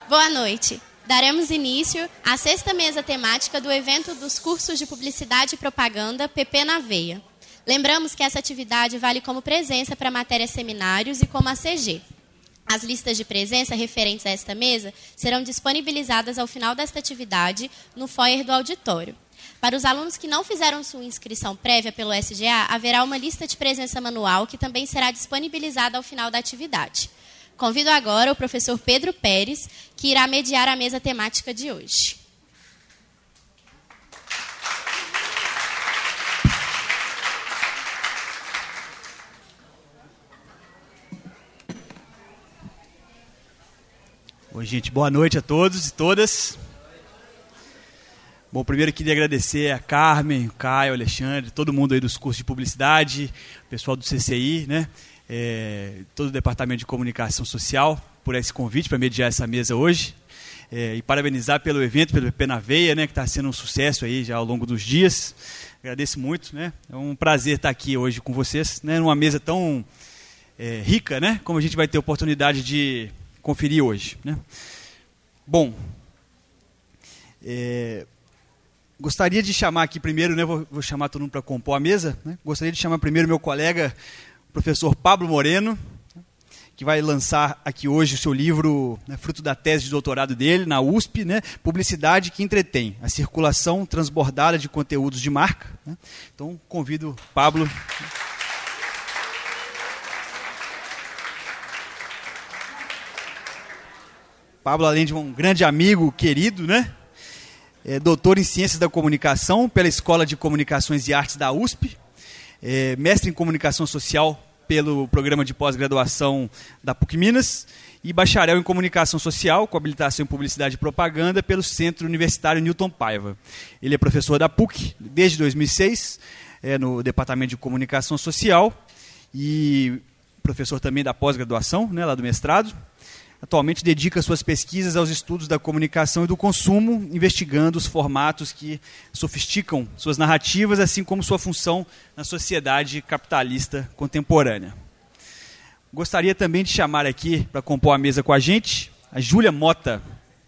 Boa noite. Daremos início à 6ª mesa temática do evento dos cursos de Publicidade e Propaganda PP na Veia. Lembramos que essa atividade vale como presença para matérias seminários e como ACG. As listas de presença referentes a esta mesa serão disponibilizadas ao final desta atividade no foyer do auditório. Para os alunos que não fizeram sua inscrição prévia pelo SGA, haverá uma lista de presença manual que também será disponibilizada ao final da atividade. Convido agora o professor Pedro Pérez, que irá mediar a mesa temática de hoje. Oi, gente, boa noite a todos e todas. Bom, primeiro eu queria agradecer a Carmen, o Caio, o Alexandre, todo mundo aí dos cursos de publicidade, o pessoal do CCI, né? Todo o Departamento de Comunicação Social por esse convite para mediar essa mesa hoje. E parabenizar pelo evento, pelo PP na Veia, né, que está sendo um sucesso aí já ao longo dos dias. Agradeço muito, né? É um prazer estar aqui hoje com vocês, né, numa mesa tão rica, né, como a gente vai ter oportunidade de conferir hoje, né? Bom, gostaria de chamar aqui primeiro, né, vou chamar todo mundo para compor a mesa, né? Gostaria de chamar primeiro meu colega, o professor Pablo Moreno, que vai lançar aqui hoje o seu livro, né, fruto da tese de doutorado dele, na USP, né, Publicidade que Entretém, a circulação transbordada de conteúdos de marca, né? Então, convido o Pablo. Pablo, além de um grande amigo, querido, né, é doutor em Ciências da Comunicação pela Escola de Comunicações e Artes da USP, mestre em Comunicação Social pelo Programa de Pós-Graduação da PUC Minas e bacharel em Comunicação Social, com habilitação em Publicidade e Propaganda pelo Centro Universitário Newton Paiva. Ele é professor da PUC desde 2006, no Departamento de Comunicação Social e professor também da pós-graduação, né, lá do mestrado. Atualmente dedica suas pesquisas aos estudos da comunicação e do consumo, investigando os formatos que sofisticam suas narrativas, assim como sua função na sociedade capitalista contemporânea. Gostaria também de chamar aqui, para compor a mesa com a gente, a Júlia Mota.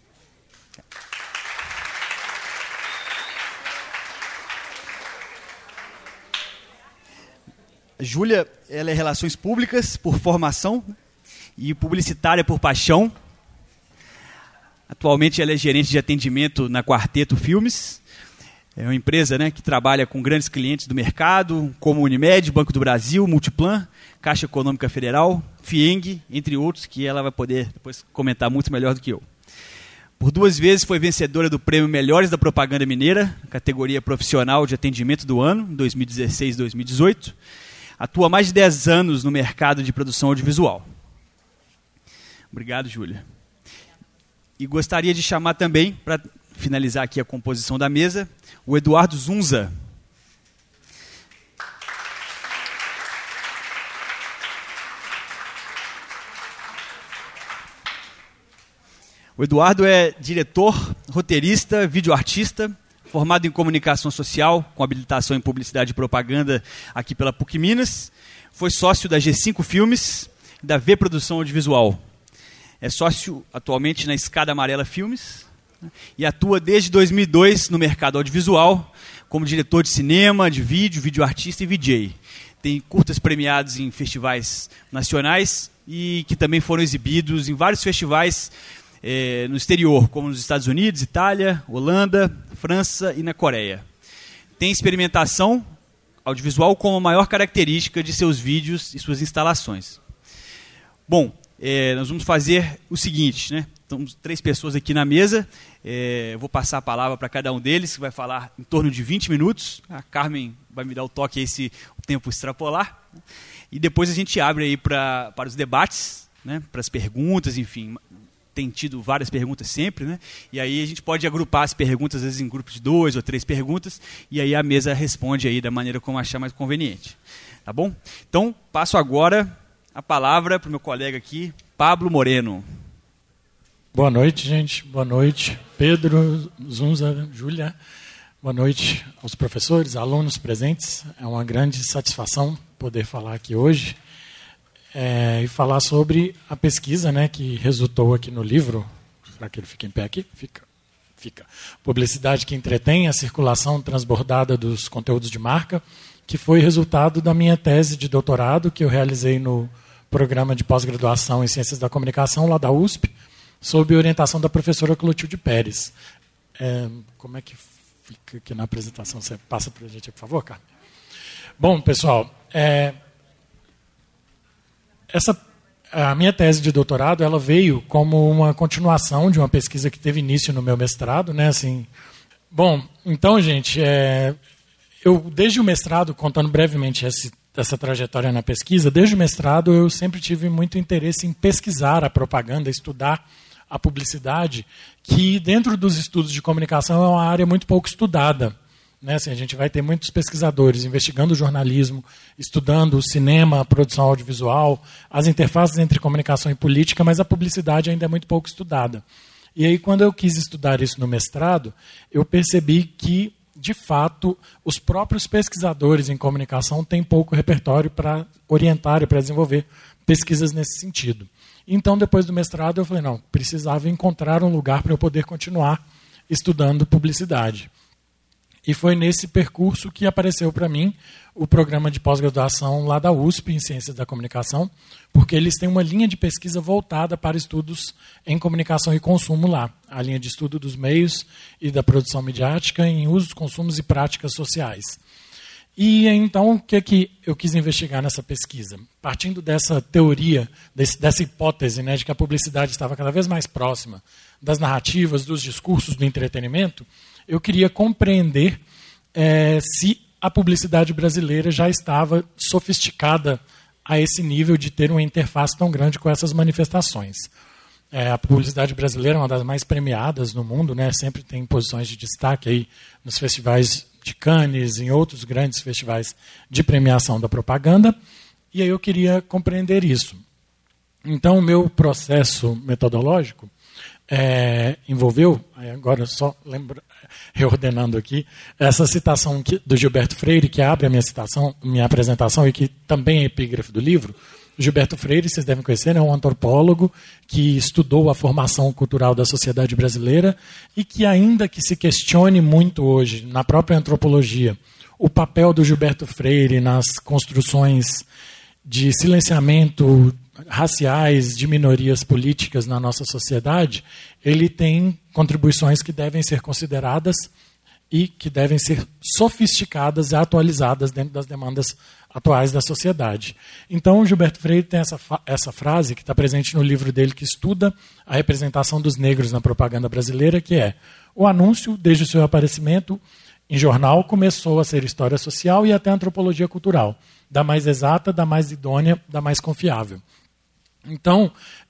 A Júlia, ela é Relações Públicas por formação e publicitária por paixão. Atualmente ela é gerente de atendimento na Quarteto Filmes. É uma empresa, né, que trabalha com grandes clientes do mercado, como Unimed, Banco do Brasil, Multiplan, Caixa Econômica Federal, Fieng, entre outros, que ela vai poder depois comentar muito melhor do que eu. Por 2 vezes foi vencedora do prêmio Melhores da Propaganda Mineira, categoria profissional de atendimento do ano, em 2016 e 2018. Atua há mais de 10 anos no mercado de produção audiovisual. Obrigado, Júlia. E gostaria de chamar também, para finalizar aqui a composição da mesa, o Eduardo Zunza. O Eduardo é diretor, roteirista, videoartista, formado em comunicação social, com habilitação em publicidade e propaganda aqui pela PUC Minas. Foi sócio da G5 Filmes e da V Produção Audiovisual. É sócio atualmente na Escada Amarela Filmes, né, e atua desde 2002 no mercado audiovisual como diretor de cinema, de vídeo, videoartista e VJ. Tem curtas premiados em festivais nacionais e que também foram exibidos em vários festivais no exterior, como nos Estados Unidos, Itália, Holanda, França e na Coreia. Tem experimentação audiovisual como a maior característica de seus vídeos e suas instalações. Bom, nós vamos fazer o seguinte, né? Estamos 3 pessoas aqui na mesa, vou passar a palavra para cada um deles, que vai falar em torno de 20 minutos. A Carmen vai me dar o toque aí se o tempo extrapolar. E depois a gente abre aí para os debates, né? Para as perguntas, enfim. Tem tido várias perguntas sempre, né? E aí a gente pode agrupar as perguntas, às vezes em grupos de 2 ou 3 perguntas, e aí a mesa responde aí da maneira como achar mais conveniente. Tá bom? Então, passo agora a palavra para o meu colega aqui, Pablo Moreno. Boa noite, gente. Boa noite, Pedro, Zunza, Júlia. Boa noite aos professores, alunos presentes. É uma grande satisfação poder falar aqui hoje e falar sobre a pesquisa, né, que resultou aqui no livro, Será que ele fica em pé aqui? Fica. Publicidade que entretém, a circulação transbordada dos conteúdos de marca, que foi resultado da minha tese de doutorado, que eu realizei no programa de pós-graduação em Ciências da Comunicação, lá da USP, sob orientação da professora Clotilde Pérez. Como é que fica aqui na apresentação? Você passa para a gente, por favor, Carmen? Bom, pessoal, a minha tese de doutorado ela veio como uma continuação de uma pesquisa que teve início no meu mestrado, né? Assim, bom, então, gente, eu desde o mestrado, contando brevemente essa trajetória na pesquisa, desde o mestrado eu sempre tive muito interesse em pesquisar a propaganda, estudar a publicidade, que dentro dos estudos de comunicação é uma área muito pouco estudada. Né, assim, a gente vai ter muitos pesquisadores investigando o jornalismo, estudando o cinema, a produção audiovisual, as interfaces entre comunicação e política, mas a publicidade ainda é muito pouco estudada. E aí, quando eu quis estudar isso no mestrado, eu percebi que, de fato, os próprios pesquisadores em comunicação têm pouco repertório para orientar e para desenvolver pesquisas nesse sentido. Então, depois do mestrado, eu falei, não, precisava encontrar um lugar para eu poder continuar estudando publicidade. E foi nesse percurso que apareceu para mim o programa de pós-graduação lá da USP, em Ciências da Comunicação, porque eles têm uma linha de pesquisa voltada para estudos em comunicação e consumo lá. A linha de estudo dos meios e da produção midiática em usos, consumos e práticas sociais. E então, o que eu quis investigar nessa pesquisa? Partindo dessa teoria, dessa hipótese, né, de que a publicidade estava cada vez mais próxima das narrativas, dos discursos, do entretenimento, eu queria compreender se a publicidade brasileira já estava sofisticada a esse nível de ter uma interface tão grande com essas manifestações. A publicidade brasileira é uma das mais premiadas no mundo, né? Sempre tem posições de destaque aí nos festivais de Cannes, em outros grandes festivais de premiação da propaganda, e aí eu queria compreender isso. Então, o meu processo metodológico envolveu, agora só reordenando aqui, essa citação do Gilberto Freire, que abre a minha apresentação e que também é epígrafe do livro. O Gilberto Freire, vocês devem conhecer, é um antropólogo que estudou a formação cultural da sociedade brasileira e que, ainda que se questione muito hoje, na própria antropologia, o papel do Gilberto Freire nas construções de silenciamento raciais de minorias políticas na nossa sociedade, ele tem contribuições que devem ser consideradas e que devem ser sofisticadas e atualizadas dentro das demandas atuais da sociedade. Então, o Gilberto Freire tem essa frase que está presente no livro dele, que estuda a representação dos negros na propaganda brasileira, que é: o anúncio, desde o seu aparecimento em jornal, começou a ser história social e até antropologia cultural, da mais exata, da mais idônea, da mais confiável. Então,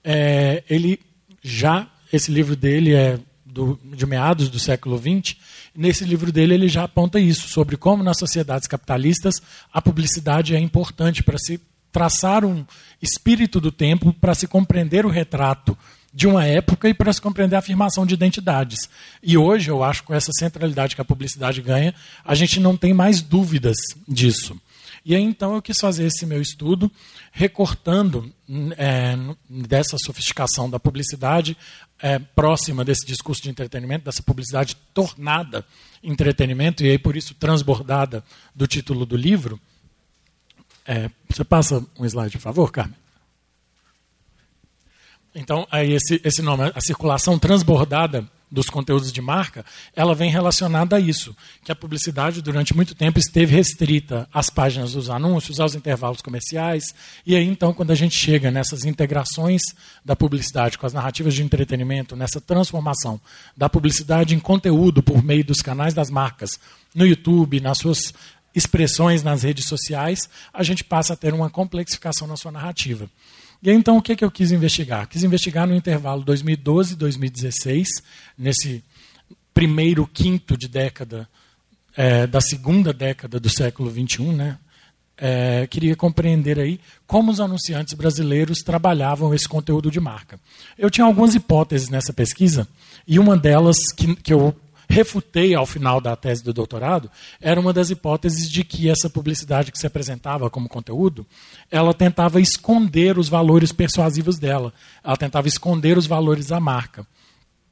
esse livro dele é de meados do século XX. Nesse livro dele ele já aponta isso, sobre como nas sociedades capitalistas a publicidade é importante para se traçar um espírito do tempo, para se compreender o retrato de uma época e para se compreender a afirmação de identidades. E hoje, eu acho, com essa centralidade que a publicidade ganha, a gente não tem mais dúvidas disso. E aí, então, eu quis fazer esse meu estudo, recortando dessa sofisticação da publicidade próxima desse discurso de entretenimento, dessa publicidade tornada entretenimento, e aí, por isso, transbordada do título do livro. Você passa um slide, por favor, Carmen? Então, aí esse nome, a circulação transbordada dos conteúdos de marca, ela vem relacionada a isso, que a publicidade durante muito tempo esteve restrita às páginas dos anúncios, aos intervalos comerciais, e aí então quando a gente chega nessas integrações da publicidade com as narrativas de entretenimento, nessa transformação da publicidade em conteúdo por meio dos canais das marcas, no YouTube, nas suas expressões nas redes sociais, a gente passa a ter uma complexificação na sua narrativa. E aí, então, o que eu quis investigar? Quis investigar no intervalo 2012 e 2016, nesse primeiro quinto de década, da segunda década do século XXI, né? Queria compreender aí como os anunciantes brasileiros trabalhavam esse conteúdo de marca. Eu tinha algumas hipóteses nessa pesquisa, e uma delas que eu refutei ao final da tese do doutorado, era uma das hipóteses de que essa publicidade que se apresentava como conteúdo, ela tentava esconder os valores persuasivos dela, ela tentava esconder os valores da marca.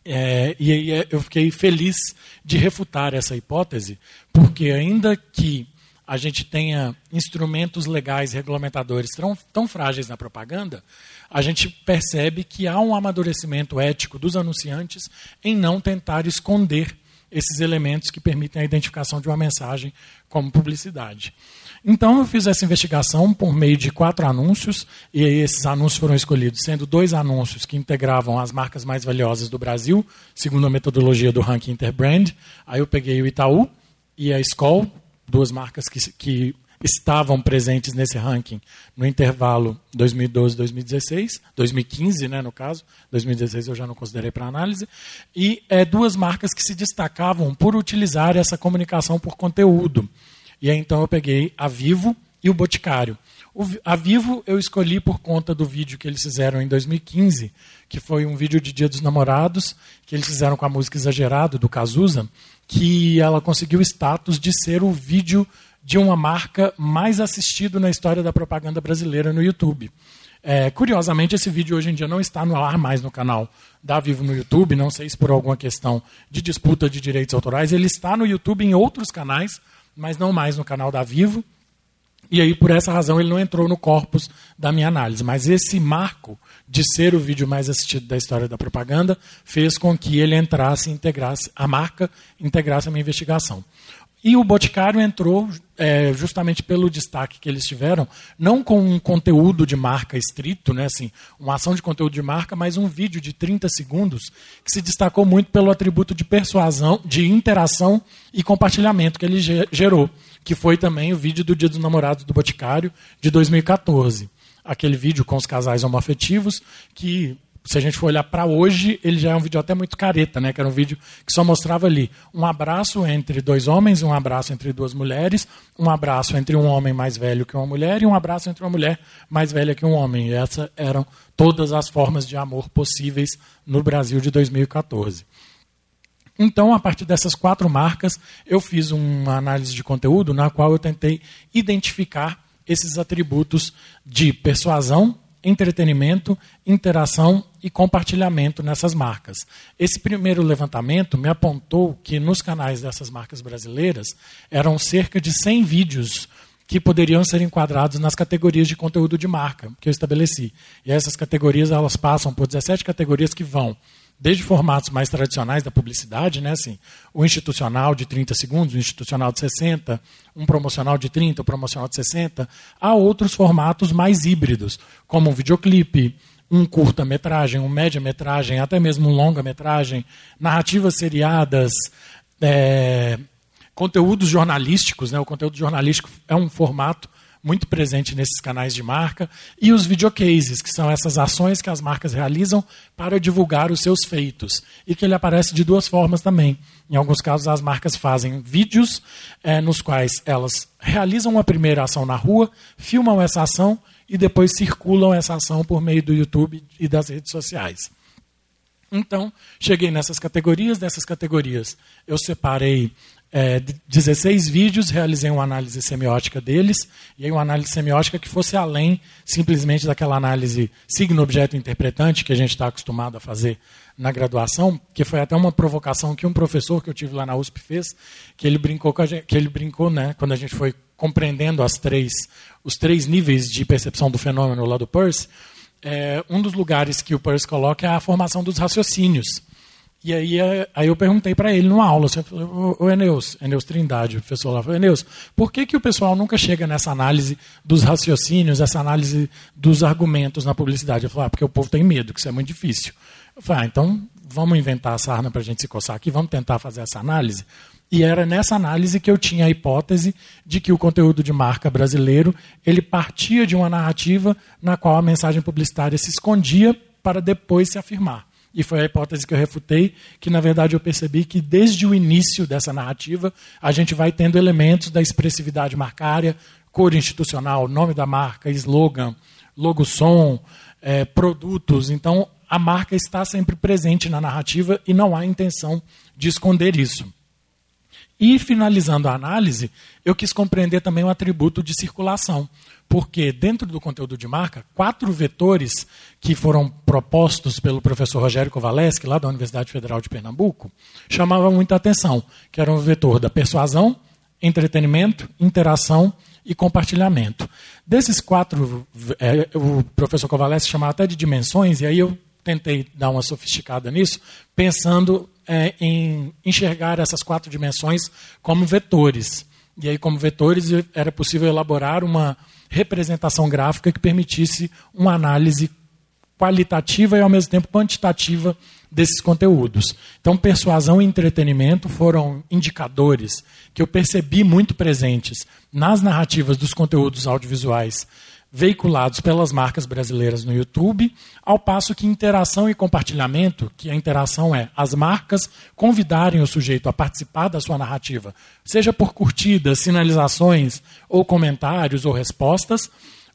E aí eu fiquei feliz de refutar essa hipótese, porque ainda que a gente tenha instrumentos legais regulamentadores tão frágeis na propaganda, a gente percebe que há um amadurecimento ético dos anunciantes em não tentar esconder esses elementos que permitem a identificação de uma mensagem como publicidade. Então, eu fiz essa investigação por meio de 4 anúncios, e aí esses anúncios foram escolhidos, sendo 2 anúncios que integravam as marcas mais valiosas do Brasil, segundo a metodologia do ranking Interbrand. Aí eu peguei o Itaú e a Skol, 2 marcas que estavam presentes nesse ranking no intervalo 2012-2016, 2015, né, no caso, 2016 eu já não considerei para análise, e 2 marcas que se destacavam por utilizar essa comunicação por conteúdo. E aí, então, eu peguei a Vivo e o Boticário. A Vivo eu escolhi por conta do vídeo que eles fizeram em 2015, que foi um vídeo de Dia dos Namorados, que eles fizeram com a música Exagerado, do Cazuza, que ela conseguiu o status de ser o vídeo de uma marca mais assistido na história da propaganda brasileira no YouTube. Curiosamente, esse vídeo hoje em dia não está no ar mais no canal da Vivo no YouTube, não sei se por alguma questão de disputa de direitos autorais, ele está no YouTube em outros canais, mas não mais no canal da Vivo, e aí por essa razão ele não entrou no corpus da minha análise. Mas esse marco de ser o vídeo mais assistido da história da propaganda fez com que ele entrasse, integrasse, a marca integrasse a minha investigação. E o Boticário entrou justamente pelo destaque que eles tiveram, não com um conteúdo de marca estrito, né, assim, uma ação de conteúdo de marca, mas um vídeo de 30 segundos que se destacou muito pelo atributo de persuasão, de interação e compartilhamento que ele gerou, que foi também o vídeo do Dia dos Namorados do Boticário, de 2014. Aquele vídeo com os casais homoafetivos que, se a gente for olhar para hoje, ele já é um vídeo até muito careta, né? Que era um vídeo que só mostrava ali um abraço entre 2 homens, um abraço entre 2 mulheres, um abraço entre um homem mais velho que uma mulher e um abraço entre uma mulher mais velha que um homem. E essas eram todas as formas de amor possíveis no Brasil de 2014. Então, a partir dessas 4 marcas, eu fiz uma análise de conteúdo na qual eu tentei identificar esses atributos de persuasão, entretenimento, interação e compartilhamento nessas marcas. Esse primeiro levantamento me apontou que nos canais dessas marcas brasileiras eram cerca de 100 vídeos que poderiam ser enquadrados nas categorias de conteúdo de marca que eu estabeleci. E essas categorias elas passam por 17 categorias que vão desde formatos mais tradicionais da publicidade, né, assim, o institucional de 30 segundos, o institucional de 60, um promocional de 30, um promocional de 60, a outros formatos mais híbridos, como um videoclipe, um curta-metragem, um média-metragem, até mesmo um longa-metragem, narrativas seriadas, conteúdos jornalísticos, né, o conteúdo jornalístico é um formato muito presente nesses canais de marca, e os videocases, que são essas ações que as marcas realizam para divulgar os seus feitos, e que ele aparece de 2 formas também. Em alguns casos, as marcas fazem vídeos nos quais elas realizam uma primeira ação na rua, filmam essa ação e depois circulam essa ação por meio do YouTube e das redes sociais. Então, cheguei nessas categorias. Dessas categorias, eu separei 16 vídeos, realizei uma análise semiótica deles, e aí uma análise semiótica que fosse além simplesmente daquela análise signo-objeto-interpretante que a gente está acostumado a fazer na graduação, que foi até uma provocação que um professor que eu tive lá na USP fez, que ele brincou com a gente, né, quando a gente foi compreendendo os 3 níveis de percepção do fenômeno lá do Peirce. Um dos lugares que o Peirce coloca é a formação dos raciocínios. E aí eu perguntei para ele numa aula, o Eneus Trindade, o professor lá, falou, Eneus, por que o pessoal nunca chega nessa análise dos raciocínios, essa análise dos argumentos na publicidade? Eu falei, porque o povo tem medo, que isso é muito difícil. Eu falei, então vamos inventar a sarna para a gente se coçar aqui, vamos tentar fazer essa análise. E era nessa análise que eu tinha a hipótese de que o conteúdo de marca brasileiro ele partia de uma narrativa na qual a mensagem publicitária se escondia para depois se afirmar. E foi a hipótese que eu refutei, que na verdade eu percebi que desde o início dessa narrativa a gente vai tendo elementos da expressividade marcária, cor institucional, nome da marca, slogan, logo-som, produtos. Então a marca está sempre presente na narrativa e não há intenção de esconder isso. E, finalizando a análise, eu quis compreender também o atributo de circulação. porque dentro do conteúdo de marca, 4 vetores que foram propostos pelo professor Rogério Kovaleski, lá da Universidade Federal de Pernambuco, chamavam muita atenção, que era o vetor da persuasão, entretenimento, interação e compartilhamento. Desses 4, o professor Kovaleski chamava até de dimensões, e aí eu tentei dar uma sofisticada nisso, pensando em enxergar essas 4 dimensões como vetores. E aí, como vetores, era possível elaborar uma representação gráfica que permitisse uma análise qualitativa e, ao mesmo tempo, quantitativa desses conteúdos. Então, persuasão e entretenimento foram indicadores que eu percebi muito presentes nas narrativas dos conteúdos audiovisuais veiculados pelas marcas brasileiras no YouTube, ao passo que interação e compartilhamento, que a interação é as marcas convidarem o sujeito a participar da sua narrativa, seja por curtidas, sinalizações, ou comentários, ou respostas,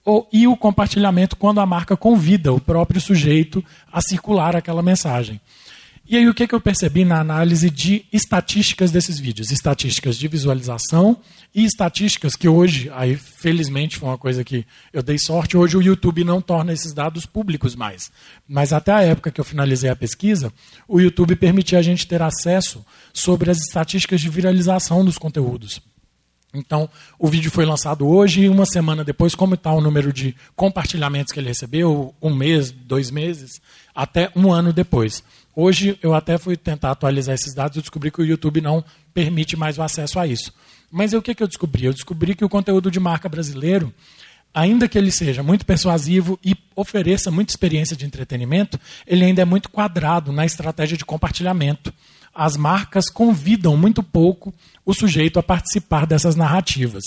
e o compartilhamento quando a marca convida o próprio sujeito a circular aquela mensagem. E aí o que eu percebi na análise de estatísticas desses vídeos? Estatísticas de visualização e estatísticas que hoje, aí felizmente foi uma coisa que eu dei sorte, hoje o YouTube não torna esses dados públicos mais. Mas até a época que eu finalizei a pesquisa, o YouTube permitia a gente ter acesso sobre as estatísticas de viralização dos conteúdos. Então, o vídeo foi lançado hoje e uma semana depois, como está o número de compartilhamentos que ele recebeu, 1 mês, 2 meses, até 1 ano depois. Hoje, eu até fui tentar atualizar esses dados e descobri que o YouTube não permite mais o acesso a isso. Mas o que eu descobri? Eu descobri que o conteúdo de marca brasileiro, ainda que ele seja muito persuasivo e ofereça muita experiência de entretenimento, ele ainda é muito quadrado na estratégia de compartilhamento. As marcas convidam muito pouco o sujeito a participar dessas narrativas.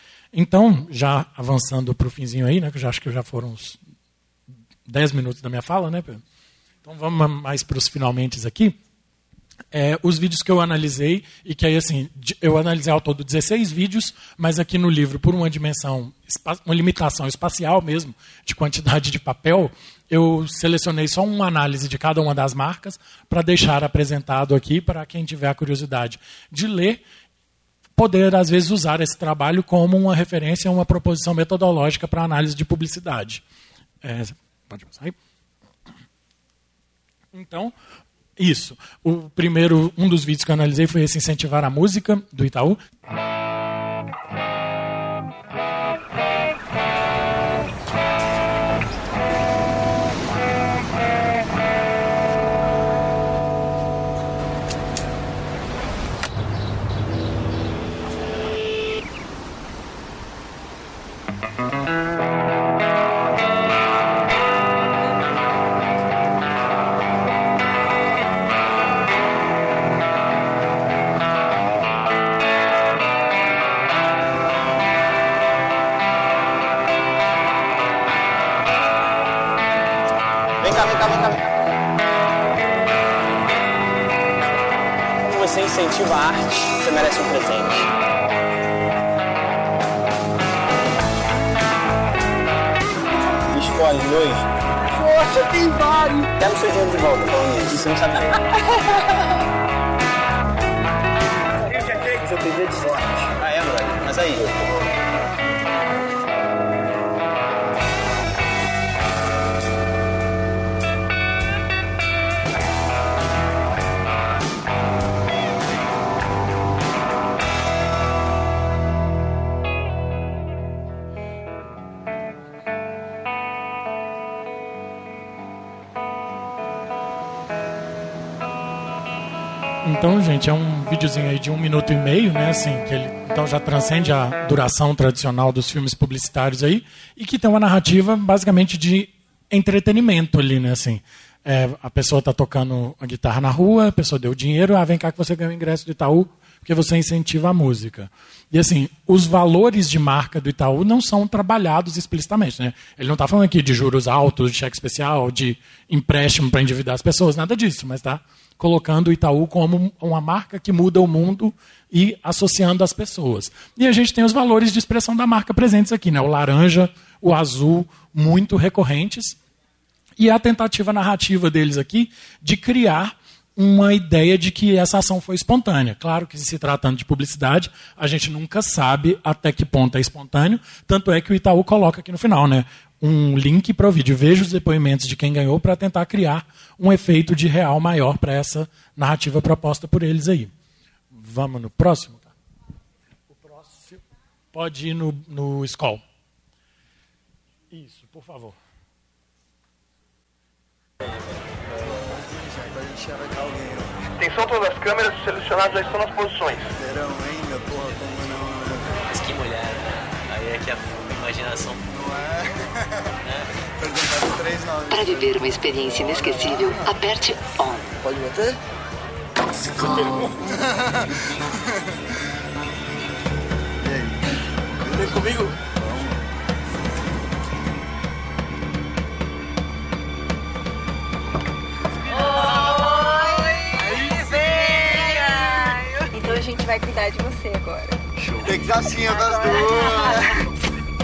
Então, já avançando para o finzinho aí, né, que eu já acho que já foram uns 10 minutos da minha fala, né, Pedro? Então vamos mais para os finalmente aqui. Os vídeos que eu analisei, e que aí assim, eu analisei ao todo 16 vídeos, mas aqui no livro, por uma dimensão, uma limitação espacial mesmo, de quantidade de papel, eu selecionei só uma análise de cada uma das marcas para deixar apresentado aqui para quem tiver a curiosidade de ler, poder às vezes usar esse trabalho como uma referência, uma proposição metodológica para análise de publicidade. Pode passar aí. Então, isso. Um dos vídeos que eu analisei foi esse Incentivar a Música, do Itaú. Você incentiva a arte, você merece um presente. Escolhe 2. Poxa, tem vários. Quero o seu dinheiro de volta, falando isso. Você não sabia. Seu pedido de sorte. Ah, brother? Mas aí. Então, gente, é um videozinho aí de 1 minuto e meio, né? Assim, que ele então já transcende a duração tradicional dos filmes publicitários aí, e que tem uma narrativa basicamente de entretenimento ali, né? Assim, a pessoa está tocando a guitarra na rua, a pessoa deu dinheiro, vem cá que você ganha o ingresso do Itaú, porque você incentiva a música. E assim, os valores de marca do Itaú não são trabalhados explicitamente, né? Ele não está falando aqui de juros altos, de cheque especial, de empréstimo para endividar as pessoas, nada disso, mas está colocando o Itaú como uma marca que muda o mundo e associando as pessoas. E a gente tem os valores de expressão da marca presentes aqui, né? O laranja, o azul, muito recorrentes, e a tentativa narrativa deles aqui de criar uma ideia de que essa ação foi espontânea. Claro que, se tratando de publicidade, a gente nunca sabe até que ponto é espontâneo, tanto é que o Itaú coloca aqui no final, né, um link para o vídeo. Veja os depoimentos de quem ganhou para tentar criar um efeito de real maior para essa narrativa proposta por eles aí. Vamos no próximo? O próximo pode ir no Skoll. Isso, por favor. Atenção todas as câmeras, os selecionados já estão nas posições. Verão ainda, porra, como não... Mas que mulher, né? Aí é que a imaginação... Não é? Perguntaram 3 nomes. Para viver uma experiência inesquecível, aperte ON. Pode bater? E aí? Vem comigo? Então a gente vai cuidar de você agora. Show. Tem que ser assim, eu das duas.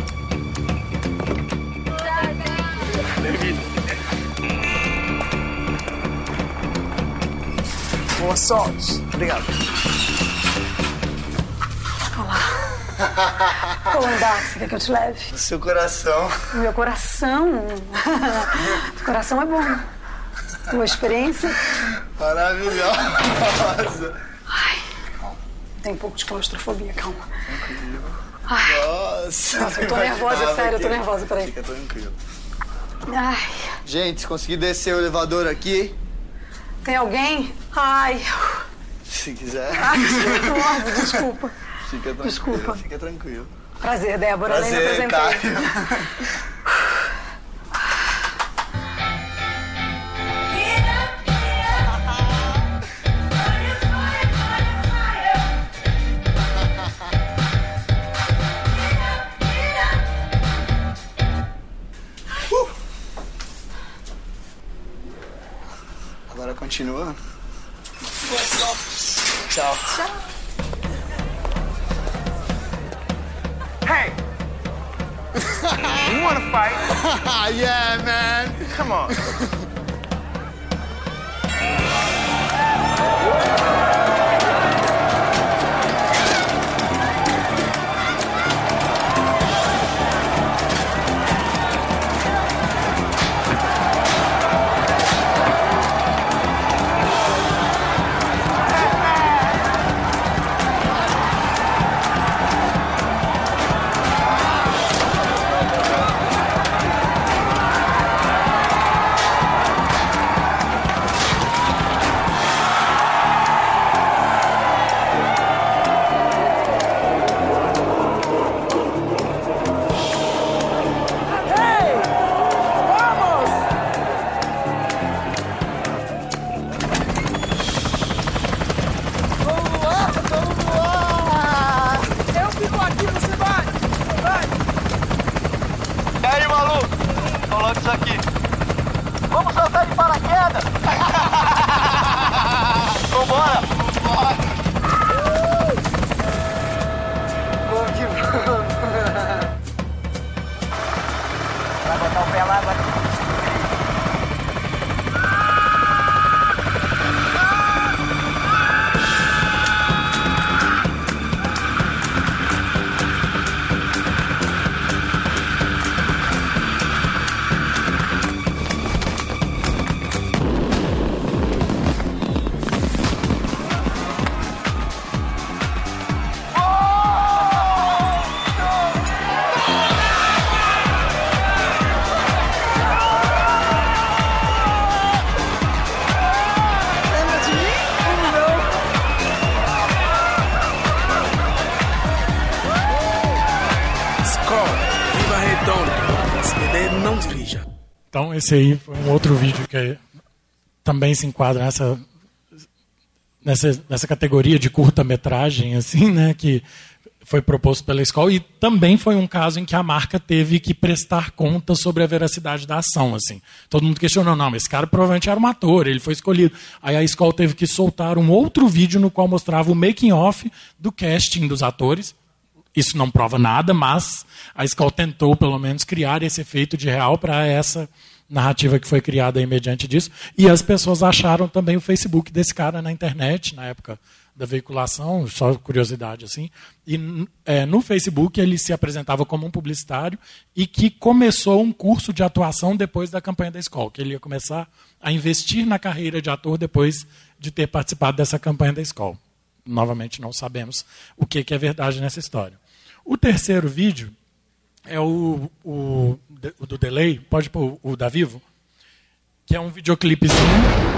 Boa sorte. Obrigado. Qual andar que você quer que eu te leve? O seu coração. Meu coração. Teu coração é bom. Tua experiência. Maravilhosa. Ai, tem um pouco de claustrofobia, calma. Ai. Nossa, eu tô nervosa, sério, eu tô nervosa, peraí. Fica tranquilo. Ai. Gente, se conseguir descer o elevador aqui... Tem alguém? Ai. Se quiser. Ai, nossa, desculpa. Fica tranquilo. Desculpa. Fica tranquilo. Prazer, Débora. Prazer, nem me Caio. Agora continua. Tchau. Hey! You wanna fight? Yeah, man. Come on. Isso aqui. Vamos saltar de paraquedas. Vambora. Vai botar o pé lá agora. Então, esse aí foi um outro vídeo que também se enquadra nessa categoria de curta-metragem, assim, né, que foi proposto pela escola, e também foi um caso em que a marca teve que prestar conta sobre a veracidade da ação. Assim. Todo mundo questionou, não, esse cara provavelmente era um ator, ele foi escolhido. Aí a escola teve que soltar um outro vídeo no qual mostrava o making-off do casting dos atores. Isso não prova nada, mas a escola tentou, pelo menos, criar esse efeito de real para essa narrativa que foi criada aí mediante disso. E as pessoas acharam também o Facebook desse cara na internet, na época da veiculação, só curiosidade assim. E no Facebook ele se apresentava como um publicitário e que começou um curso de atuação depois da campanha da escola, que ele ia começar a investir na carreira de ator depois de ter participado dessa campanha da escola. Novamente, não sabemos o que é verdade nessa história. O terceiro vídeo é o do Delay, pode pôr o da Vivo, que é um videoclipezinho.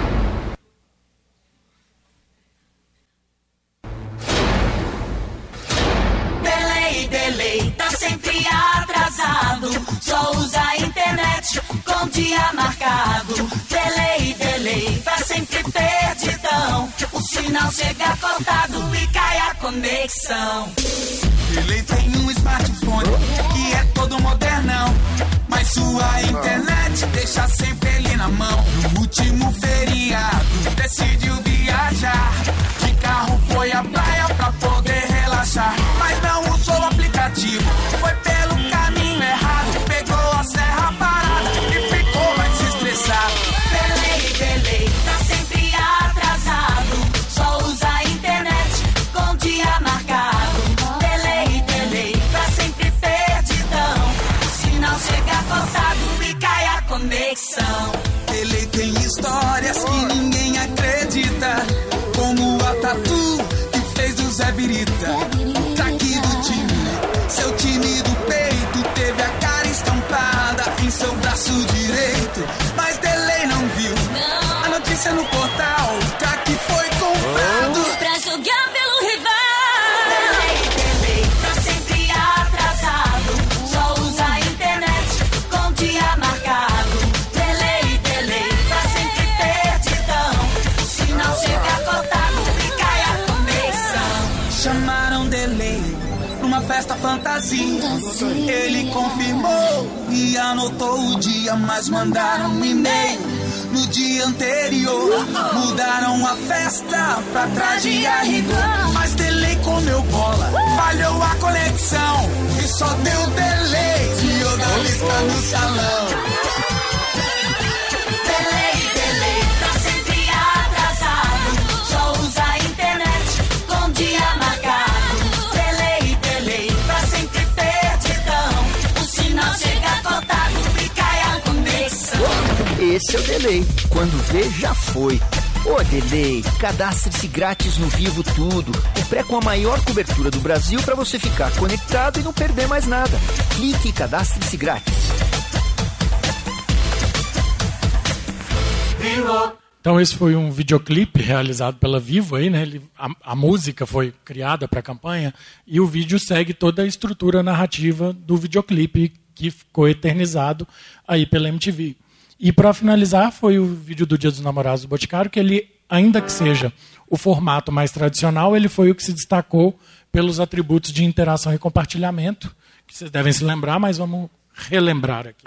Delay, tá sempre atrasado, só usa a internet com dia marcado. Delay, tá sempre perdidão, o sinal chega cortado e cai a conexão. Delay tem um smartphone que é todo modernão, mas sua internet deixa sempre ele na mão. No último feriado decidiu viajar, de carro foi à praia pra poder relaxar, mas não usou o aplicativo, foi pelo caminho errado, pegou a serra parada e ficou mais estressado. Delay, tá sempre atrasado, só usa a internet com dia marcado. Delay, tá sempre perdidão, o sinal chega cortado e cai a conexão. Delay tem histórias que ninguém acredita, como a tatu que fez do Zé Birita, craque do time, seu time do peito teve a cara estampada em seu braço direito, mas Delay não viu a notícia no portal, o craque foi comprado pra jogar pelo rival. Delay, tá sempre atrasado, só usa a internet com dia marcado. Delay, tá sempre perdidão, o sinal chega cortado e cai a conexão. Chamaram Delay numa festa fantasia, ele confirmou e anotou o dia, mas mandaram um e-mail no dia anterior, mudaram a festa pra traje a rigor, mas Delay comeu bola, falhou a conexão e só deu Delay de odalisca no salão. Delay, tá sempre atrasado, só usa a internet com dia marcado. Delay, tá sempre perdidão, o sinal chega cortado e cai a conexão. Esse é o Delay, quando vê já foi. Ô Delay, cadastre-se grátis no Vivo Tudo, o pré com a maior cobertura do Brasil para você ficar conectado e não perder mais nada. Clique e cadastre-se grátis. Então esse foi um videoclipe realizado pela Vivo aí, né? A música foi criada para a campanha e o vídeo segue toda a estrutura narrativa do videoclipe que ficou eternizado aí pela MTV. E para finalizar foi o vídeo do Dia dos Namorados do Boticário, que ele, ainda que seja o formato mais tradicional, ele foi o que se destacou pelos atributos de interação e compartilhamento, que vocês devem se lembrar, mas vamos relembrar aqui.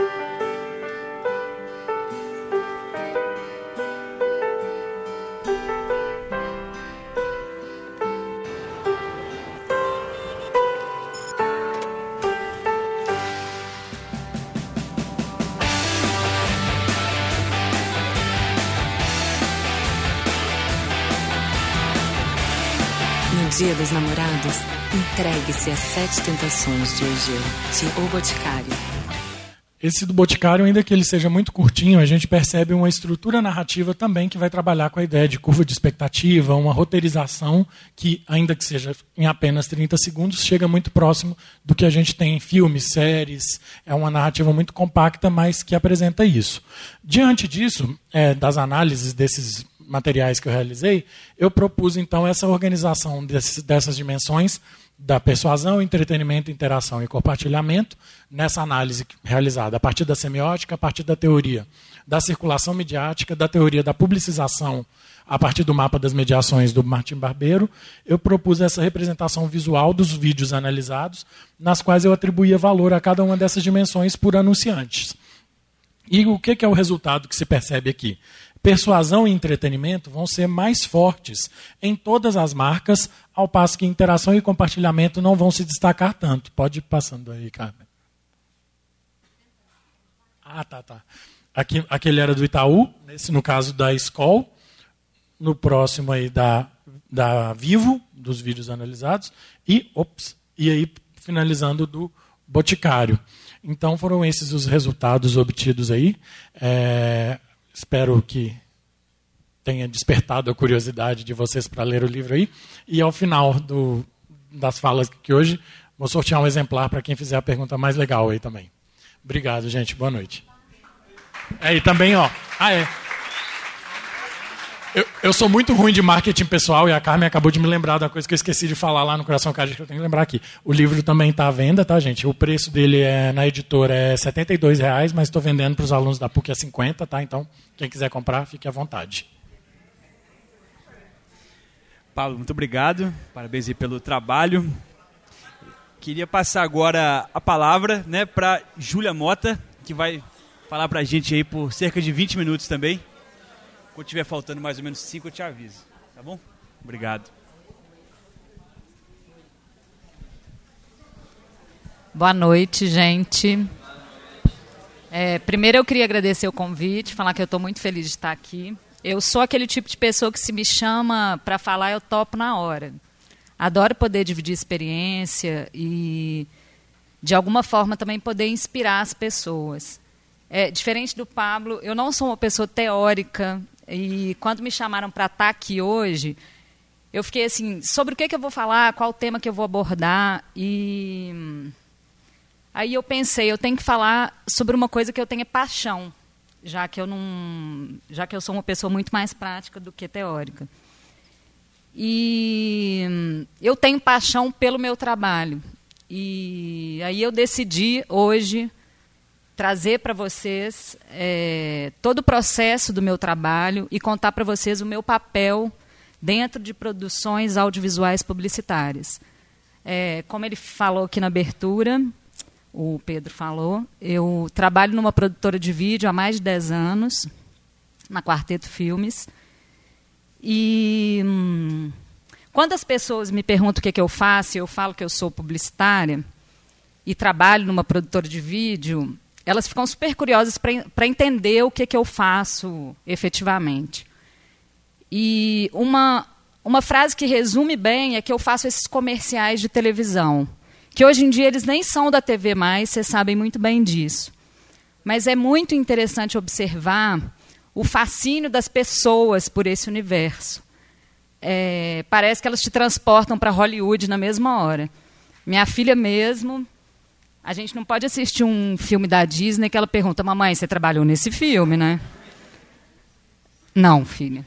Dia dos Namorados, entregue-se às 7 tentações de Egeu, de O Boticário. Esse do Boticário, ainda que ele seja muito curtinho, a gente percebe uma estrutura narrativa também que vai trabalhar com a ideia de curva de expectativa, uma roteirização que, ainda que seja em apenas 30 segundos, chega muito próximo do que a gente tem em filmes, séries. É uma narrativa muito compacta, mas que apresenta isso. Diante disso, das análises desses materiais que eu realizei, eu propus então essa organização dessas dimensões da persuasão, entretenimento, interação e compartilhamento, nessa análise realizada a partir da semiótica, a partir da teoria da circulação midiática, da teoria da publicização, a partir do mapa das mediações do Martim Barbeiro. Eu propus essa representação visual dos vídeos analisados, nas quais eu atribuía valor a cada uma dessas dimensões por anunciantes. E o que é o resultado que se percebe aqui? Persuasão e entretenimento vão ser mais fortes em todas as marcas, ao passo que interação e compartilhamento não vão se destacar tanto. Pode ir passando aí, Carmen. Tá. Aquele era do Itaú, nesse no caso da Skol, no próximo aí da Vivo, dos vídeos analisados, e aí finalizando do Boticário. Então foram esses os resultados obtidos aí. Espero que tenha despertado a curiosidade de vocês para ler o livro aí. E ao final das falas aqui hoje, vou sortear um exemplar para quem fizer a pergunta mais legal aí também. Obrigado, gente. Boa noite. E também, eu sou muito ruim de marketing pessoal e a Carmen acabou de me lembrar da coisa que eu esqueci de falar lá no Coração Card, que eu tenho que lembrar aqui. O livro também está à venda, tá, gente? O preço dele na editora é R$ 72,00, mas estou vendendo para os alunos da PUC a 50, tá? Então, quem quiser comprar, fique à vontade. Pablo, muito obrigado. Parabéns aí pelo trabalho. Queria passar agora a palavra, né, para Júlia Mota, que vai falar para a gente aí por cerca de 20 minutos também. Quando tiver faltando mais ou menos 5, eu te aviso. Tá bom? Obrigado. Boa noite, gente. Primeiro eu queria agradecer o convite, falar que eu estou muito feliz de estar aqui. Eu sou aquele tipo de pessoa que se me chama para falar, eu topo na hora. Adoro poder dividir experiência e, de alguma forma, também poder inspirar as pessoas. Diferente do Pablo, eu não sou uma pessoa teórica e, quando me chamaram para estar aqui hoje, eu fiquei assim, sobre o que eu vou falar, qual o tema que eu vou abordar. E aí eu pensei, eu tenho que falar sobre uma coisa que eu tenho paixão, já que eu sou uma pessoa muito mais prática do que teórica. E eu tenho paixão pelo meu trabalho. E aí eu decidi hoje trazer para vocês todo o processo do meu trabalho e contar para vocês o meu papel dentro de produções audiovisuais publicitárias. Como ele falou aqui na abertura, o Pedro falou, eu trabalho numa produtora de vídeo há mais de 10 anos, na Quarteto Filmes. E quando as pessoas me perguntam o que eu faço, eu falo que eu sou publicitária e trabalho numa produtora de vídeo, elas ficam super curiosas para entender o que eu faço efetivamente. E uma frase que resume bem é que eu faço esses comerciais de televisão, que hoje em dia eles nem são da TV mais, vocês sabem muito bem disso. Mas é muito interessante observar o fascínio das pessoas por esse universo. Parece que elas te transportam para Hollywood na mesma hora. Minha filha mesmo, a gente não pode assistir um filme da Disney que ela pergunta, mamãe, você trabalhou nesse filme, né? Não, filha.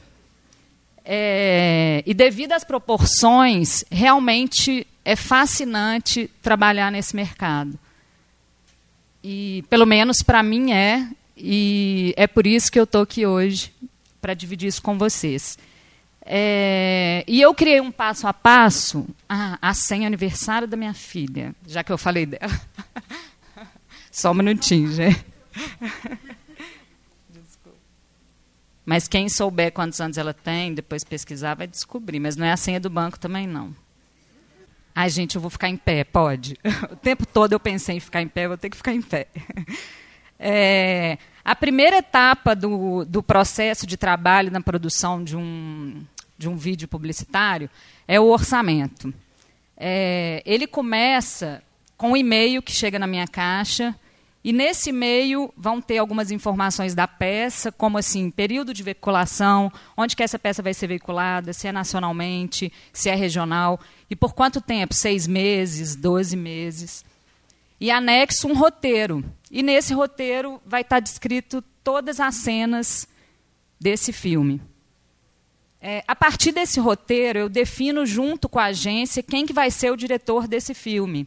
E devido às proporções, realmente é fascinante trabalhar nesse mercado. E, pelo menos para mim, e é por isso que eu estou aqui hoje, para dividir isso com vocês. E eu criei um passo a passo, a senha aniversário da minha filha, já que eu falei dela. Só um minutinho, gente. Desculpa. Mas quem souber quantos anos ela tem, depois pesquisar, vai descobrir. Mas não é a senha do banco também, não. Ai, gente, eu vou ficar em pé, pode? O tempo todo eu pensei em ficar em pé, eu vou ter que ficar em pé. A primeira etapa do processo de trabalho na produção de um vídeo publicitário é o orçamento. Ele começa com um e-mail que chega na minha caixa, e nesse e-mail vão ter algumas informações da peça, como assim, período de veiculação, onde que essa peça vai ser veiculada, se é nacionalmente, se é regional, e por quanto tempo, 6 meses, 12 meses. E anexo um roteiro. E nesse roteiro vai estar descrito todas as cenas desse filme. A partir desse roteiro, eu defino junto com a agência quem que vai ser o diretor desse filme.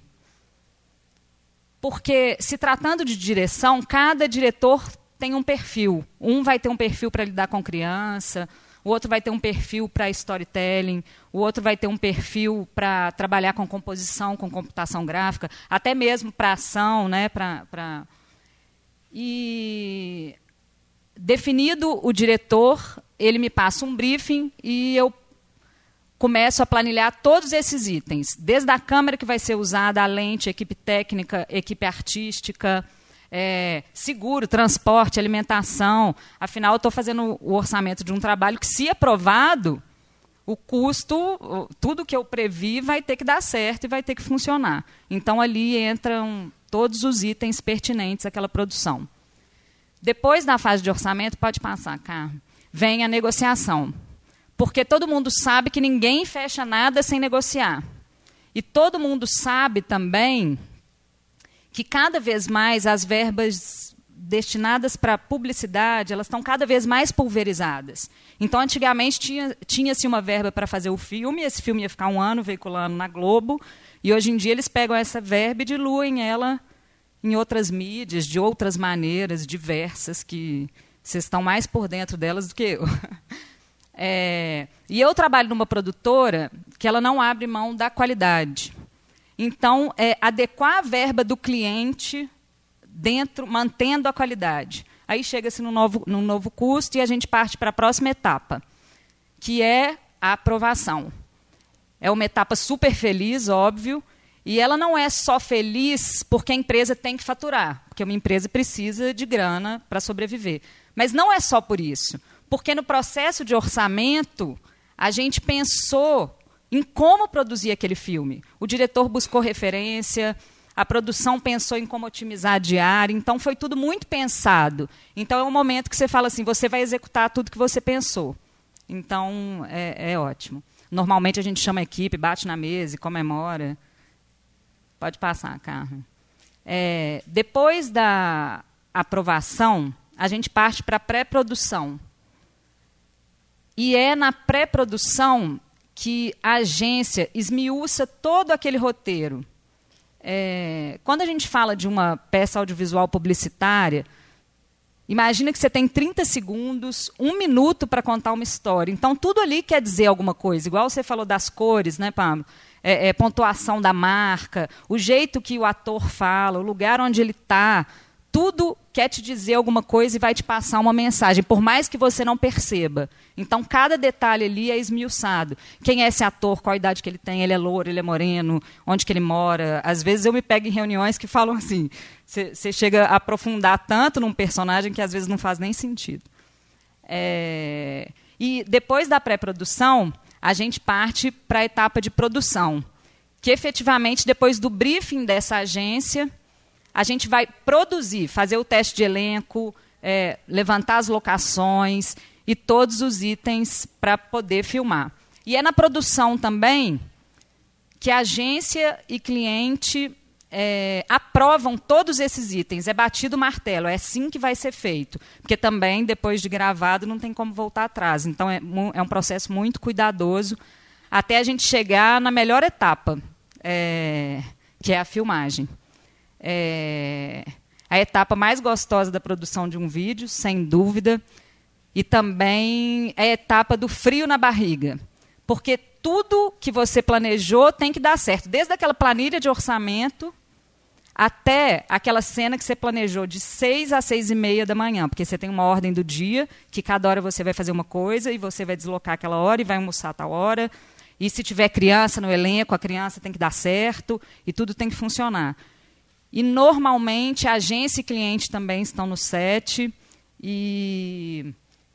Porque, se tratando de direção, cada diretor tem um perfil. Um vai ter um perfil para lidar com criança, o outro vai ter um perfil para storytelling, o outro vai ter um perfil para trabalhar com composição, com computação gráfica, até mesmo para ação, né? E, definido o diretor, ele me passa um briefing e eu começo a planilhar todos esses itens, desde a câmera que vai ser usada, a lente, a equipe técnica, a equipe artística, seguro, transporte, alimentação. Afinal, eu estou fazendo o orçamento de um trabalho que, se aprovado, o custo, tudo que eu previ vai ter que dar certo e vai ter que funcionar. Então, ali entram todos os itens pertinentes àquela produção. Depois da fase de orçamento, pode passar, Carmen, vem a negociação. Porque todo mundo sabe que ninguém fecha nada sem negociar. E todo mundo sabe também que cada vez mais as verbas destinadas para publicidade, elas estão cada vez mais pulverizadas. Então, antigamente, tinha-se uma verba para fazer o filme, esse filme ia ficar 1 ano veiculando na Globo, e hoje em dia eles pegam essa verba e diluem ela em outras mídias, de outras maneiras diversas, que vocês estão mais por dentro delas do que eu. E eu trabalho numa produtora que ela não abre mão da qualidade. Então, adequar a verba do cliente dentro, mantendo a qualidade. Aí chega-se num novo custo e a gente parte para a próxima etapa, que é a aprovação. É uma etapa super feliz, óbvio, e ela não é só feliz porque a empresa tem que faturar, porque uma empresa precisa de grana para sobreviver. Mas não é só por isso, porque no processo de orçamento a gente pensou em como produzir aquele filme. O diretor buscou referência, a produção pensou em como otimizar a diária, então foi tudo muito pensado. Então é um momento que você fala assim, você vai executar tudo que você pensou. Então é ótimo. Normalmente a gente chama a equipe, bate na mesa e comemora. Pode passar, Carmen. Depois da aprovação, a gente parte para a pré-produção. E é na pré-produção que a agência esmiuça todo aquele roteiro. Quando a gente fala de uma peça audiovisual publicitária, imagina que você tem 30 segundos, 1 minuto para contar uma história. Então, tudo ali quer dizer alguma coisa. Igual você falou das cores, né, Pablo? Pontuação da marca, o jeito que o ator fala, o lugar onde ele está. Tudo quer te dizer alguma coisa e vai te passar uma mensagem, por mais que você não perceba. Então, cada detalhe ali é esmiuçado. Quem é esse ator, qual a idade que ele tem, ele é louro, ele é moreno, onde que ele mora. Às vezes eu me pego em reuniões que falam assim, você chega a aprofundar tanto num personagem que às vezes não faz nem sentido. E depois da pré-produção, a gente parte para a etapa de produção, que efetivamente, depois do briefing dessa agência, a gente vai produzir, fazer o teste de elenco, levantar as locações e todos os itens para poder filmar. E é na produção também que a agência e cliente aprovam todos esses itens. É batido o martelo, é assim que vai ser feito. Porque também, depois de gravado, não tem como voltar atrás. Então, é um processo muito cuidadoso até a gente chegar na melhor etapa, que é a filmagem. A etapa mais gostosa da produção de um vídeo, sem dúvida, e também é a etapa do frio na barriga, porque tudo que você planejou tem que dar certo, desde aquela planilha de orçamento até aquela cena que você planejou de 6 às 6h30 da manhã, porque você tem uma ordem do dia, que cada hora você vai fazer uma coisa e você vai deslocar aquela hora e vai almoçar a tal hora, e se tiver criança no elenco, a criança tem que dar certo e tudo tem que funcionar. E, normalmente, a agência e cliente também estão no set e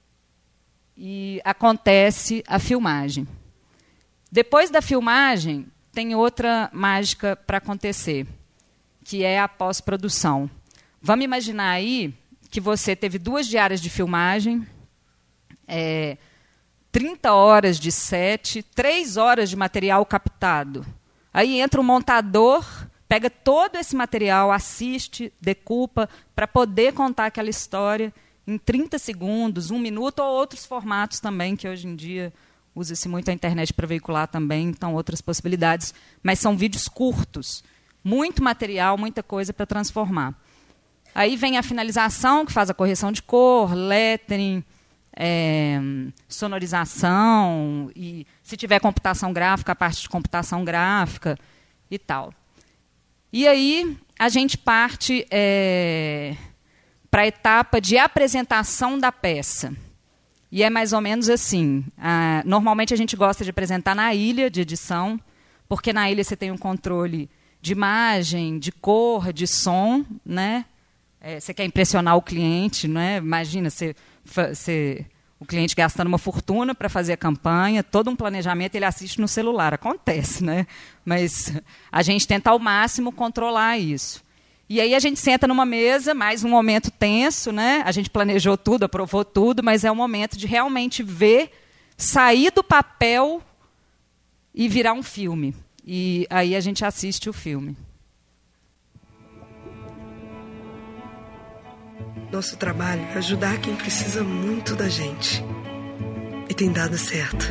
acontece a filmagem. Depois da filmagem, tem outra mágica para acontecer, que é a pós-produção. Vamos imaginar aí que você teve 2 diárias de filmagem, 30 horas de set, 3 horas de material captado. Aí entra um montador, pega todo esse material, assiste, decupa, para poder contar aquela história em 30 segundos, 1 minuto, ou outros formatos também, que hoje em dia usa-se muito a internet para veicular também, então outras possibilidades. Mas são vídeos curtos, muito material, muita coisa para transformar. Aí vem a finalização, que faz a correção de cor, lettering, sonorização, e se tiver computação gráfica, a parte de computação gráfica e tal. E aí a gente parte para a etapa de apresentação da peça. E é mais ou menos assim. Normalmente a gente gosta de apresentar na ilha de edição, porque na ilha você tem um controle de imagem, de cor, de som, né? Você quer impressionar o cliente, né? Imagina o cliente gastando uma fortuna para fazer a campanha, todo um planejamento, ele assiste no celular. Acontece, né? Mas a gente tenta ao máximo controlar isso. E aí a gente senta numa mesa, mais um momento tenso, né? A gente planejou tudo, aprovou tudo, mas é um momento de realmente ver, sair do papel e virar um filme. E aí a gente assiste o filme. Nosso trabalho é ajudar quem precisa muito da gente. E tem dado certo.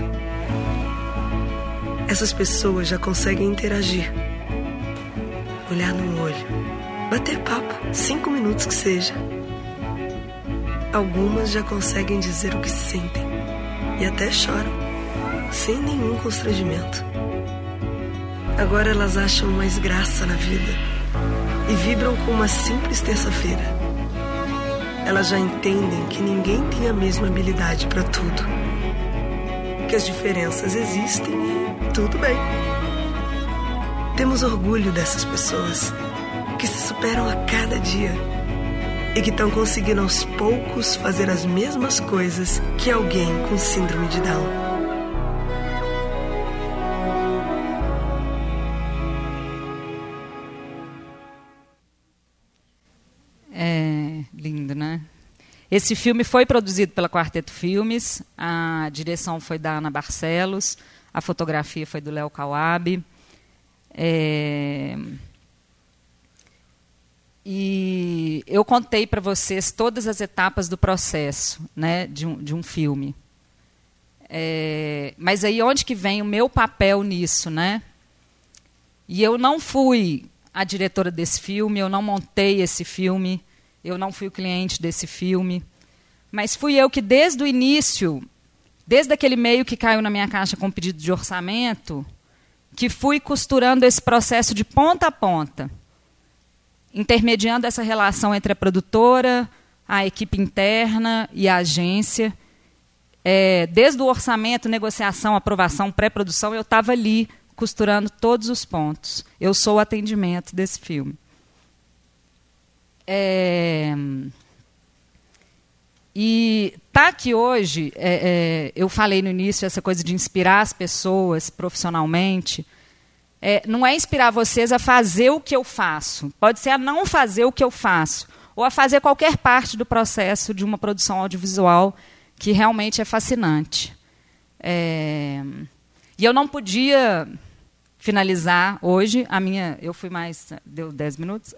Essas pessoas já conseguem interagir. Olhar no olho. Bater papo, 5 minutos que seja. Algumas já conseguem dizer o que sentem. E até choram. Sem nenhum constrangimento. Agora elas acham mais graça na vida. E vibram com uma simples terça-feira. Elas já entendem que ninguém tem a mesma habilidade para tudo. Que as diferenças existem e tudo bem. Temos orgulho dessas pessoas que se superam a cada dia e que estão conseguindo aos poucos fazer as mesmas coisas que alguém com síndrome de Down. Lindo, né? Esse filme foi produzido pela Quarteto Filmes, a direção foi da Ana Barcelos, a fotografia foi do Léo Kawabe. E eu contei para vocês todas as etapas do processo, né, de um filme. Mas aí onde que vem o meu papel nisso, né? E eu não fui a diretora desse filme, eu não montei esse filme, eu não fui o cliente desse filme, mas fui eu que desde o início, desde aquele e-mail que caiu na minha caixa com pedido de orçamento, que fui costurando esse processo de ponta a ponta, intermediando essa relação entre a produtora, a equipe interna e a agência. Desde o orçamento, negociação, aprovação, pré-produção, eu estava ali costurando todos os pontos. Eu sou o atendimento desse filme. E tá aqui hoje, eu falei no início essa coisa de inspirar as pessoas profissionalmente. Não é inspirar vocês a fazer o que eu faço, pode ser a não fazer o que eu faço, ou a fazer qualquer parte do processo de uma produção audiovisual que realmente é fascinante. E eu não podia finalizar hoje a minha... Eu fui mais... Deu 10 minutos?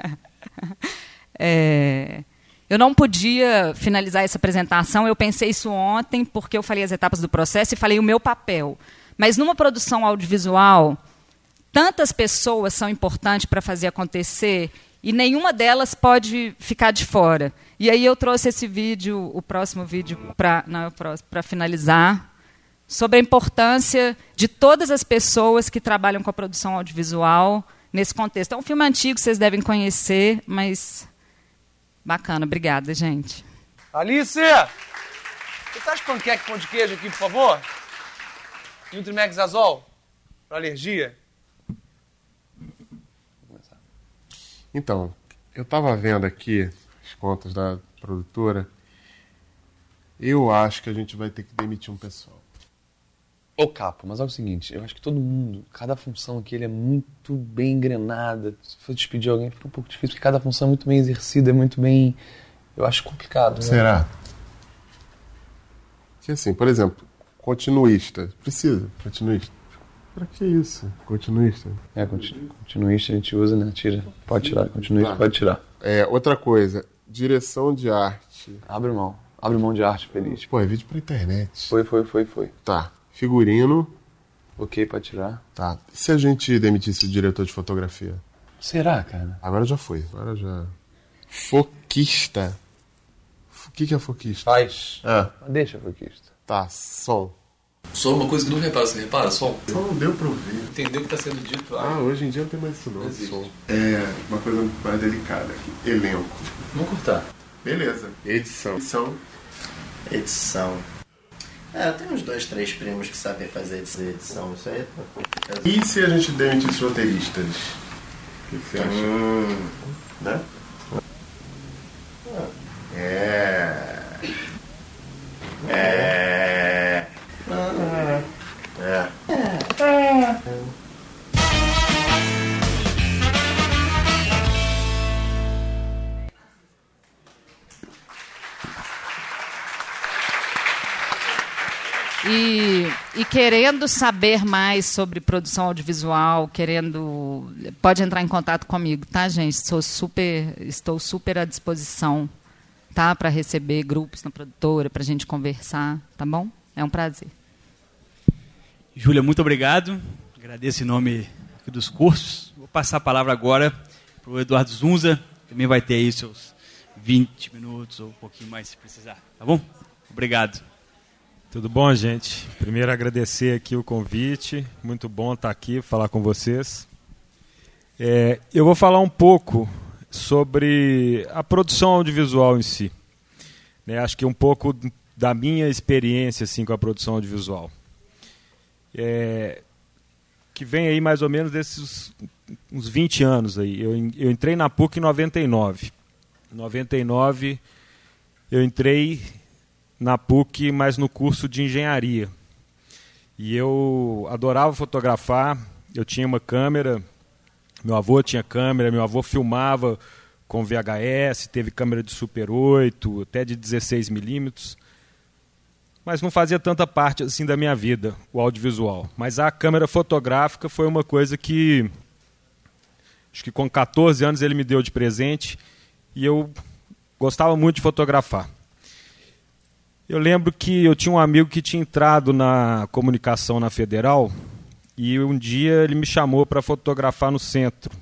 Eu não podia finalizar essa apresentação, eu pensei isso ontem, porque eu falei as etapas do processo e falei o meu papel. Mas numa produção audiovisual, tantas pessoas são importantes para fazer acontecer e nenhuma delas pode ficar de fora. E aí eu trouxe esse vídeo, o próximo vídeo, para finalizar, sobre a importância de todas as pessoas que trabalham com a produção audiovisual nesse contexto. É um filme antigo, vocês devem conhecer, mas bacana. Obrigada, gente. Alice! Você traz panqueque com pão de queijo aqui, por favor? E um Trimexazol? Para alergia? Então, eu estava vendo aqui as contas da produtora. Eu acho que a gente vai ter que demitir um pessoal. Ô, Capo, mas é o seguinte, eu acho que todo mundo, cada função aqui ele é muito bem engrenada. Se for despedir alguém, fica um pouco difícil, porque cada função é muito bem exercida, é muito bem... Eu acho complicado. Né? Será? Que assim, por exemplo, continuista. Precisa, continuista. Pra que isso? Continuista? Continuista a gente usa, né? Tira. Pode tirar, continuista pode tirar. Outra coisa, direção de arte. Abre mão de arte, feliz. Pô, é vídeo pra internet. Foi. Tá. Figurino. Ok, pode tirar. Tá. E se a gente demitisse o diretor de fotografia? Será, cara? Agora já foi. Foquista. O que é foquista? Faz. Deixa foquista. Tá, som. Só uma coisa que não repara, você repara? Som. Não deu pra ouvir. Entendeu o que está sendo dito? Hoje em dia não tem mais isso não. Som. Uma coisa mais delicada aqui. Elenco. Vamos cortar. Beleza. Edição. Eu tenho uns 2, 3 primos que sabem fazer edição. Isso aí. E se a gente demitisse roteiristas? O que você acha? Né? querendo saber mais sobre produção audiovisual, pode entrar em contato comigo, tá, gente? Estou super à disposição, tá, para receber grupos na produtora, para a gente conversar, tá bom? É um prazer. Júlia, muito obrigado. Agradeço em nome dos cursos. Vou passar a palavra agora para o Eduardo Zunza. Também vai ter aí seus 20 minutos ou um pouquinho mais se precisar. Tá bom? Obrigado. Tudo bom, gente? Primeiro agradecer aqui o convite. Muito bom estar aqui, falar com vocês. Eu vou falar um pouco sobre a produção audiovisual em si. Acho que um pouco da minha experiência assim, com a produção audiovisual. Que vem aí mais ou menos desses uns 20 anos. Aí. Eu entrei na PUC em 99. Em 99 eu entrei na PUC, mas no curso de engenharia. E eu adorava fotografar, eu tinha uma câmera, meu avô tinha câmera, meu avô filmava com VHS, teve câmera de Super 8, até de 16 milímetros, mas não fazia tanta parte assim da minha vida, o audiovisual. Mas a câmera fotográfica foi uma coisa que, acho que com 14 anos ele me deu de presente, e eu gostava muito de fotografar. Eu lembro que eu tinha um amigo que tinha entrado na comunicação na Federal e um dia ele me chamou para fotografar no centro.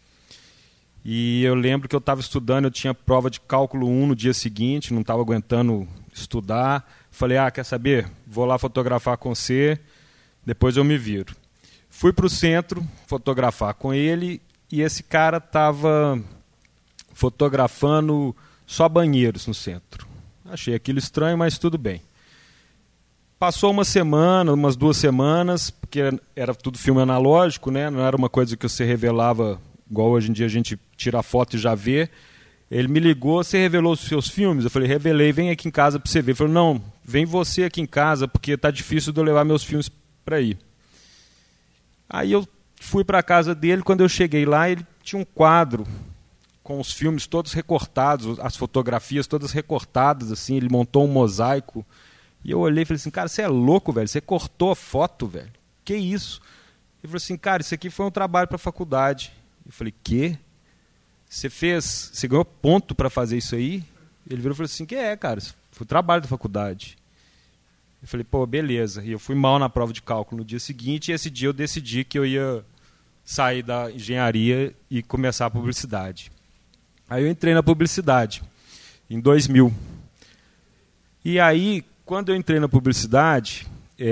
E eu lembro que eu estava estudando, eu tinha prova de cálculo 1 no dia seguinte, não estava aguentando estudar. Falei, quer saber? Vou lá fotografar com você, depois eu me viro. Fui para o centro fotografar com ele e esse cara estava fotografando só banheiros no centro. Achei aquilo estranho, mas tudo bem. Passou uma semana, umas 2 semanas, porque era tudo filme analógico, né? Não era uma coisa que você revelava, igual hoje em dia a gente tira a foto e já vê. Ele me ligou, você revelou os seus filmes? Eu falei, revelei, vem aqui em casa para você ver. Ele falou, não, vem você aqui em casa, porque está difícil de eu levar meus filmes para aí. Aí eu fui para a casa dele, quando eu cheguei lá, ele tinha um quadro com os filmes todos recortados, as fotografias todas recortadas, assim, ele montou um mosaico, e eu olhei e falei assim, cara, você é louco, velho, você cortou a foto, velho, que isso? Ele falou assim, cara, isso aqui foi um trabalho para a faculdade. Eu falei, quê? Você ganhou ponto para fazer isso aí? Ele virou e falou assim, cara, foi trabalho da faculdade. Eu falei, pô, beleza, e eu fui mal na prova de cálculo no dia seguinte, e esse dia eu decidi que eu ia sair da engenharia e começar a publicidade. Aí eu entrei na publicidade, em 2000. E aí, quando eu entrei na publicidade,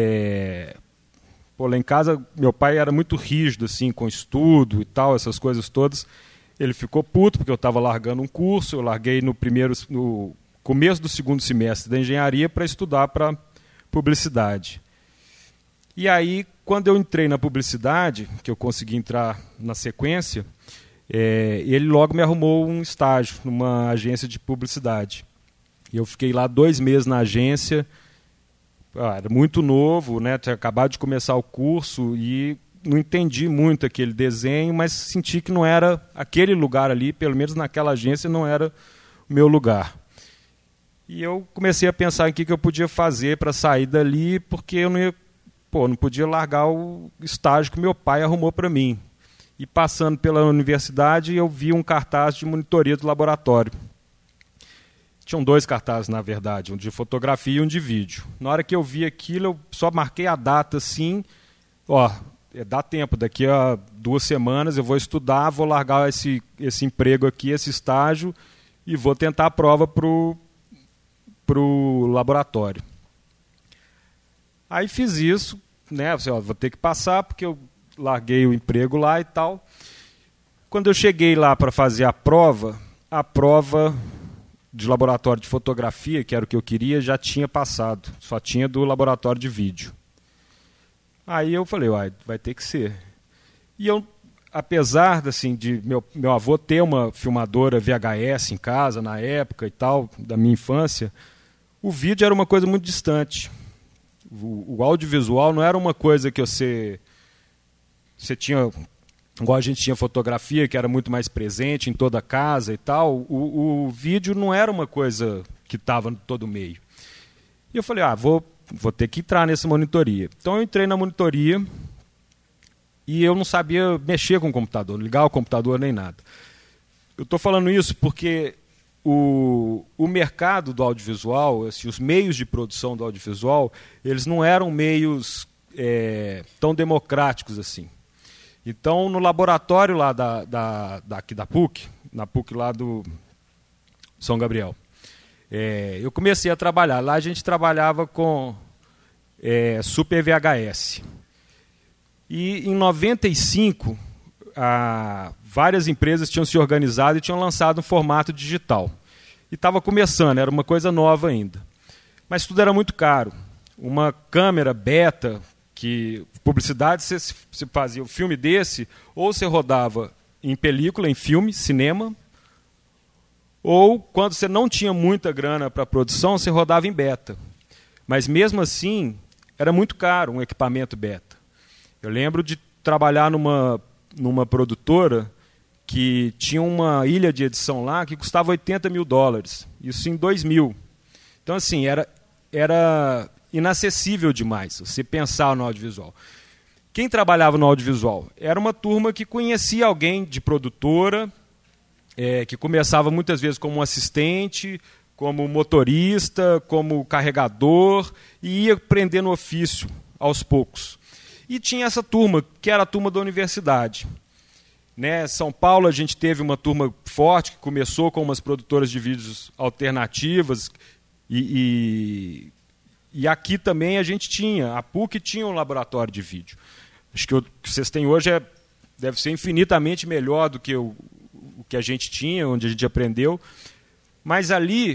lá em casa, meu pai era muito rígido, assim, com estudo e tal, essas coisas todas. Ele ficou puto, porque eu estava largando um curso, eu larguei no começo do 2º semestre da engenharia para estudar para publicidade. E aí, quando eu entrei na publicidade, que eu consegui entrar na sequência, ele logo me arrumou um estágio numa agência de publicidade. E eu fiquei lá 2 meses na agência, era muito novo, né? Tinha acabado de começar o curso e não entendi muito aquele desenho, mas senti que não era aquele lugar ali, pelo menos naquela agência não era o meu lugar. E eu comecei a pensar em que eu podia fazer para sair dali, porque eu não podia largar o estágio que meu pai arrumou para mim. E passando pela universidade, eu vi um cartaz de monitoria do laboratório. Tinham 2 cartazes, na verdade, um de fotografia e um de vídeo. Na hora que eu vi aquilo, eu só marquei a data assim, dá tempo, daqui a 2 semanas eu vou estudar, vou largar esse emprego aqui, esse estágio, e vou tentar a prova para o laboratório. Aí fiz isso, né? Vou ter que passar, porque eu larguei o emprego lá e tal. Quando eu cheguei lá para fazer a prova de laboratório de fotografia, que era o que eu queria, já tinha passado. Só tinha do laboratório de vídeo. Aí eu falei, vai ter que ser. E eu, apesar assim, de meu avô ter uma filmadora VHS em casa, na época e tal, da minha infância, o vídeo era uma coisa muito distante. O audiovisual não era uma coisa que você tinha, igual a gente tinha fotografia, que era muito mais presente em toda a casa e tal, o vídeo não era uma coisa que estava em todo meio. E eu falei, vou vou ter que entrar nessa monitoria. Então eu entrei na monitoria e eu não sabia mexer com o computador, não ligar o computador nem nada. Eu estou falando isso porque o mercado do audiovisual, assim, os meios de produção do audiovisual, eles não eram meios tão democráticos assim. Então, no laboratório lá aqui da PUC, na PUC lá do São Gabriel, eu comecei a trabalhar. Lá a gente trabalhava com Super VHS. E em 95, várias empresas tinham se organizado e tinham lançado um formato digital. E estava começando, era uma coisa nova ainda. Mas tudo era muito caro. Uma câmera beta, que publicidade, você fazia um filme desse, ou você rodava em película, em filme, cinema, ou quando você não tinha muita grana para produção, você rodava em beta. Mas mesmo assim, era muito caro um equipamento beta. Eu lembro de trabalhar numa produtora que tinha uma ilha de edição lá que custava $80 mil. Isso em 2000. Então, assim, era inacessível demais você pensar no audiovisual. Quem trabalhava no audiovisual era uma turma que conhecia alguém de produtora, que começava muitas vezes como um assistente, como motorista, como carregador, e ia aprendendo o ofício aos poucos. E tinha essa turma, que era a turma da universidade. Né? São Paulo a gente teve uma turma forte, que começou com umas produtoras de vídeos alternativas, e aqui também a gente tinha, a PUC tinha um laboratório de vídeo. Acho que o que vocês têm hoje deve ser infinitamente melhor do que o que a gente tinha, onde a gente aprendeu. Mas ali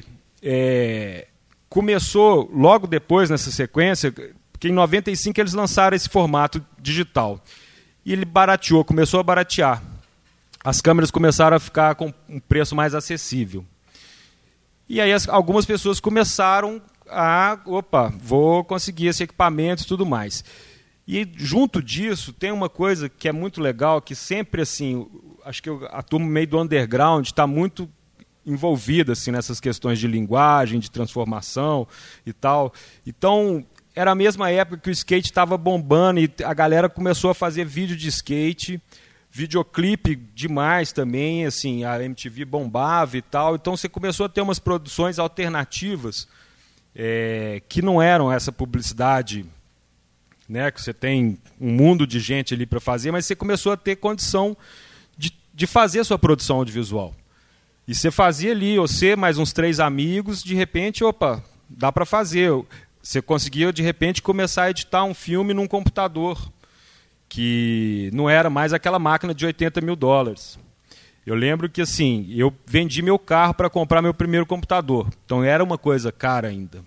começou, logo depois, nessa sequência, que em 95 eles lançaram esse formato digital. E ele barateou, começou a baratear. As câmeras começaram a ficar com um preço mais acessível. E aí algumas pessoas começaram vou conseguir esse equipamento e tudo mais. E junto disso tem uma coisa que é muito legal, que sempre assim, acho que a turma meio do underground está muito envolvida assim, nessas questões de linguagem, de transformação e tal. Então, era a mesma época que o skate estava bombando e a galera começou a fazer vídeo de skate, videoclipe demais também, assim, a MTV bombava e tal. Então, você começou a ter umas produções alternativas que não eram essa publicidade, né, que você tem um mundo de gente ali para fazer, mas você começou a ter condição de fazer a sua produção audiovisual. E você fazia ali, você mais uns 3 amigos, de repente, dá para fazer. Você conseguia, de repente, começar a editar um filme num computador, que não era mais aquela máquina de $80 mil. Eu lembro que assim, eu vendi meu carro para comprar meu primeiro computador. Então era uma coisa cara ainda.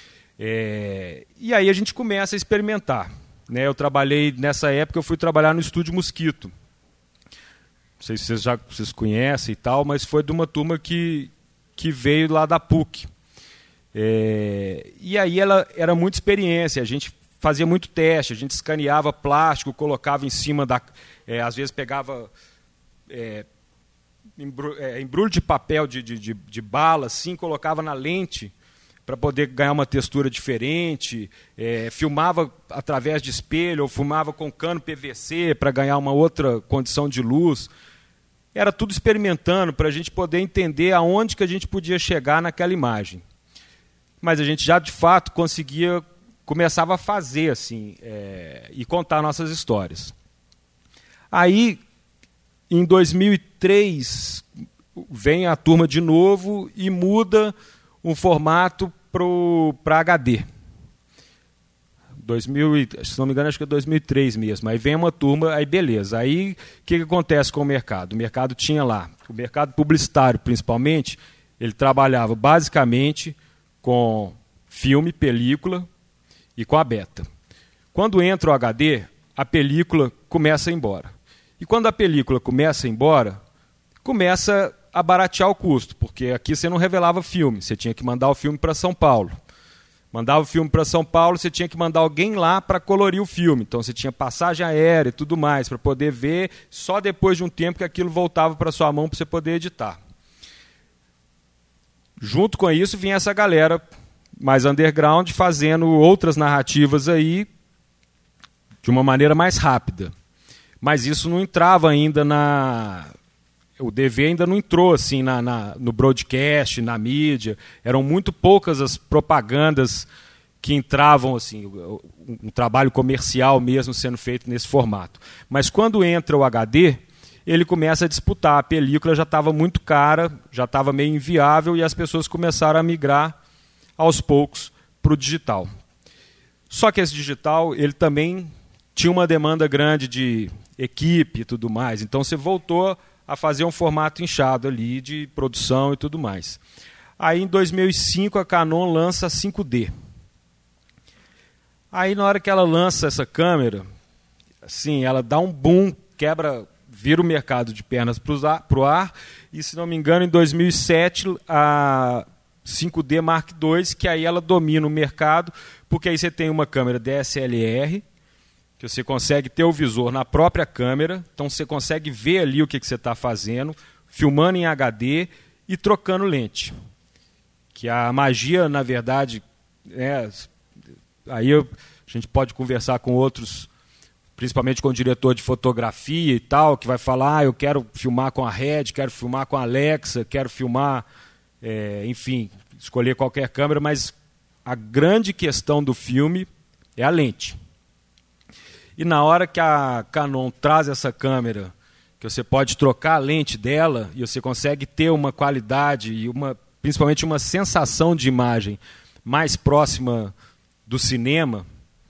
E aí a gente começa a experimentar. Né? Eu trabalhei, nessa época, eu fui trabalhar no Estúdio Mosquito. Não sei se vocês conhecem e tal, mas foi de uma turma que veio lá da PUC. E aí ela era muita experiência, a gente fazia muito teste, a gente escaneava plástico, colocava em cima às vezes pegava embrulho de papel de bala, assim, colocava na lente para poder ganhar uma textura diferente, filmava através de espelho, ou filmava com cano PVC para ganhar uma outra condição de luz. Era tudo experimentando para a gente poder entender aonde que a gente podia chegar naquela imagem. Mas a gente já, de fato, começava a fazer assim, e contar nossas histórias. Aí, em 2003, vem a turma de novo e muda um formato para HD. Se não me engano, acho que é 2003 mesmo. Aí vem uma turma, aí beleza. Aí o que acontece com o mercado? O mercado tinha lá, o mercado publicitário principalmente, ele trabalhava basicamente com filme, película e com a beta. Quando entra o HD, a película começa a ir embora. E quando a película começa a ir embora, começa a baratear o custo, porque aqui você não revelava filme, você tinha que mandar o filme para São Paulo. Mandava o filme para São Paulo, você tinha que mandar alguém lá para colorir o filme. Então você tinha passagem aérea e tudo mais, para poder ver, só depois de um tempo que aquilo voltava para sua mão para você poder editar. Junto com isso vinha essa galera mais underground, fazendo outras narrativas aí de uma maneira mais rápida. Mas isso não entrava ainda o DV ainda não entrou assim no broadcast, na mídia. Eram muito poucas as propagandas que entravam, assim, um trabalho comercial mesmo sendo feito nesse formato. Mas quando entra o HD, ele começa a disputar. A película já estava muito cara, já estava meio inviável, e as pessoas começaram a migrar aos poucos para o digital. Só que esse digital, ele também tinha uma demanda grande de equipe e tudo mais. Então você voltou a fazer um formato inchado ali de produção e tudo mais. Aí em 2005 a Canon lança a 5D. Aí na hora que ela lança essa câmera, assim, ela dá um boom, vira o mercado de pernas para o ar, e se não me engano em 2007 a 5D Mark II, que aí ela domina o mercado, porque aí você tem uma câmera DSLR, que você consegue ter o visor na própria câmera, então você consegue ver ali o que você está fazendo, filmando em HD e trocando lente. Que a magia, na verdade, aí a gente pode conversar com outros, principalmente com o diretor de fotografia e tal, que vai falar, eu quero filmar com a Red, quero filmar com a Alexa, quero filmar, enfim, escolher qualquer câmera, mas a grande questão do filme é a lente. E na hora que a Canon traz essa câmera, que você pode trocar a lente dela e você consegue ter uma qualidade e principalmente uma sensação de imagem mais próxima do cinema,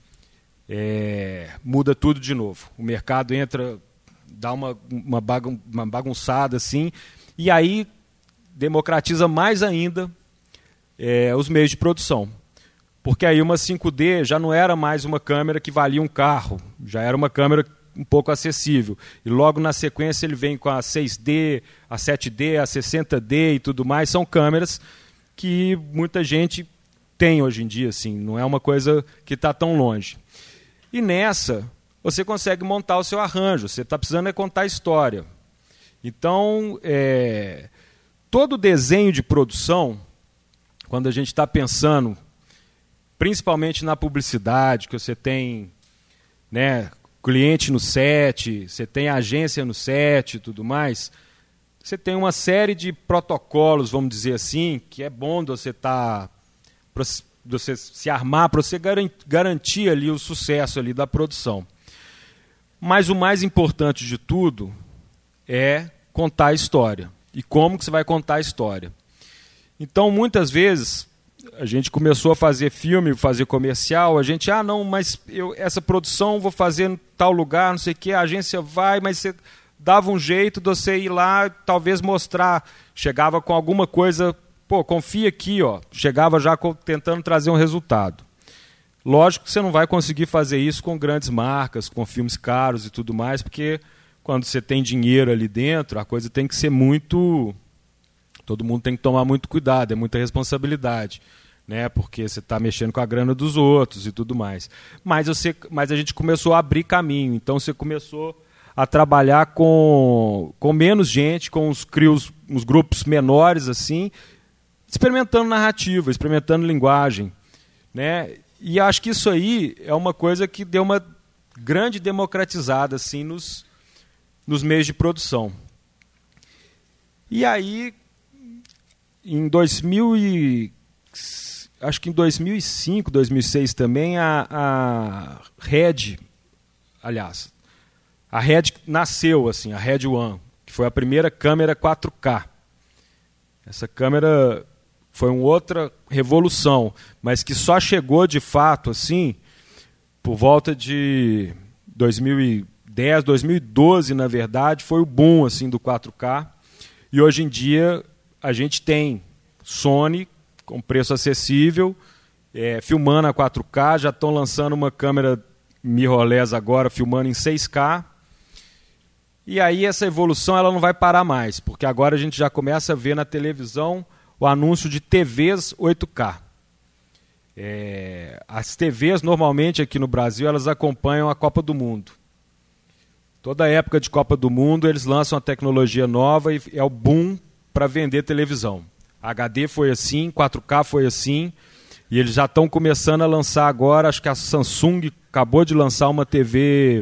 muda tudo de novo. O mercado entra, dá uma bagunçada assim, e aí democratiza mais ainda os meios de produção. Porque aí uma 5D já não era mais uma câmera que valia um carro, já era uma câmera um pouco acessível. E logo na sequência ele vem com a 6D, a 7D, a 60D e tudo mais. São câmeras que muita gente tem hoje em dia, assim, não é uma coisa que está tão longe. E nessa, você consegue montar o seu arranjo, você está precisando contar a história. Então, todo desenho de produção, quando a gente está pensando, principalmente na publicidade, que você tem, né, cliente no set, você tem agência no set e tudo mais, você tem uma série de protocolos, vamos dizer assim, que é bom de você se armar para você garantir ali o sucesso ali da produção. Mas o mais importante de tudo é contar a história. E como que você vai contar a história? Então, muitas vezes, a gente começou a fazer filme, fazer comercial, a gente, não, mas essa produção vou fazer em tal lugar, não sei o quê, a agência vai, mas você dava um jeito de você ir lá, talvez mostrar, chegava com alguma coisa, confia aqui, chegava já tentando trazer um resultado. Lógico que você não vai conseguir fazer isso com grandes marcas, com filmes caros e tudo mais, porque quando você tem dinheiro ali dentro, a coisa tem que ser muito... Todo mundo tem que tomar muito cuidado, é muita responsabilidade, né? Porque você está mexendo com a grana dos outros e tudo mais. Mas a gente começou a abrir caminho, então você começou a trabalhar com menos gente, com uns grupos menores, assim, experimentando narrativa, experimentando linguagem, né? E acho que isso aí é uma coisa que deu uma grande democratizada assim, nos meios de produção. E aí, acho que em 2005, 2006 também, a Red, aliás, a Red nasceu, assim, a Red One, que foi a primeira câmera 4K. Essa câmera foi uma outra revolução, mas que só chegou de fato, assim, por volta de 2010, 2012, na verdade, foi o boom, assim, do 4K. E hoje em dia a gente tem Sony com preço acessível, filmando a 4K, já estão lançando uma câmera mirrorless agora, filmando em 6K. E aí essa evolução ela não vai parar mais, porque agora a gente já começa a ver na televisão o anúncio de TVs 8K. As TVs, normalmente aqui no Brasil, elas acompanham a Copa do Mundo. Toda época de Copa do Mundo, eles lançam a tecnologia nova e é o boom para vender televisão. HD foi assim, 4K foi assim. E eles já estão começando a lançar agora, acho que a Samsung acabou de lançar uma TV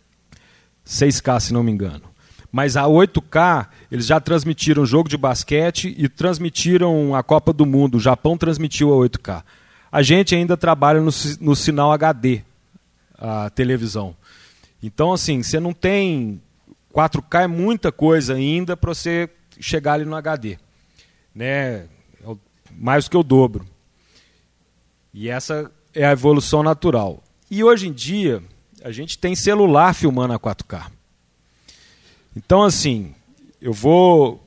6K, se não me engano. Mas a 8K, eles já transmitiram jogo de basquete e transmitiram a Copa do Mundo. O Japão transmitiu a 8K. A gente ainda trabalha no sinal HD, a televisão. Então, assim, você não tem... 4K é muita coisa ainda para você chegar ali no HD. Né? Mais do que o dobro. E essa é a evolução natural. E hoje em dia, a gente tem celular filmando a 4K. Então, assim, eu vou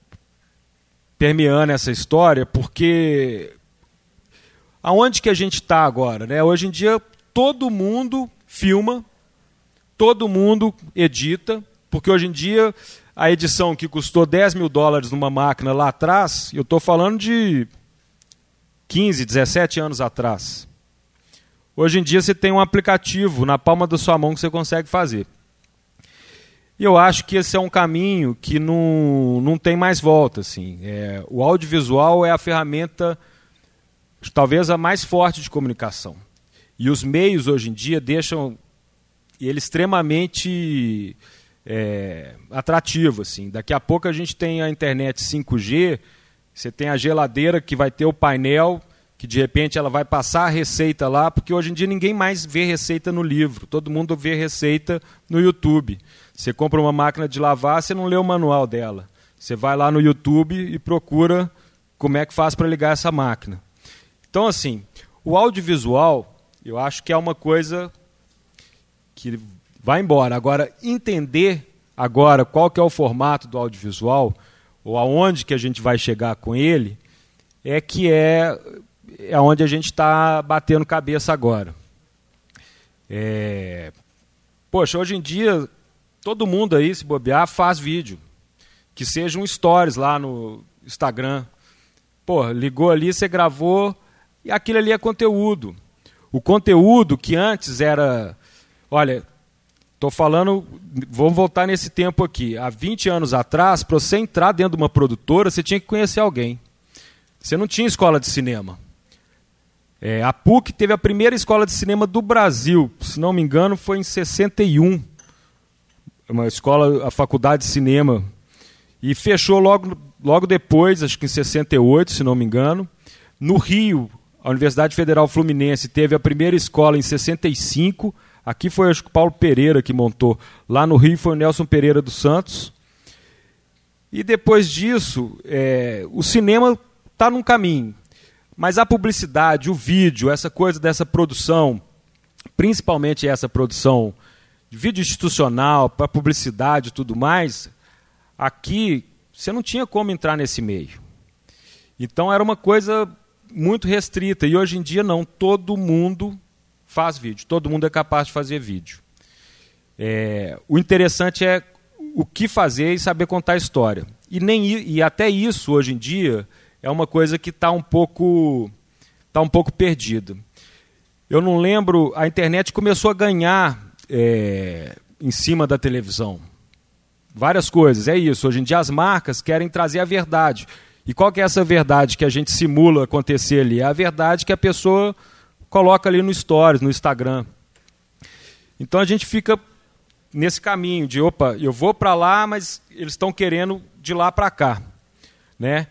permeando essa história porque aonde que a gente está agora? Né? Hoje em dia, todo mundo filma, todo mundo edita, porque hoje em dia a edição que custou $10 mil numa máquina lá atrás, eu estou falando de 15, 17 anos atrás. Hoje em dia você tem um aplicativo na palma da sua mão que você consegue fazer. E eu acho que esse é um caminho que não tem mais volta. Assim. O audiovisual é a ferramenta, talvez a mais forte de comunicação. E os meios hoje em dia deixam ele extremamente atrativo. Assim. Daqui a pouco a gente tem a internet 5G, você tem a geladeira que vai ter o painel, que de repente ela vai passar a receita lá, porque hoje em dia ninguém mais vê receita no livro, todo mundo vê receita no YouTube. Você compra uma máquina de lavar, você não lê o manual dela. Você vai lá no YouTube e procura como é que faz para ligar essa máquina. Então, assim, o audiovisual, eu acho que é uma coisa que vai embora. Agora, entender agora qual que é o formato do audiovisual, ou aonde que a gente vai chegar com ele, é onde a gente está batendo cabeça agora. Poxa, hoje em dia, todo mundo aí, se bobear, faz vídeo. Que seja um stories lá no Instagram. Pô, ligou ali, você gravou, e aquilo ali é conteúdo. O conteúdo que antes era... Olha, estou falando... Vamos voltar nesse tempo aqui. Há 20 anos atrás, para você entrar dentro de uma produtora, você tinha que conhecer alguém. Você não tinha escola de cinema. A PUC teve a primeira escola de cinema do Brasil. Se não me engano, foi em 61. Uma escola, a faculdade de cinema. E fechou logo depois, acho que em 68, se não me engano. No Rio, a Universidade Federal Fluminense teve a primeira escola em 65. Aqui foi, acho que o Paulo Pereira que montou. Lá no Rio foi o Nelson Pereira dos Santos. E depois disso, o cinema está num caminho. Mas a publicidade, o vídeo, essa coisa dessa produção, principalmente essa produção de vídeo institucional, para publicidade e tudo mais, aqui você não tinha como entrar nesse meio. Então era uma coisa muito restrita. E hoje em dia não, todo mundo faz vídeo, todo mundo é capaz de fazer vídeo. O interessante é o que fazer e saber contar a história. E até isso, hoje em dia, é uma coisa que está um pouco perdida. Eu não lembro, a internet começou a ganhar em cima da televisão. Várias coisas, é isso. Hoje em dia as marcas querem trazer a verdade. E qual que é essa verdade que a gente simula acontecer ali? É a verdade que a pessoa coloca ali no Stories, no Instagram. Então a gente fica nesse caminho de, opa, eu vou para lá, mas eles estão querendo de lá para cá. Né?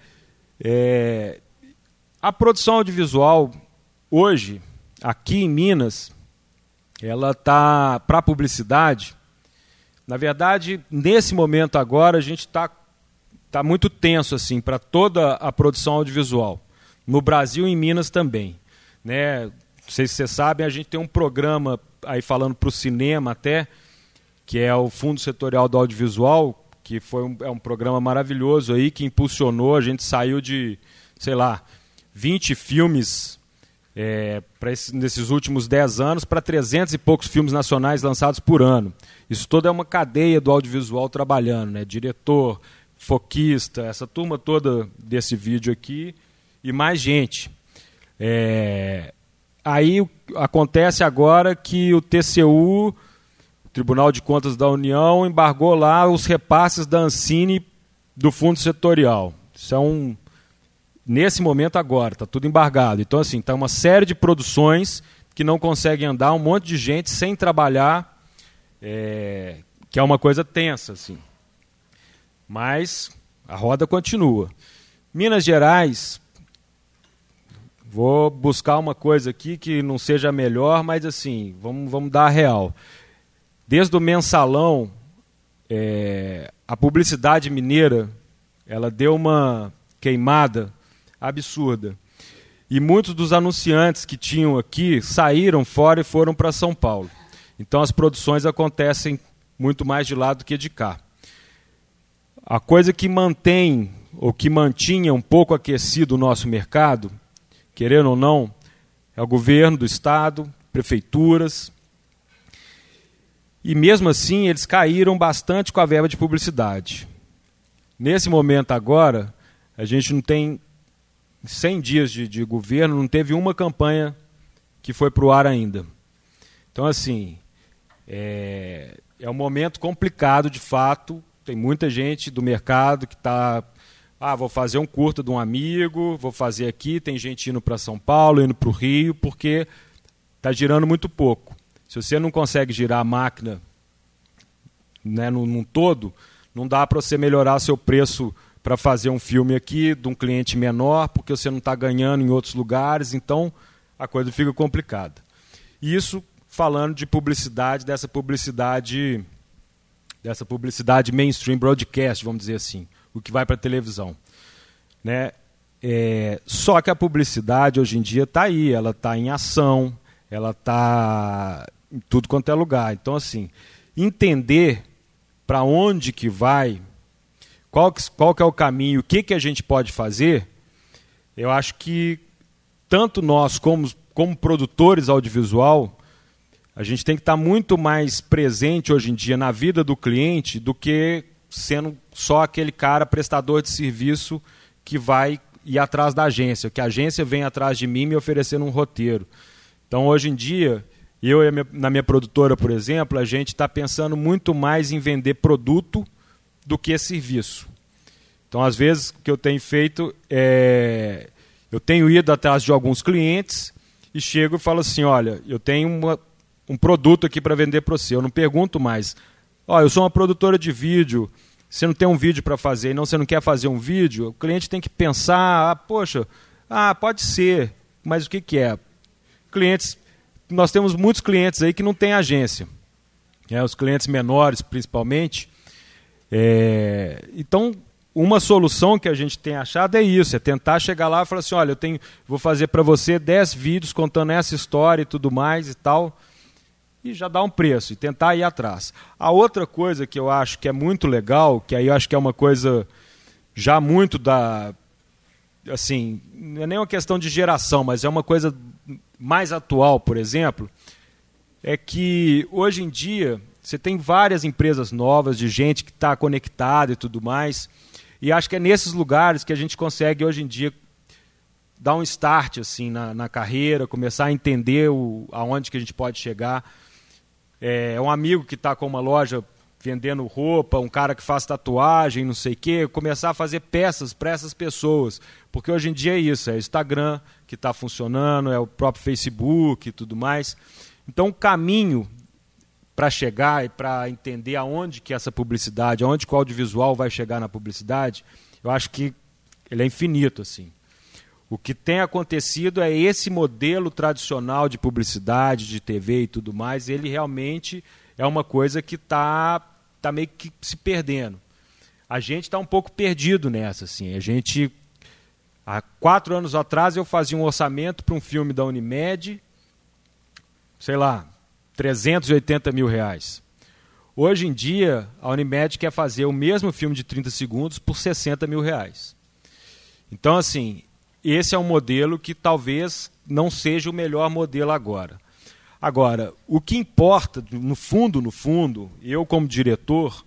A produção audiovisual, hoje, aqui em Minas, ela está para publicidade. Na verdade, nesse momento agora, a gente está muito tenso assim, para toda a produção audiovisual. No Brasil e em Minas também. Né? Não sei se vocês sabem, a gente tem um programa, aí falando para o cinema até, que é o Fundo Setorial do Audiovisual, que foi um programa maravilhoso aí, que impulsionou, a gente saiu de, 20 filmes nesses últimos 10 anos para 300 e poucos filmes nacionais lançados por ano. Isso toda é uma cadeia do audiovisual trabalhando, né? Diretor, foquista, essa turma toda desse vídeo aqui e mais gente. Aí acontece agora que o TCU, Tribunal de Contas da União, embargou lá os repasses da Ancine do Fundo Setorial. Isso nesse momento agora, está tudo embargado. Então, assim, está uma série de produções que não conseguem andar, um monte de gente sem trabalhar, que é uma coisa tensa, assim. Mas a roda continua. Minas Gerais, vou buscar uma coisa aqui que não seja a melhor, mas assim, vamos dar a real. Desde o mensalão, a publicidade mineira, ela deu uma queimada absurda. E muitos dos anunciantes que tinham aqui saíram fora e foram para São Paulo. Então as produções acontecem muito mais de lá do que de cá. A coisa que mantém, ou que mantinha um pouco aquecido o nosso mercado, querendo ou não, é o governo do estado, prefeituras. E mesmo assim eles caíram bastante com a verba de publicidade. Nesse momento agora, a gente não tem 100 dias de governo, não teve uma campanha que foi para o ar ainda. Então, assim, é um momento complicado, de fato. Tem muita gente do mercado que está... vou fazer um curta de um amigo, vou fazer aqui. Tem gente indo para São Paulo, indo para o Rio, porque está girando muito pouco. Se você não consegue girar a máquina, né, num todo, não dá para você melhorar seu preço para fazer um filme aqui de um cliente menor, porque você não está ganhando em outros lugares, então a coisa fica complicada. Isso falando de publicidade, dessa publicidade mainstream broadcast, vamos dizer assim, o que vai para a televisão. Né? Só que a publicidade hoje em dia está aí, ela está em ação, ela está em tudo quanto é lugar. Então, assim, entender para onde que vai, qual que é o caminho, o que a gente pode fazer, eu acho que tanto nós como produtores audiovisual, a gente tem que estar muito mais presente hoje em dia na vida do cliente do que sendo só aquele cara prestador de serviço que vai ir atrás da agência, que a agência vem atrás de mim me oferecendo um roteiro. Então, hoje em dia, eu e na minha produtora, por exemplo, a gente está pensando muito mais em vender produto do que serviço. Então, às vezes, o que eu tenho feito eu tenho ido atrás de alguns clientes e chego e falo assim, olha, eu tenho um produto aqui para vender para você. Eu não pergunto mais, eu sou uma produtora de vídeo, você não tem um vídeo para fazer, você não quer fazer um vídeo, o cliente tem que pensar, pode ser, mas o que é? Clientes, nós temos muitos clientes aí que não têm agência, os clientes menores principalmente. Então, uma solução que a gente tem achado é isso, é tentar chegar lá e falar assim, olha, vou fazer para você 10 vídeos contando essa história e tudo mais e tal, e já dá um preço, e tentar ir atrás. A outra coisa que eu acho que é muito legal, que aí eu acho que é uma coisa já muito assim, não é nem uma questão de geração, mas é uma coisa mais atual, por exemplo, é que hoje em dia você tem várias empresas novas, de gente que está conectada e tudo mais, e acho que é nesses lugares que a gente consegue hoje em dia dar um start assim, na carreira, começar a entender aonde que a gente pode chegar. Um amigo que está com uma loja vendendo roupa, um cara que faz tatuagem, não sei o quê, começar a fazer peças para essas pessoas, porque hoje em dia é isso, é o Instagram que está funcionando, é o próprio Facebook e tudo mais. Então o caminho para chegar e para entender aonde que essa publicidade, aonde que o audiovisual vai chegar na publicidade, eu acho que ele é infinito, assim. O que tem acontecido é esse modelo tradicional de publicidade, de TV e tudo mais, ele realmente é uma coisa que está meio que se perdendo. A gente está um pouco perdido nessa. Assim. Há 4 anos atrás eu fazia um orçamento para um filme da Unimed, sei lá, R$380 mil. Hoje em dia, a Unimed quer fazer o mesmo filme de 30 segundos por R$60 mil. Então, assim, esse é um modelo que talvez não seja o melhor modelo agora. Agora, o que importa, no fundo, eu como diretor,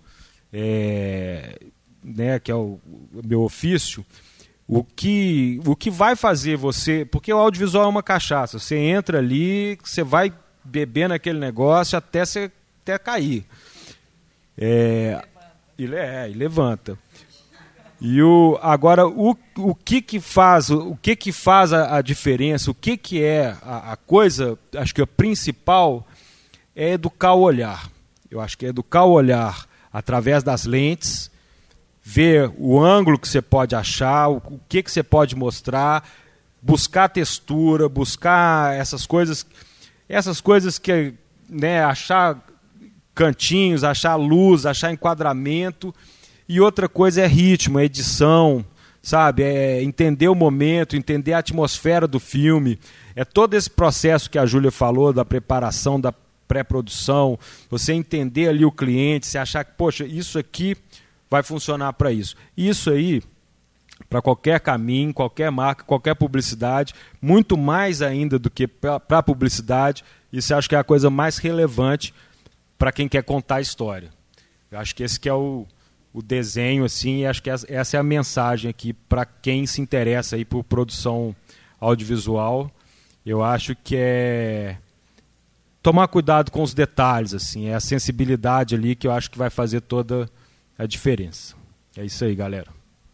né, que é o meu ofício, o que vai fazer você... Porque o audiovisual é uma cachaça, você entra ali, você vai beber naquele negócio até cair. E levanta. E agora, o que faz a diferença, o que é a coisa, acho que a principal é educar o olhar. Eu acho que é educar o olhar através das lentes, ver o ângulo que você pode achar, o que você pode mostrar, buscar textura, buscar essas coisas que, né, achar cantinhos, achar luz, achar enquadramento. E outra coisa é ritmo, é edição, sabe? É entender o momento, entender a atmosfera do filme. É todo esse processo que a Júlia falou, da preparação, da pré-produção, você entender ali o cliente, você achar que, poxa, isso aqui vai funcionar para isso. Isso aí, para qualquer caminho, qualquer marca, qualquer publicidade, muito mais ainda do que para a publicidade, isso eu acho que é a coisa mais relevante para quem quer contar a história. Eu acho que esse que é o desenho, assim, e acho que essa é a mensagem aqui para quem se interessa aí por produção audiovisual. Eu acho que é tomar cuidado com os detalhes, assim, é a sensibilidade ali que eu acho que vai fazer toda a diferença. É isso aí, galera.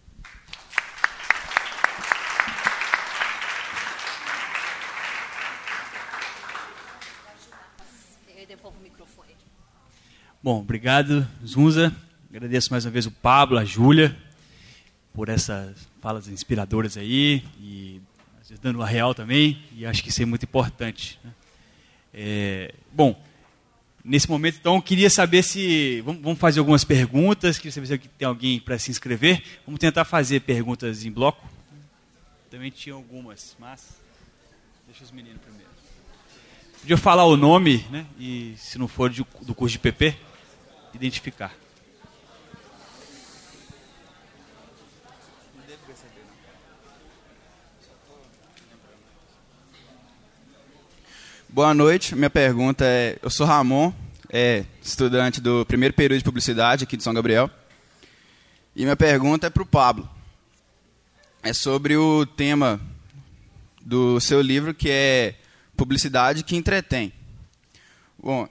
Bom, obrigado, Zunza. Agradeço mais uma vez o Pablo, a Júlia, por essas falas inspiradoras aí, e às vezes dando a real também, e acho que isso é muito importante, né? Bom, nesse momento, então, eu queria saber se... Vamos fazer algumas perguntas, queria saber se tem alguém para se inscrever. Vamos tentar fazer perguntas em bloco. Também tinha algumas, mas... Deixa os meninos primeiro. Podia falar o nome, né? E se não for do curso de PP, identificar. Boa noite, minha pergunta é... Eu sou Ramon, estudante do primeiro período de publicidade aqui de São Gabriel. E minha pergunta é para o Pablo. É sobre o tema do seu livro, que é Publicidade que Entretém. Bom,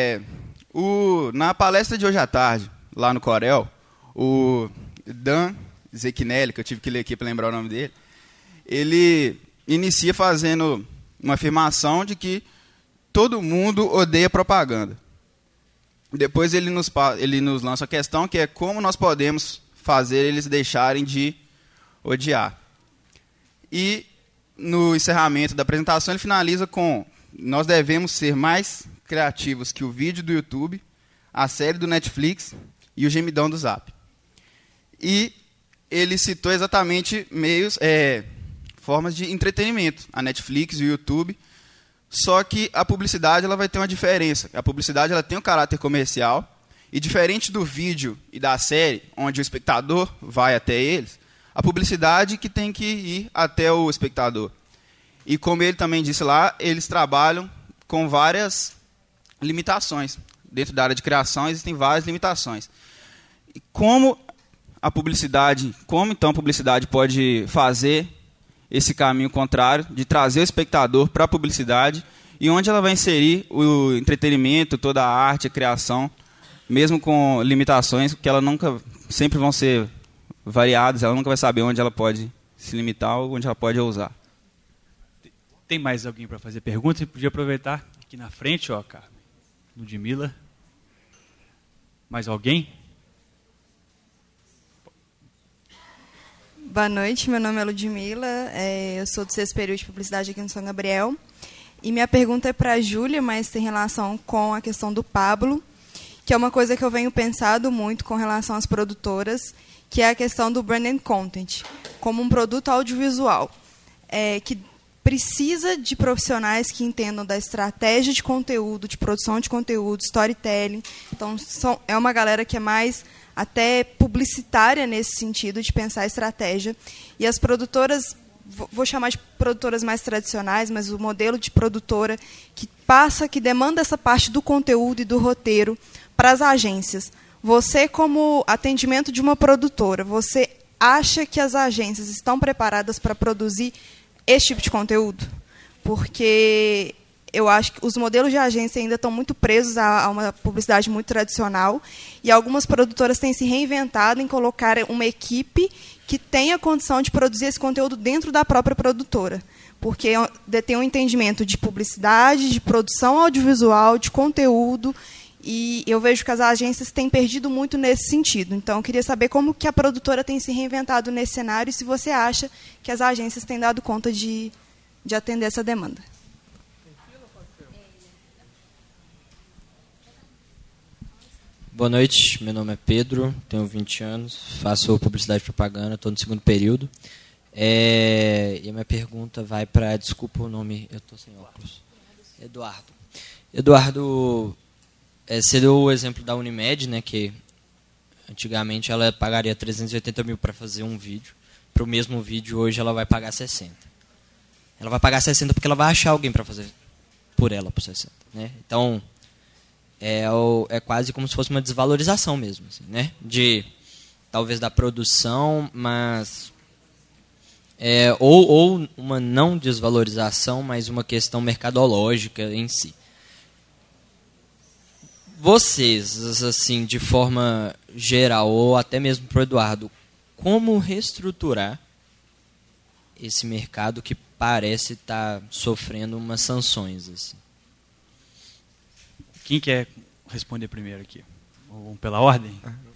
na palestra de hoje à tarde, lá no Corel, o Dan Zecchinelli, que eu tive que ler aqui para lembrar o nome dele, ele inicia fazendo uma afirmação de que todo mundo odeia propaganda. Depois ele nos lança a questão que é como nós podemos fazer eles deixarem de odiar. E no encerramento da apresentação ele finaliza com: nós devemos ser mais criativos que o vídeo do YouTube, a série do Netflix e o gemidão do Zap. E ele citou exatamente formas de entretenimento, a Netflix e o YouTube, só que a publicidade ela vai ter uma diferença. A publicidade ela tem um caráter comercial, e diferente do vídeo e da série, onde o espectador vai até eles, a publicidade que tem que ir até o espectador. E como ele também disse lá, eles trabalham com várias limitações. Dentro da área de criação existem várias limitações. E como então a publicidade pode fazer esse caminho contrário, de trazer o espectador para a publicidade, e onde ela vai inserir o entretenimento, toda a arte, a criação, mesmo com limitações, que ela nunca, sempre vão ser variadas, ela nunca vai saber onde ela pode se limitar ou onde ela pode usar. Tem mais alguém para fazer pergunta? Você podia aproveitar aqui na frente, ó, Carmen, Ludmila. Mais alguém? Boa noite, meu nome é Ludmila, eu sou do sexto período de publicidade aqui no São Gabriel. E minha pergunta é para a Júlia, mas tem relação com a questão do Pablo, que é uma coisa que eu venho pensando muito com relação às produtoras, que é a questão do branded content, como um produto audiovisual, que precisa de profissionais que entendam da estratégia de conteúdo, de produção de conteúdo, storytelling. Então, é uma galera que é mais até publicitária nesse sentido, de pensar a estratégia. E as produtoras, vou chamar de produtoras mais tradicionais, mas o modelo de produtora que demanda essa parte do conteúdo e do roteiro para as agências. Você, como atendimento de uma produtora, você acha que as agências estão preparadas para produzir esse tipo de conteúdo? Porque eu acho que os modelos de agência ainda estão muito presos a uma publicidade muito tradicional, e algumas produtoras têm se reinventado em colocar uma equipe que tenha condição de produzir esse conteúdo dentro da própria produtora, porque detém um entendimento de publicidade, de produção audiovisual, de conteúdo, e eu vejo que as agências têm perdido muito nesse sentido. Então, eu queria saber como que a produtora tem se reinventado nesse cenário e se você acha que as agências têm dado conta de atender essa demanda. Boa noite, meu nome é Pedro, tenho 20 anos, faço publicidade e propaganda, estou no segundo período. E a minha pergunta vai para, desculpa o nome, eu estou sem óculos, Eduardo. Eduardo, você deu o exemplo da Unimed, né, que antigamente ela pagaria 380 mil para fazer um vídeo, para o mesmo vídeo hoje ela vai pagar 60. Ela vai pagar 60 porque ela vai achar alguém para fazer por ela por 60, né? Então, é quase como se fosse uma desvalorização mesmo, assim, né? Talvez da produção, mas ou uma não desvalorização, mas uma questão mercadológica em si. Vocês, assim, de forma geral, ou até mesmo para o Eduardo, como reestruturar esse mercado que parece estar sofrendo umas sanções, assim? Quem quer responder primeiro aqui? Vamos pela ordem?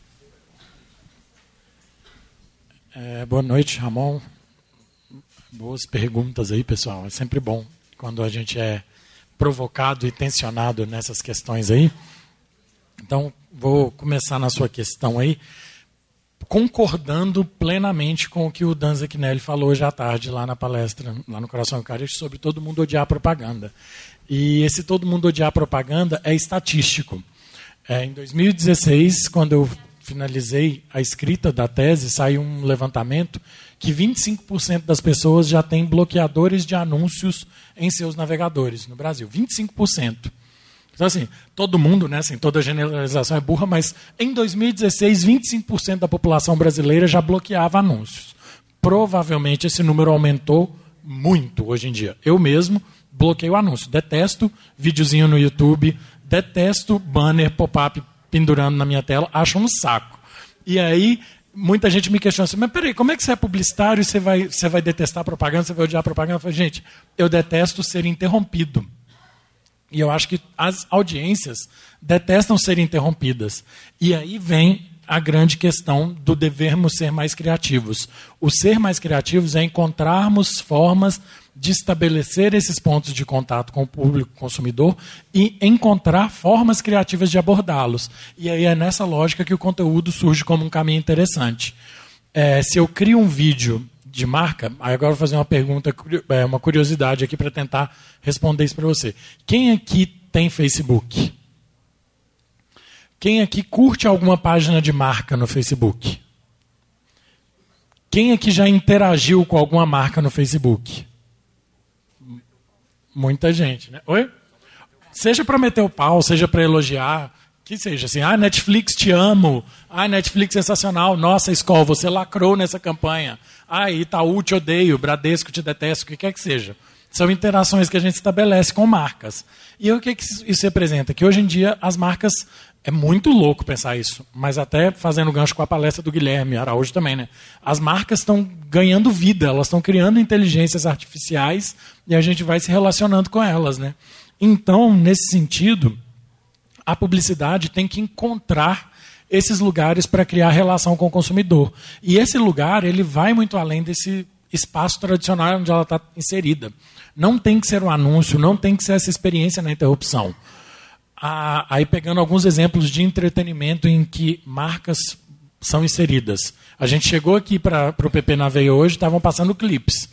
Boa noite, Ramon. Boas perguntas aí, pessoal. É sempre bom quando a gente é provocado e tensionado nessas questões aí. Então, vou começar na sua questão aí, concordando plenamente com o que o Dan Zecchinelli falou hoje à tarde lá na palestra, lá no Coração Eucarístico, sobre todo mundo odiar a propaganda. E esse todo mundo odiar a propaganda é estatístico. Em 2016, quando eu finalizei a escrita da tese, saiu um levantamento que 25% das pessoas já têm bloqueadores de anúncios em seus navegadores no Brasil. 25%. Então, assim, todo mundo, né, assim, toda generalização é burra, mas em 2016, 25% da população brasileira já bloqueava anúncios. Provavelmente esse número aumentou muito hoje em dia. Eu mesmo bloqueio anúncio. Detesto videozinho no YouTube, detesto banner pop-up pendurando na minha tela, acho um saco. E aí, muita gente me questiona assim, mas peraí, como é que você é publicitário e você vai detestar propaganda, você vai odiar propaganda? Eu falo, gente, eu detesto ser interrompido. E eu acho que as audiências detestam ser interrompidas. E aí vem a grande questão do devermos ser mais criativos. O ser mais criativos é encontrarmos formas de estabelecer esses pontos de contato com o público consumidor e encontrar formas criativas de abordá-los. E aí é nessa lógica que o conteúdo surge como um caminho interessante. Se eu crio um vídeo de marca, aí agora eu vou fazer uma pergunta, uma curiosidade aqui para tentar responder isso para você. Quem aqui tem Facebook? Quem aqui curte alguma página de marca no Facebook? Quem aqui já interagiu com alguma marca no Facebook? Muita gente, né? Oi? Seja para meter o pau, seja para elogiar, que seja assim, Netflix te amo, Netflix sensacional, nossa, Skol, você lacrou nessa campanha, Itaú te odeio, Bradesco te detesto, o que quer que seja. São interações que a gente estabelece com marcas. E o que isso representa? Que hoje em dia as marcas, é muito louco pensar isso, mas até fazendo gancho com a palestra do Guilherme Araújo também, né? As marcas estão ganhando vida, elas estão criando inteligências artificiais e a gente vai se relacionando com elas, né? Então, nesse sentido, a publicidade tem que encontrar esses lugares para criar relação com o consumidor. E esse lugar, ele vai muito além desse espaço tradicional onde ela está inserida. Não tem que ser um anúncio, não tem que ser essa experiência na interrupção. Aí pegando alguns exemplos de entretenimento em que marcas são inseridas. A gente chegou aqui para o PP na Veia hoje, estavam passando clipes.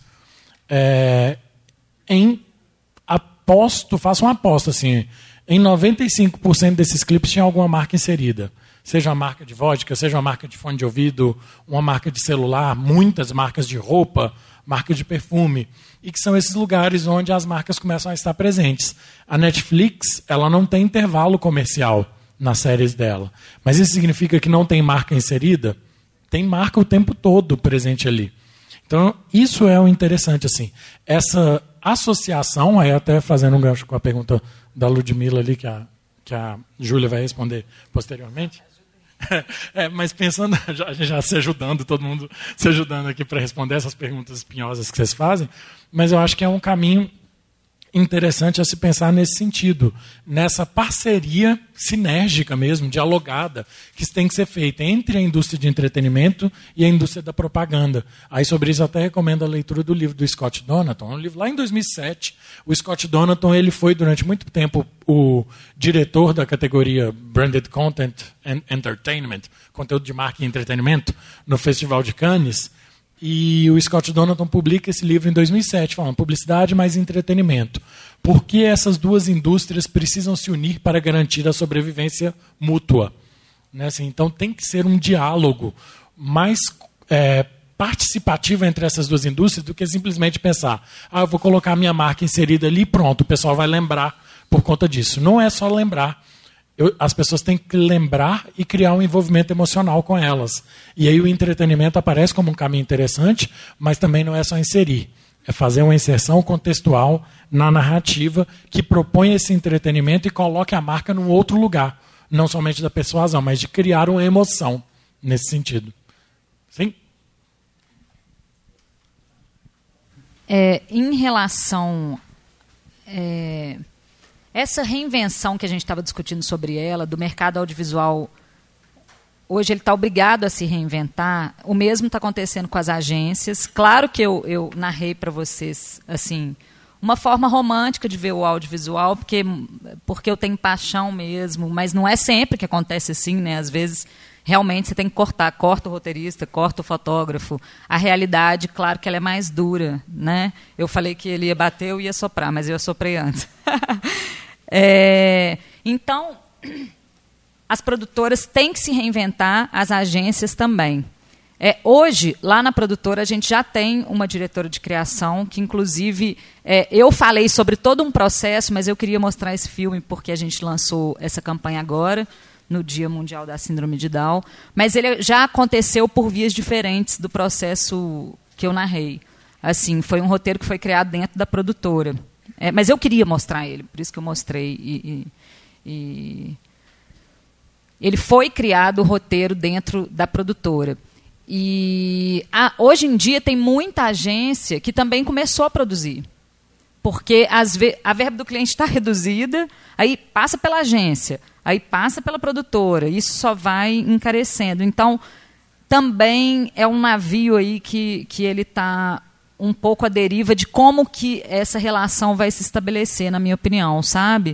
Faço uma aposta, assim, em 95% desses clipes tinha alguma marca inserida. Seja uma marca de vodka, seja uma marca de fone de ouvido, uma marca de celular, muitas marcas de roupa, marca de perfume. E que são esses lugares onde as marcas começam a estar presentes. A Netflix, ela não tem intervalo comercial nas séries dela. Mas isso significa que não tem marca inserida? Tem marca o tempo todo presente ali. Então, isso é o interessante, assim. Essa associação, aí até fazendo um gancho com a pergunta da Ludmila ali, que a Júlia vai responder posteriormente. Mas pensando, a gente já se ajudando, todo mundo se ajudando aqui para responder essas perguntas espinhosas que vocês fazem, mas eu acho que é um caminho interessante a se pensar nesse sentido, nessa parceria sinérgica mesmo, dialogada, que tem que ser feita entre a indústria de entretenimento e a indústria da propaganda. Aí sobre isso até recomendo a leitura do livro do Scott Donaton, um livro lá em 2007. O Scott Donaton ele foi durante muito tempo o diretor da categoria Branded Content and Entertainment, conteúdo de marca e entretenimento, no Festival de Cannes. E o Scott Donaton publica esse livro em 2007, falando publicidade mais entretenimento. Por que essas duas indústrias precisam se unir para garantir a sobrevivência mútua? Né? Assim, então tem que ser um diálogo mais participativo entre essas duas indústrias do que simplesmente pensar, eu vou colocar a minha marca inserida ali e pronto, o pessoal vai lembrar por conta disso. Não é só lembrar. As pessoas têm que lembrar e criar um envolvimento emocional com elas. E aí o entretenimento aparece como um caminho interessante, mas também não é só inserir. É fazer uma inserção contextual na narrativa que propõe esse entretenimento e coloque a marca num outro lugar. Não somente da persuasão, mas de criar uma emoção nesse sentido. Sim? Em relação... essa reinvenção que a gente estava discutindo sobre ela, do mercado audiovisual, hoje ele está obrigado a se reinventar. O mesmo está acontecendo com as agências. Claro que eu narrei para vocês assim, uma forma romântica de ver o audiovisual, porque eu tenho paixão mesmo, mas não é sempre que acontece assim, né? Às vezes, realmente, você tem que corta o roteirista, corta o fotógrafo. A realidade, claro que ela é mais dura, né? Eu falei que ele ia bater, eu ia soprar, mas eu assoprei antes. Então, as produtoras têm que se reinventar, as agências também. Hoje, lá na produtora, a gente já tem uma diretora de criação, que, inclusive, eu falei sobre todo um processo, mas eu queria mostrar esse filme porque a gente lançou essa campanha agora, no Dia Mundial da Síndrome de Down, mas ele já aconteceu por vias diferentes do processo que eu narrei. Assim, foi um roteiro que foi criado dentro da produtora. Mas eu queria mostrar ele, por isso que eu mostrei. Ele foi criado o roteiro dentro da produtora. E hoje em dia tem muita agência que também começou a produzir. Porque a verba do cliente está reduzida, aí passa pela agência, aí passa pela produtora, isso só vai encarecendo. Então, também é um navio aí que ele está um pouco à deriva de como que essa relação vai se estabelecer, na minha opinião, sabe?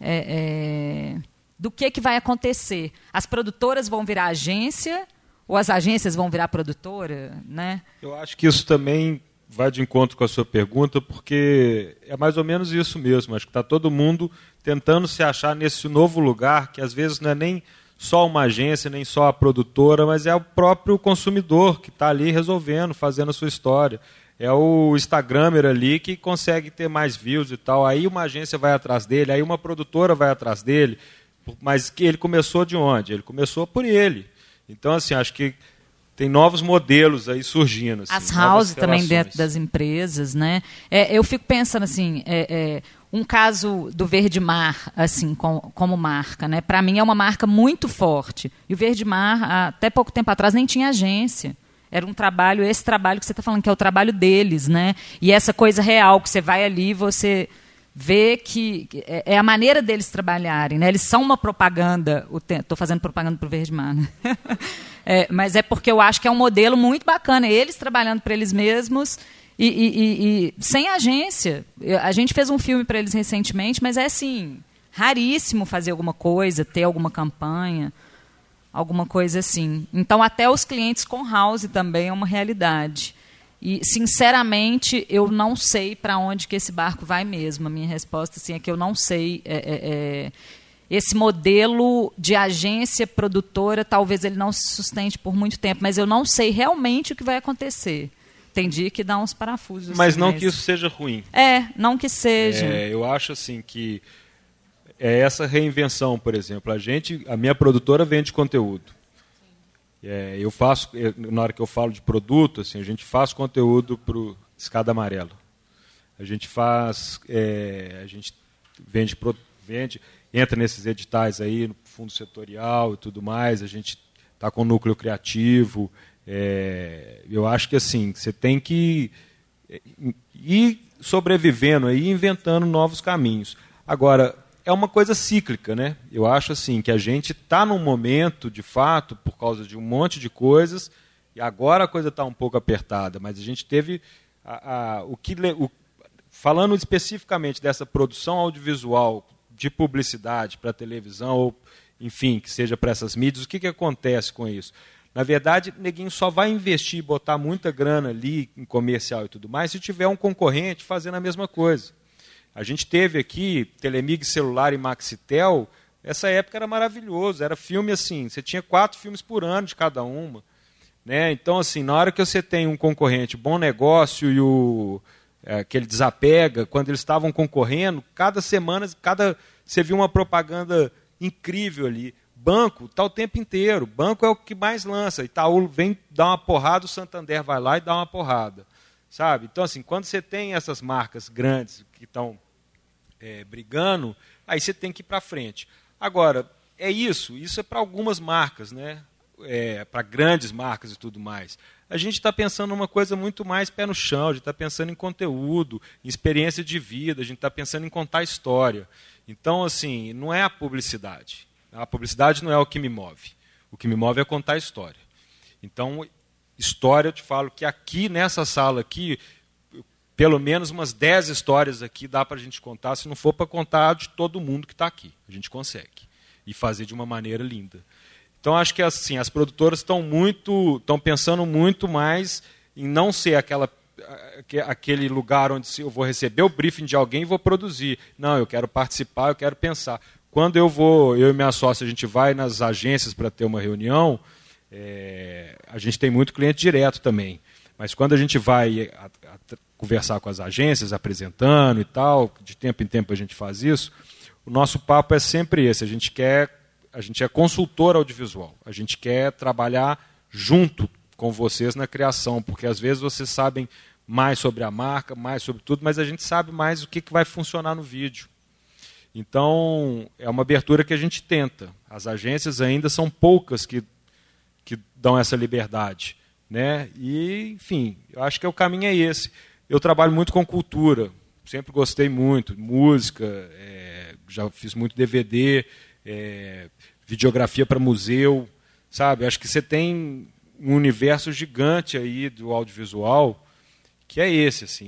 Do que vai acontecer. As produtoras vão virar agência ou as agências vão virar produtora, né? Eu acho que isso também vai de encontro com a sua pergunta, porque é mais ou menos isso mesmo. Acho que está todo mundo tentando se achar nesse novo lugar, que às vezes não é nem só uma agência, nem só a produtora, mas é o próprio consumidor que está ali resolvendo, fazendo a sua história. É o Instagramer ali que consegue ter mais views e tal. Aí uma agência vai atrás dele, aí uma produtora vai atrás dele. Mas ele começou de onde? Ele começou por ele. Então, assim, acho que tem novos modelos aí surgindo. Assim, as houses também dentro das empresas, né? Eu fico pensando assim, um caso do Verde Mar, assim, como marca, né? Para mim é uma marca muito forte. E o Verde Mar, até pouco tempo atrás, nem tinha agência. Era um trabalho, esse trabalho que você está falando, que é o trabalho deles, né? E essa coisa real, que você vai ali e você vê que é a maneira deles trabalharem, né? Eles são uma propaganda, estou fazendo propaganda para o Verde Mar, né? Mas é porque eu acho que é um modelo muito bacana, eles trabalhando para eles mesmos e sem agência. A gente fez um filme para eles recentemente, mas é assim, raríssimo fazer alguma coisa, ter alguma campanha, alguma coisa assim. Então, até os clientes com house também é uma realidade. E, sinceramente, eu não sei para onde que esse barco vai mesmo. A minha resposta assim, é que eu não sei. Esse modelo de agência produtora, talvez ele não se sustente por muito tempo, mas eu não sei realmente o que vai acontecer. Tem dia que dá uns parafusos. Mas não que isso seja ruim. Não que seja. Eu acho assim que essa reinvenção, por exemplo. A minha produtora vende conteúdo. Eu faço, na hora que eu falo de produto, assim, a gente faz conteúdo para o Escada Amarela. A gente faz, a gente vende, entra nesses editais aí, no fundo setorial e tudo mais, a gente está com o núcleo criativo. Eu acho que assim, você tem que ir sobrevivendo aí, inventando novos caminhos. Agora, é uma coisa cíclica, né? Eu acho assim que a gente está num momento, de fato, por causa de um monte de coisas, e agora a coisa está um pouco apertada, mas a gente teve falando especificamente dessa produção audiovisual de publicidade para televisão, ou enfim, que seja para essas mídias, o que acontece com isso? Na verdade, neguinho só vai investir e botar muita grana ali em comercial e tudo mais se tiver um concorrente fazendo a mesma coisa. A gente teve aqui Telemig Celular e Maxitel, essa época era maravilhoso, era filme assim, você tinha 4 filmes por ano de cada uma. Né? Então, assim, na hora que você tem um concorrente, Bom Negócio e que ele desapega, quando eles estavam concorrendo, cada semana, você viu uma propaganda incrível ali. Banco está o tempo inteiro, banco é o que mais lança, Itaú vem dar uma porrada, o Santander vai lá e dá uma porrada. Sabe? Então, assim, quando você tem essas marcas grandes que estão brigando, aí você tem que ir para frente. Agora, isso é para algumas marcas, né? Para grandes marcas e tudo mais. A gente está pensando numa coisa muito mais pé no chão, a gente está pensando em conteúdo, em experiência de vida, a gente está pensando em contar história. Então, assim, não é a publicidade. A publicidade não é o que me move. O que me move é contar história. Então, história, eu te falo que aqui, nessa sala aqui, pelo menos umas 10 histórias aqui dá para a gente contar, se não for para contar de todo mundo que está aqui. A gente consegue. E fazer de uma maneira linda. Então, acho que assim, as produtoras estão pensando muito mais em não ser aquele lugar onde eu vou receber o briefing de alguém e vou produzir. Não, eu quero participar, eu quero pensar. Quando eu e minha sócia, a gente vai nas agências para ter uma reunião, a gente tem muito cliente direto também. Mas quando a gente vai conversar com as agências, apresentando e tal, de tempo em tempo a gente faz isso, o nosso papo é sempre esse. A gente é consultor audiovisual. A gente quer trabalhar junto com vocês na criação, porque às vezes vocês sabem mais sobre a marca, mais sobre tudo, mas a gente sabe mais o que vai funcionar no vídeo. Então, é uma abertura que a gente tenta. As agências ainda são poucas que dão essa liberdade. Né? E, enfim, eu acho que o caminho é esse. Eu trabalho muito com cultura, sempre gostei muito, música, já fiz muito DVD, videografia para museu, sabe? Acho que você tem um universo gigante aí do audiovisual, que é esse, assim,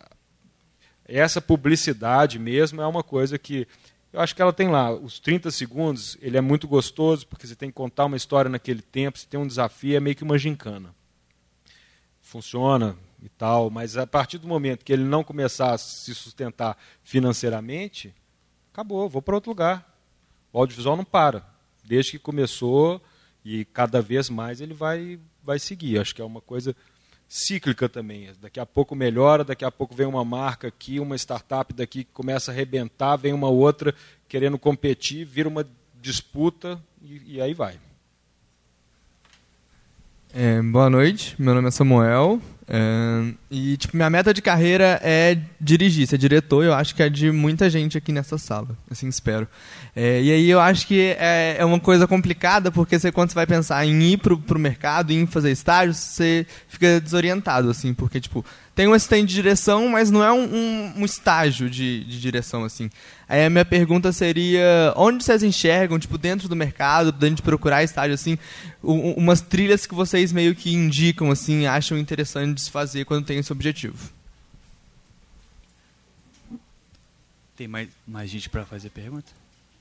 essa publicidade mesmo é uma coisa que eu acho que ela tem lá, os 30 segundos, ele é muito gostoso, porque você tem que contar uma história naquele tempo, você tem um desafio, é meio que uma gincana. Funciona e tal, mas a partir do momento que ele não começar a se sustentar financeiramente, acabou, vou para outro lugar. O audiovisual não para. Desde que começou, e cada vez mais ele vai seguir. Acho que é uma coisa cíclica também. Daqui a pouco melhora, daqui a pouco vem uma marca aqui, uma startup daqui que começa a arrebentar, vem uma outra querendo competir, vira uma disputa e aí vai. Boa noite, meu nome é Samuel e minha meta de carreira é dirigir, ser diretor. Eu acho que é de muita gente aqui nessa sala, assim espero. E aí eu acho que é uma coisa complicada, porque quando você vai pensar em ir pro mercado, em fazer estágio, você fica desorientado, assim, porque tem um assistente de direção, mas não é um estágio de direção, assim. Aí a minha pergunta seria, onde vocês enxergam, dentro do mercado, dentro de procurar estágio, assim, umas trilhas que vocês meio que indicam, assim, acham interessante de se fazer quando tem esse objetivo? Tem mais gente para fazer pergunta?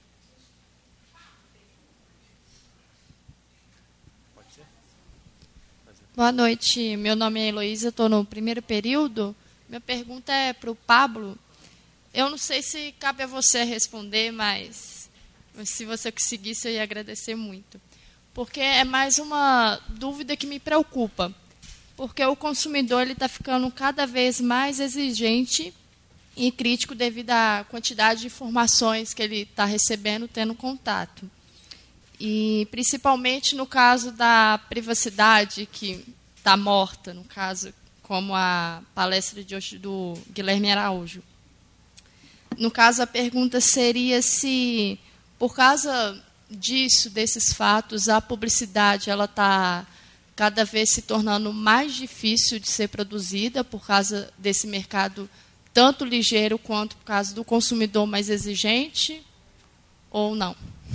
Pode ser? Boa noite, meu nome é Heloísa, estou no primeiro período. Minha pergunta é para o Pablo. Eu não sei se cabe a você responder, mas se você conseguisse, eu ia agradecer muito. Porque é mais uma dúvida que me preocupa. Porque o consumidor está ficando cada vez mais exigente e crítico devido à quantidade de informações que ele está recebendo, tendo contato. E principalmente no caso da privacidade que está morta, no caso, como a palestra de hoje do Guilherme Araújo. No caso, a pergunta seria se, por causa disso, desses fatos, a publicidade ela está cada vez se tornando mais difícil de ser produzida por causa desse mercado tanto ligeiro quanto por causa do consumidor mais exigente, ou não?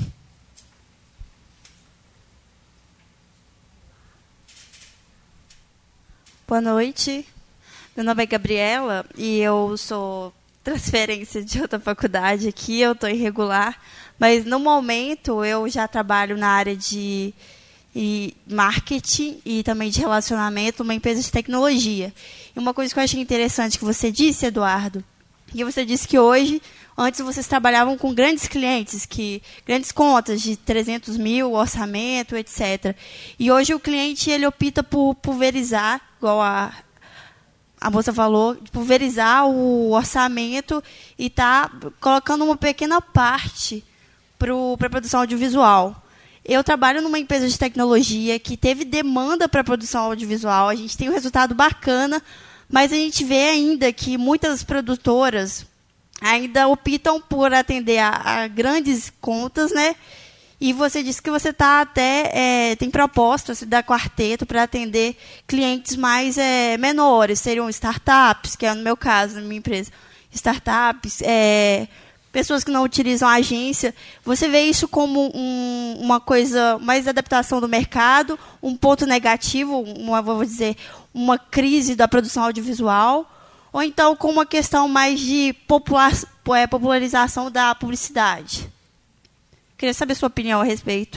Boa noite. Meu nome é Gabriela e eu sou transferência de outra faculdade aqui, eu estou irregular, mas no momento eu já trabalho na área de marketing e também de relacionamento numa empresa de tecnologia. E uma coisa que eu achei interessante que você disse, Eduardo, que você disse que hoje, antes vocês trabalhavam com grandes clientes, grandes contas de 300 mil, orçamento, etc. E hoje o cliente ele opta por pulverizar, igual a moça falou, de pulverizar o orçamento e está colocando uma pequena parte para a produção audiovisual. Eu trabalho numa empresa de tecnologia que teve demanda para a produção audiovisual, a gente tem um resultado bacana, mas a gente vê ainda que muitas produtoras ainda optam por atender a grandes contas, né? E você disse que você tem propostas da Quarteto para atender clientes mais menores, seriam startups, que é no meu caso, na minha empresa, startups, pessoas que não utilizam a agência. Você vê isso como uma coisa mais adaptação do mercado, um ponto negativo, vou dizer, uma crise da produção audiovisual, ou então com uma questão mais de popularização da publicidade? Queria saber a sua opinião a respeito.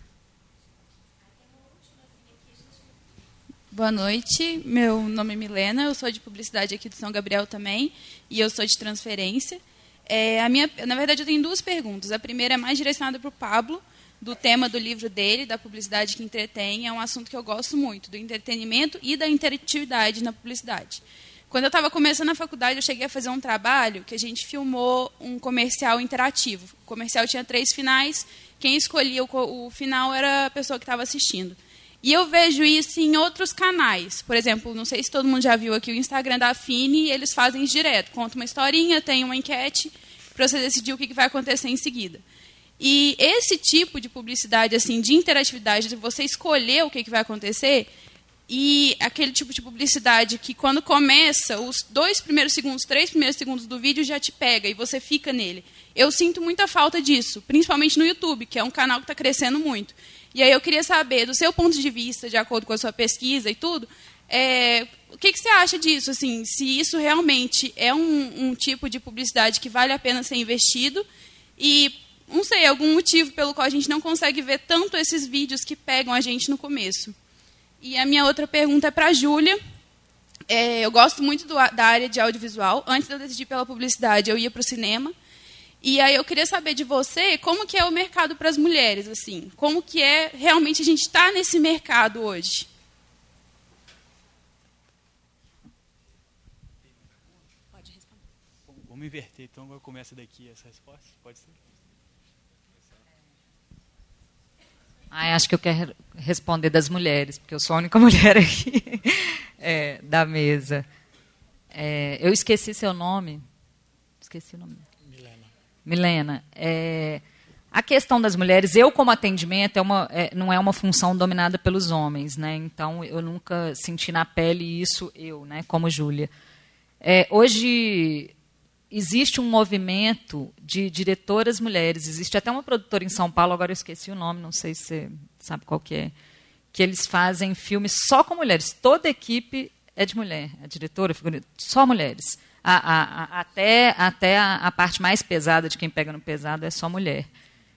Boa noite, meu nome é Milena, eu sou de publicidade aqui de São Gabriel também, e eu sou de transferência. Na verdade, eu tenho duas perguntas. A primeira é mais direcionada para o Pablo, do tema do livro dele, da publicidade que entretém. É um assunto que eu gosto muito, do entretenimento e da interatividade na publicidade. Quando eu estava começando a faculdade, eu cheguei a fazer um trabalho que a gente filmou um comercial interativo. O comercial tinha 3 finais, quem escolhia o final era a pessoa que estava assistindo. E eu vejo isso em outros canais. Por exemplo, não sei se todo mundo já viu aqui o Instagram da Afine, eles fazem isso direto. Conta uma historinha, tem uma enquete, para você decidir o que vai acontecer em seguida. E esse tipo de publicidade, assim, de interatividade, de você escolher o que vai acontecer, e aquele tipo de publicidade que, quando começa, os 2 primeiros segundos, 3 primeiros segundos do vídeo já te pega e você fica nele. Eu sinto muita falta disso, principalmente no YouTube, que é um canal que está crescendo muito. E aí eu queria saber, do seu ponto de vista, de acordo com a sua pesquisa e tudo, o que você acha disso? Assim, se isso realmente é um tipo de publicidade que vale a pena ser investido e, não sei, algum motivo pelo qual a gente não consegue ver tanto esses vídeos que pegam a gente no começo. E a minha outra pergunta é para a Júlia. Eu gosto muito da área de audiovisual. Antes de eu decidir pela publicidade, eu ia para o cinema. E aí eu queria saber de você como que é o mercado para as mulheres, assim. Como que é realmente a gente estar nesse mercado hoje? Pode responder. Vamos inverter, então agora começa daqui essa resposta. Pode ser? Acho que eu quero responder das mulheres, porque eu sou a única mulher aqui da mesa. Eu esqueci seu nome. Esqueci o nome. Milena. A questão das mulheres, eu como atendimento, não é uma função dominada pelos homens, né? Então, eu nunca senti na pele isso, né, como Júlia. Hoje existe um movimento de diretoras mulheres. Existe até uma produtora em São Paulo, agora eu esqueci o nome, não sei se você sabe qual que é, que eles fazem filmes só com mulheres. Toda a equipe é de mulher. A diretora, a figurina, só mulheres. Até a parte mais pesada de quem pega no pesado é só mulher.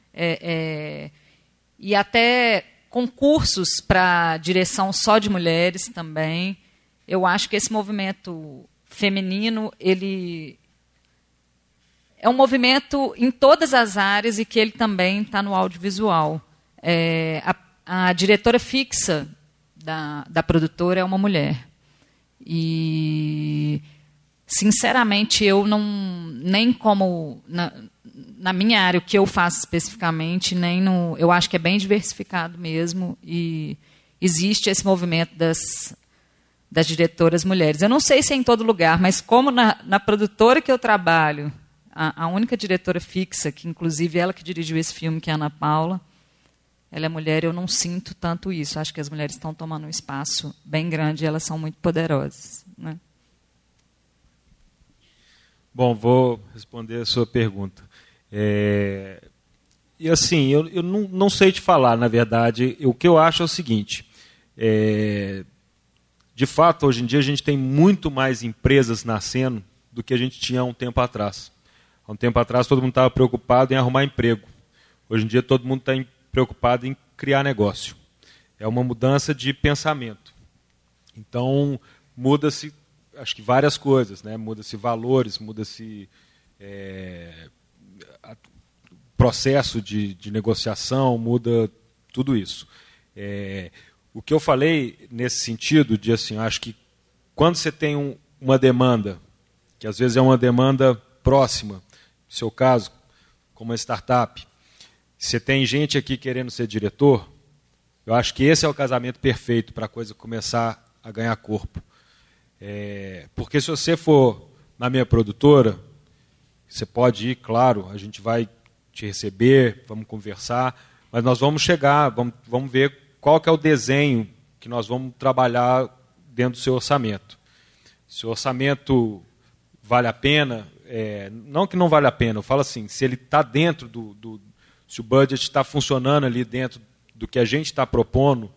E até concursos para direção só de mulheres também. Eu acho que esse movimento feminino, ele é um movimento em todas as áreas e que ele também está no audiovisual. A diretora fixa da produtora é uma mulher. E, sinceramente, eu não, nem como na minha área, o que eu faço especificamente, nem no, eu acho que é bem diversificado mesmo, e existe esse movimento das diretoras mulheres. Eu não sei se é em todo lugar, mas como na produtora que eu trabalho, a única diretora fixa, que inclusive ela que dirigiu esse filme, que é a Ana Paula, ela é mulher, eu não sinto tanto isso. Acho que as mulheres estão tomando um espaço bem grande e elas são muito poderosas, né? Bom, vou responder a sua pergunta. E assim, eu não sei te falar, na verdade. O que eu acho é o seguinte. De fato, hoje em dia, a gente tem muito mais empresas nascendo do que a gente tinha há um tempo atrás. Há um tempo atrás, todo mundo estava preocupado em arrumar emprego. Hoje em dia, todo mundo está preocupado em criar negócio. É uma mudança de pensamento. Então, muda-se, acho que várias coisas, né? Muda-se valores, muda-se processo de negociação, muda tudo isso. O que eu falei nesse sentido, de assim, acho que quando você tem uma demanda, que às vezes é uma demanda próxima, no seu caso, como uma startup, você tem gente aqui querendo ser diretor, eu acho que esse é o casamento perfeito para a coisa começar a ganhar corpo. Porque se você for na minha produtora, você pode ir, claro, a gente vai te receber, vamos conversar, mas nós vamos chegar, vamos ver qual que é o desenho que nós vamos trabalhar dentro do seu orçamento. Se o orçamento vale a pena, não que não vale a pena, eu falo assim, se ele está dentro se o budget está funcionando ali dentro do que a gente está propondo,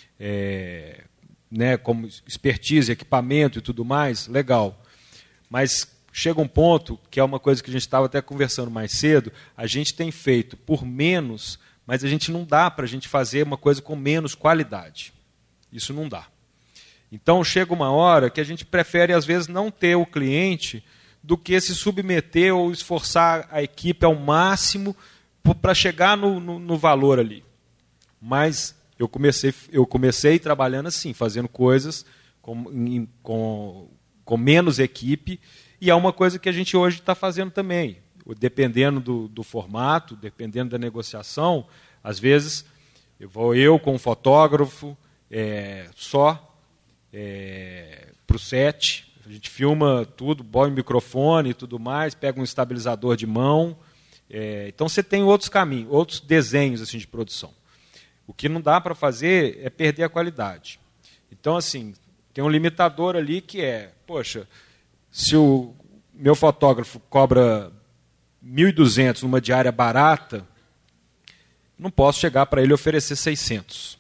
né, como expertise, equipamento e tudo mais, legal. Mas chega um ponto, que é uma coisa que a gente estava até conversando mais cedo, a gente tem feito por menos, mas a gente não dá para a gente fazer uma coisa com menos qualidade. Isso não dá. Então chega uma hora que a gente prefere, às vezes, não ter o cliente do que se submeter ou esforçar a equipe ao máximo para chegar no valor ali. Mas eu comecei trabalhando assim, fazendo coisas com menos equipe, e é uma coisa que a gente hoje está fazendo também. Dependendo do formato, dependendo da negociação, às vezes eu com um fotógrafo só para o set, a gente filma tudo, põe microfone e tudo mais, pega um estabilizador de mão. Então você tem outros caminhos, outros desenhos assim, de produção. O que não dá para fazer é perder a qualidade. Então, assim, tem um limitador ali que poxa, se o meu fotógrafo cobra 1.200 numa diária barata, não posso chegar para ele e oferecer 600.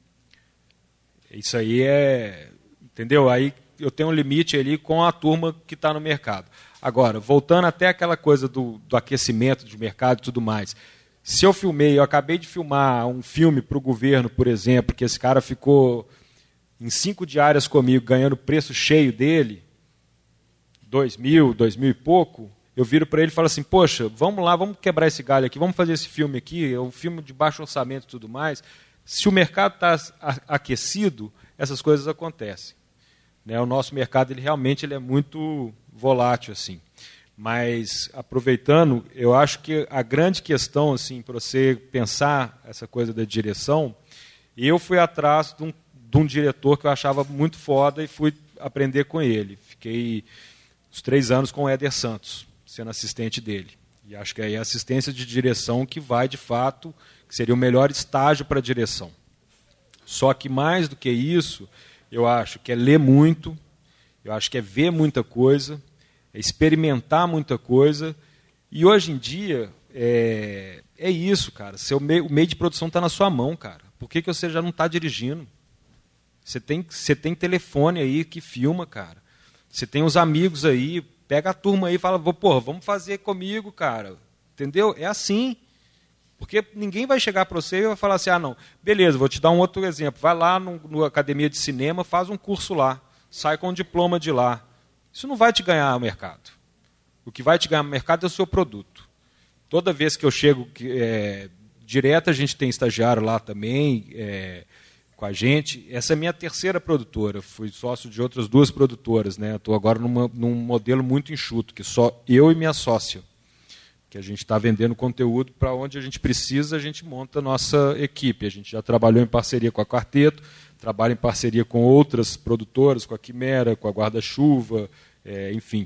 Isso aí entendeu? Aí eu tenho um limite ali com a turma que está no mercado. Agora, voltando até aquela coisa do aquecimento de mercado e tudo mais. Se eu acabei de filmar um filme para o governo, por exemplo, que esse cara ficou em 5 diárias comigo, ganhando o preço cheio dele, 2.000 e pouco, eu viro para ele e falo assim, poxa, vamos lá, vamos quebrar esse galho aqui, vamos fazer esse filme aqui, é um filme de baixo orçamento e tudo mais. Se o mercado está aquecido, essas coisas acontecem. Né? O nosso mercado realmente é muito volátil, assim. Mas, aproveitando, eu acho que a grande questão, assim, para você pensar essa coisa da direção, eu fui atrás de um diretor que eu achava muito foda e fui aprender com ele. Fiquei uns 3 anos com o Éder Santos, sendo assistente dele. E acho que aí é a assistência de direção que vai, de fato, que seria o melhor estágio para a direção. Só que, mais do que isso, eu acho que é ler muito, eu acho que é ver muita coisa, é experimentar muita coisa. E hoje em dia, é isso, cara. O meio de produção está na sua mão, cara. Por que você já não está dirigindo? Você tem telefone aí que filma, cara. Você tem os amigos aí, pega a turma aí e fala, porra, vamos fazer comigo, cara. Entendeu? É assim. Porque ninguém vai chegar para você e vai falar assim, não, beleza, vou te dar um outro exemplo. Vai lá no academia de cinema, faz um curso lá, sai com um diploma de lá. Isso não vai te ganhar o mercado. O que vai te ganhar o mercado é o seu produto. Toda vez que eu chego direto, a gente tem estagiário lá também com a gente. Essa é a minha 3ª produtora. Fui sócio de outras 2 produtoras. Né? Estou agora num modelo muito enxuto, que só eu e minha sócia. que a gente está vendendo conteúdo para onde a gente precisa, a gente monta a nossa equipe. A gente já trabalhou em parceria com a Quarteto, trabalha em parceria com outras produtoras, com a Quimera, com a Guarda-Chuva, enfim.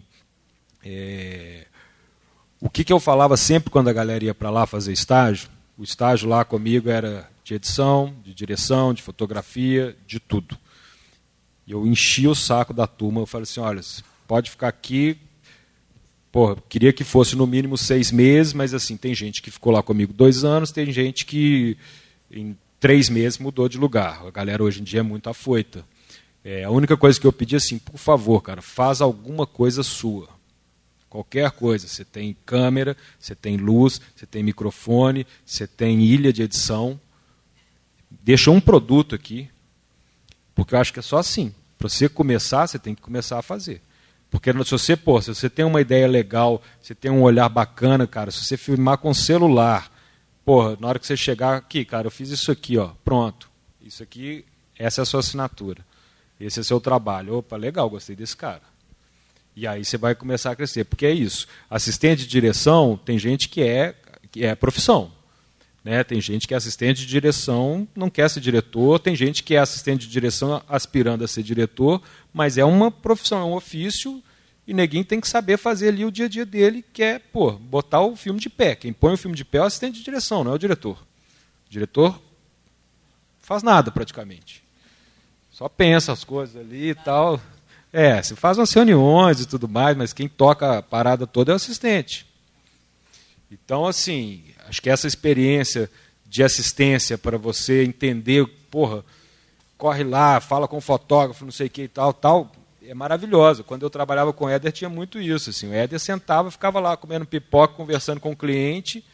O que eu falava sempre quando a galera ia para lá fazer estágio? O estágio lá comigo era de edição, de direção, de fotografia, de tudo. E eu enchia o saco da turma, eu falei assim, olha, pode ficar aqui, porra, queria que fosse no mínimo 6 meses, mas assim, tem gente que ficou lá comigo 2 anos, tem gente que em 3 meses mudou de lugar. A galera hoje em dia é muito afoita. A única coisa que eu pedi assim, por favor, cara, faz alguma coisa sua. Qualquer coisa. Você tem câmera, você tem luz, você tem microfone, você tem ilha de edição. Deixa um produto aqui, porque eu acho que é só assim. Para você começar, você tem que começar a fazer. Porque se você tem uma ideia legal, você tem um olhar bacana, cara, se você filmar com celular, porra, na hora que você chegar aqui, cara, eu fiz isso aqui, ó, pronto. Isso aqui, essa é a sua assinatura. Esse é o seu trabalho. Opa, legal, gostei desse cara. E aí você vai começar a crescer. Porque é isso. Assistente de direção, tem gente que é profissão. Né? Tem gente que é assistente de direção, não quer ser diretor. Tem gente que é assistente de direção aspirando a ser diretor, mas é uma profissão, é um ofício, e ninguém tem que saber fazer ali o dia a dia dele, que é botar o filme de pé. Quem põe o filme de pé é o assistente de direção, não é o diretor. O diretor faz nada praticamente. Só pensa as coisas ali e tal. Você faz umas reuniões e tudo mais, mas quem toca a parada toda é o assistente. Então, assim, acho que essa experiência de assistência para você entender, porra, corre lá, fala com o fotógrafo, não sei o que e tal, é maravilhosa. Quando eu trabalhava com o Éder, tinha muito isso. Assim, o Éder sentava, ficava lá comendo pipoca, conversando com o cliente,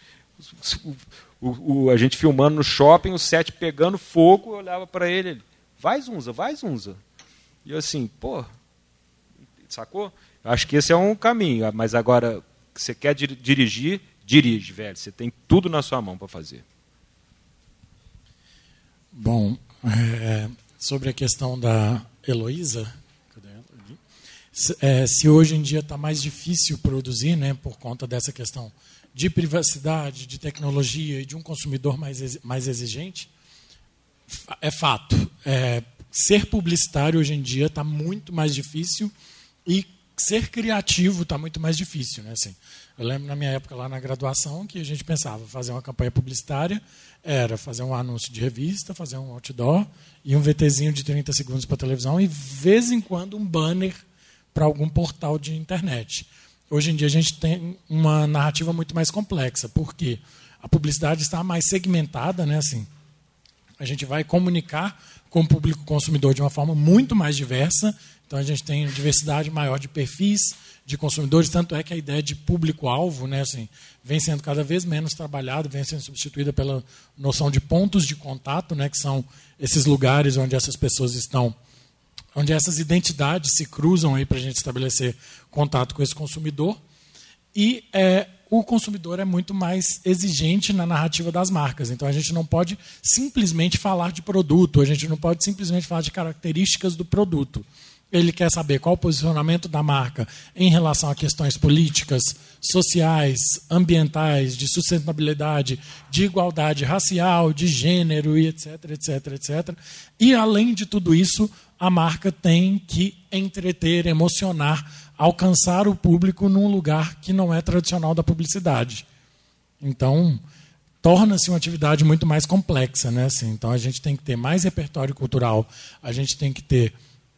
a gente filmando no shopping, o set pegando fogo, eu olhava para ele, vai Zunza. E eu assim, pô, sacou? Acho que esse é um caminho, mas agora, você quer dirigir, dirige, velho. Você tem tudo na sua mão para fazer. Bom, sobre a questão da Heloísa, se hoje em dia está mais difícil produzir, né, por conta dessa questão de privacidade, de tecnologia e de um consumidor mais exigente, é fato. Ser publicitário hoje em dia está muito mais difícil e ser criativo está muito mais difícil. Né? Assim, eu lembro na minha época lá na graduação que a gente pensava fazer uma campanha publicitária, era fazer um anúncio de revista, fazer um outdoor e um VTzinho de 30 segundos para televisão e, de vez em quando, um banner para algum portal de internet. Hoje em dia a gente tem uma narrativa muito mais complexa, porque a publicidade está mais segmentada, né? Assim, a gente vai comunicar com o público consumidor de uma forma muito mais diversa, então a gente tem diversidade maior de perfis de consumidores, tanto é que a ideia de público-alvo, né, assim, vem sendo cada vez menos trabalhada, vem sendo substituída pela noção de pontos de contato, né, que são esses lugares onde essas pessoas estão, onde essas identidades se cruzam aí para a gente estabelecer contato com esse consumidor. E o consumidor é muito mais exigente na narrativa das marcas. Então, a gente não pode simplesmente falar de produto, a gente não pode simplesmente falar de características do produto. Ele quer saber qual o posicionamento da marca em relação a questões políticas, sociais, ambientais, de sustentabilidade, de igualdade racial, de gênero, e etc, etc, etc. E, além de tudo isso, a marca tem que entreter, emocionar, alcançar o público num lugar que não é tradicional da publicidade. Então, torna-se uma atividade muito mais complexa, né? Assim, então, a gente tem que ter mais repertório cultural, a gente tem que ter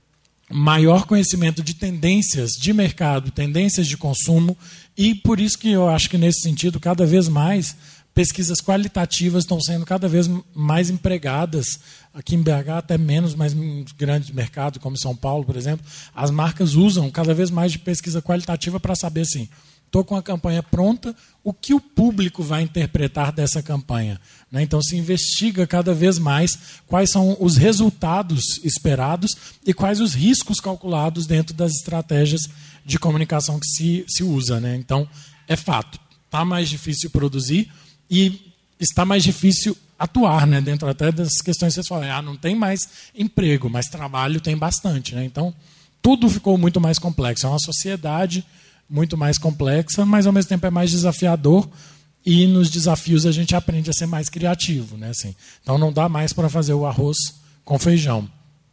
maior conhecimento de tendências de mercado, tendências de consumo, e por isso que eu acho que, nesse sentido, cada vez mais pesquisas qualitativas estão sendo cada vez mais empregadas, aqui em BH até menos, mas em grandes mercados, como São Paulo, por exemplo, as marcas usam cada vez mais de pesquisa qualitativa para saber, assim, estou com a campanha pronta, o que o público vai interpretar dessa campanha? Né? Então, se investiga cada vez mais quais são os resultados esperados e quais os riscos calculados dentro das estratégias de comunicação que se usa. Né? Então, é fato, está mais difícil produzir e está mais difícil atuar, né? Dentro até das questões que vocês falam. Não tem mais emprego, mas trabalho tem bastante. Né? Então, tudo ficou muito mais complexo. É uma sociedade muito mais complexa, mas ao mesmo tempo é mais desafiador, e nos desafios a gente aprende a ser mais criativo, né? Assim, então não dá mais para fazer o arroz com feijão.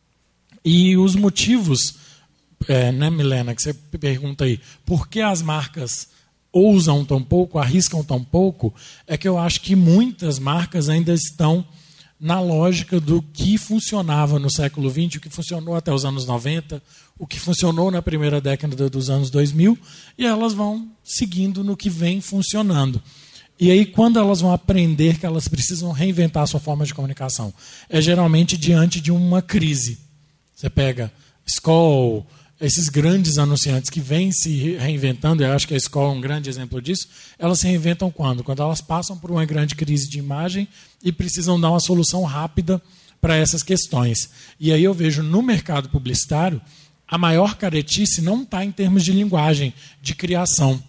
E os motivos, né, Milena, que você pergunta aí, por que as marcas ousam tão pouco, arriscam tão pouco, é que eu acho que muitas marcas ainda estão na lógica do que funcionava no século XX, o que funcionou até os anos 90, o que funcionou na primeira década dos anos 2000, e elas vão seguindo no que vem funcionando. E aí, quando elas vão aprender que elas precisam reinventar a sua forma de comunicação? É geralmente diante de uma crise. Você pega Skol, esses grandes anunciantes que vêm se reinventando, eu acho que a Skol é um grande exemplo disso, elas se reinventam quando? Quando elas passam por uma grande crise de imagem e precisam dar uma solução rápida para essas questões. E aí eu vejo no mercado publicitário, a maior caretice não está em termos de linguagem, de criação.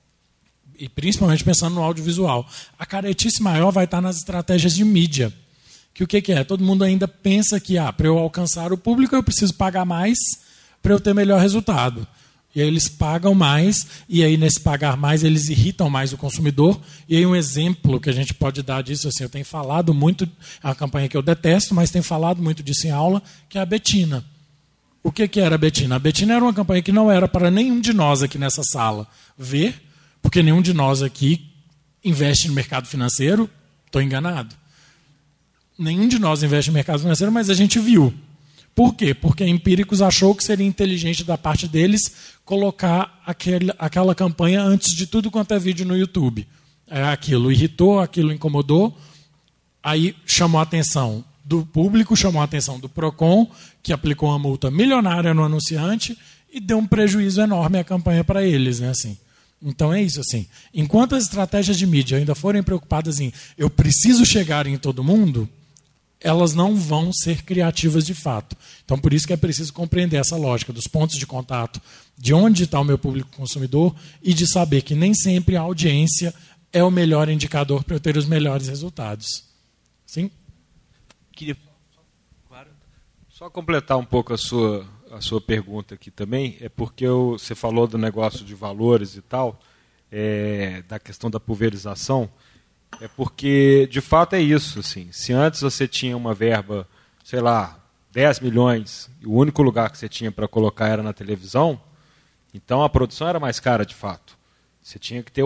E principalmente pensando no audiovisual. A caretice maior vai estar nas estratégias de mídia. Que o que é? Todo mundo ainda pensa que para eu alcançar o público eu preciso pagar mais para eu ter melhor resultado. E aí eles pagam mais, e aí nesse pagar mais eles irritam mais o consumidor. E aí um exemplo que a gente pode dar disso, assim, eu tenho falado muito, é uma campanha que eu detesto, mas tenho falado muito disso em aula, que é a Betina. O que era a Betina? A Betina era uma campanha que não era para nenhum de nós aqui nessa sala ver, porque nenhum de nós aqui investe no mercado financeiro, estou enganado. Nenhum de nós investe no mercado financeiro, mas a gente viu. Por quê? Porque a Empíricos achou que seria inteligente da parte deles colocar aquela campanha antes de tudo quanto é vídeo no YouTube. Aquilo irritou, aquilo incomodou, aí chamou a atenção do público, chamou a atenção do Procon, que aplicou uma multa milionária no anunciante e deu um prejuízo enorme à campanha para eles, né, assim. Então é isso, assim. Enquanto as estratégias de mídia ainda forem preocupadas em eu preciso chegar em todo mundo, elas não vão ser criativas de fato. Então por isso que é preciso compreender essa lógica dos pontos de contato, de onde está o meu público consumidor e de saber que nem sempre a audiência é o melhor indicador para eu ter os melhores resultados. Sim? Só completar um pouco a sua pergunta aqui também, é porque você falou do negócio de valores e tal, da questão da pulverização, é porque, de fato, é isso. Assim, se antes você tinha uma verba, sei lá, 10 milhões, e o único lugar que você tinha para colocar era na televisão, então a produção era mais cara, de fato. Você tinha que ter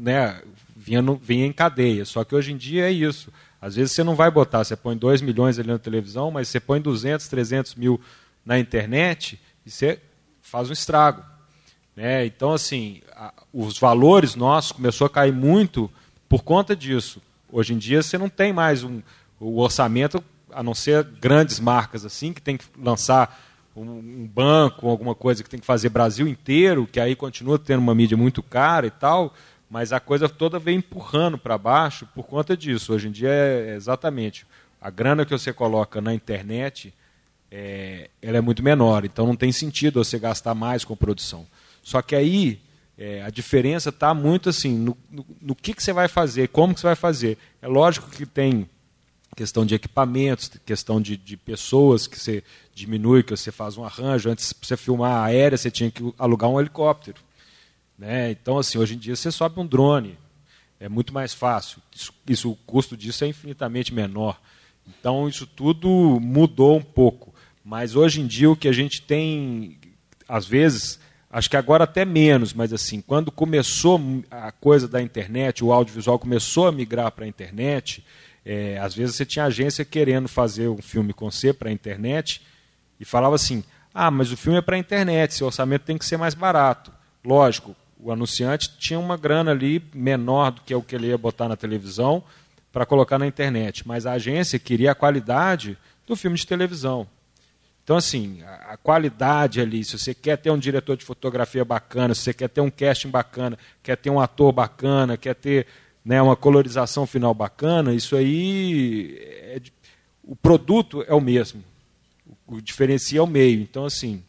vinha em cadeia, só que hoje em dia é isso. Às vezes você não vai botar, você põe 2 milhões ali na televisão, mas você põe 200, 300 mil na internet e você faz um estrago. Né? Então, assim, os valores nossos começou a cair muito por conta disso. Hoje em dia você não tem mais o orçamento, a não ser grandes marcas assim, que tem que lançar um banco, alguma coisa que tem que fazer Brasil inteiro, que aí continua tendo uma mídia muito cara e tal, mas a coisa toda vem empurrando para baixo por conta disso. Hoje em dia é exatamente a grana que você coloca na internet, ela é muito menor, então não tem sentido você gastar mais com produção. Só que aí a diferença está muito assim no que você vai fazer, como que você vai fazer. É lógico que tem questão de equipamentos, questão de pessoas que você diminui, que você faz um arranjo. Antes, para você filmar aérea, você tinha que alugar um helicóptero. Né? Então, assim, hoje em dia você sobe um drone, é muito mais fácil. O custo disso é infinitamente menor. Então, isso tudo mudou um pouco. Mas hoje em dia o que a gente tem, às vezes, acho que agora até menos, mas assim, quando começou a coisa da internet, o audiovisual começou a migrar para a internet, às vezes você tinha agência querendo fazer um filme com você para a internet e falava assim, mas o filme é para a internet, seu orçamento tem que ser mais barato. Lógico, o anunciante tinha uma grana ali menor do que o que ele ia botar na televisão para colocar na internet, mas a agência queria a qualidade do filme de televisão. Então, assim, a qualidade ali, se você quer ter um diretor de fotografia bacana, se você quer ter um casting bacana, quer ter um ator bacana, quer ter, né, uma colorização final bacana, isso aí, o produto é o mesmo. O diferencia é o meio. Então, assim,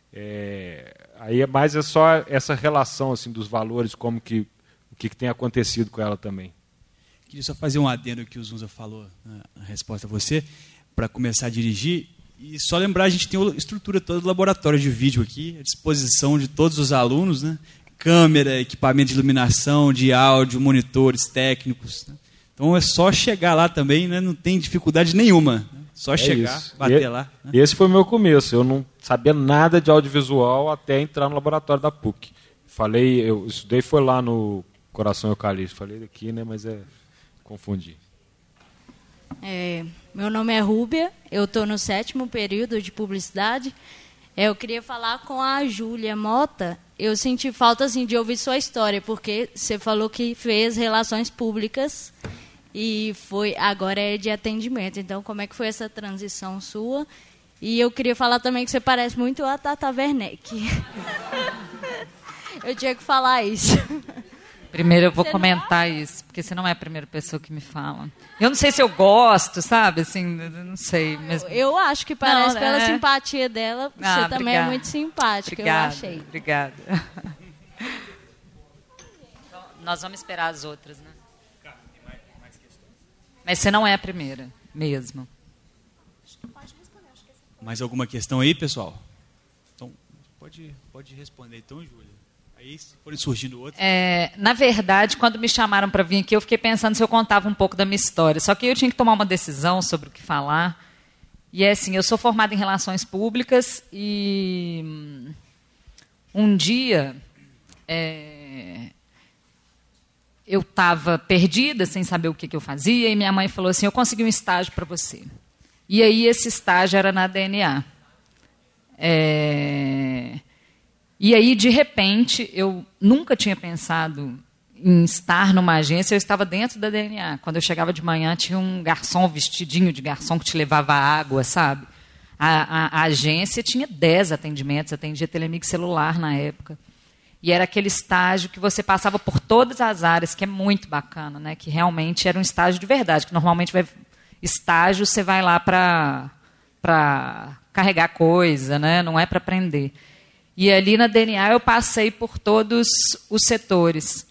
aí é só essa relação assim, dos valores, como que o que tem acontecido com ela também. Queria só fazer um adendo que o Zunza falou na resposta a você, para começar a dirigir. E só lembrar, a gente tem a estrutura toda do laboratório de vídeo aqui, à disposição de todos os alunos, né? câmera, equipamento de iluminação, de áudio, monitores técnicos. Né? Então é só chegar lá também, né? Não tem dificuldade nenhuma. Né? Só chegar, isso. bater lá. Né? Esse foi o meu começo. Eu não sabia nada de audiovisual até entrar no laboratório da PUC. Eu estudei, foi lá no Coração Eucalipto. Falei daqui, né? Mas confundi. Meu nome é Rúbia, eu estou no 7º período de publicidade. Eu queria falar com a Júlia Mota. Eu senti falta assim, de ouvir sua história, porque você falou que fez relações públicas e agora é de atendimento. Então, como é que foi essa transição sua? E eu queria falar também que você parece muito a Tata Werneck. Eu tinha que falar isso. Primeiro eu vou comentar isso, porque você não é a primeira pessoa que me fala. Eu não sei se eu gosto, sabe? Assim, não sei. Mesmo. Eu acho que parece pela simpatia dela. Você também obrigada. é muito simpática, Obrigada, eu achei. Obrigada. Então, nós vamos esperar as outras, né? Mas você não é a primeira, mesmo. Mais alguma questão aí, pessoal? Então, pode responder, então, Júlia. Aí, se forem surgindo outros... Na verdade, quando me chamaram para vir aqui, eu fiquei pensando se eu contava um pouco da minha história. Só que eu tinha que tomar uma decisão sobre o que falar. E é assim, eu sou formada em Relações Públicas e um dia eu estava perdida, sem saber o que eu fazia, e minha mãe falou assim, eu consegui um estágio para você. E aí esse estágio era na DNA. E aí, de repente, eu nunca tinha pensado em estar numa agência, eu estava dentro da DNA. Quando eu chegava de manhã, tinha um garçom, vestidinho de garçom, que te levava água, sabe? A agência tinha 10 atendimentos, atendia Telemig celular na época. E era aquele estágio que você passava por todas as áreas, que é muito bacana, né? Que realmente era um estágio de verdade, que normalmente estágio você vai lá para carregar coisa, né? Não é para aprender. E ali na DNA eu passei por todos os setores.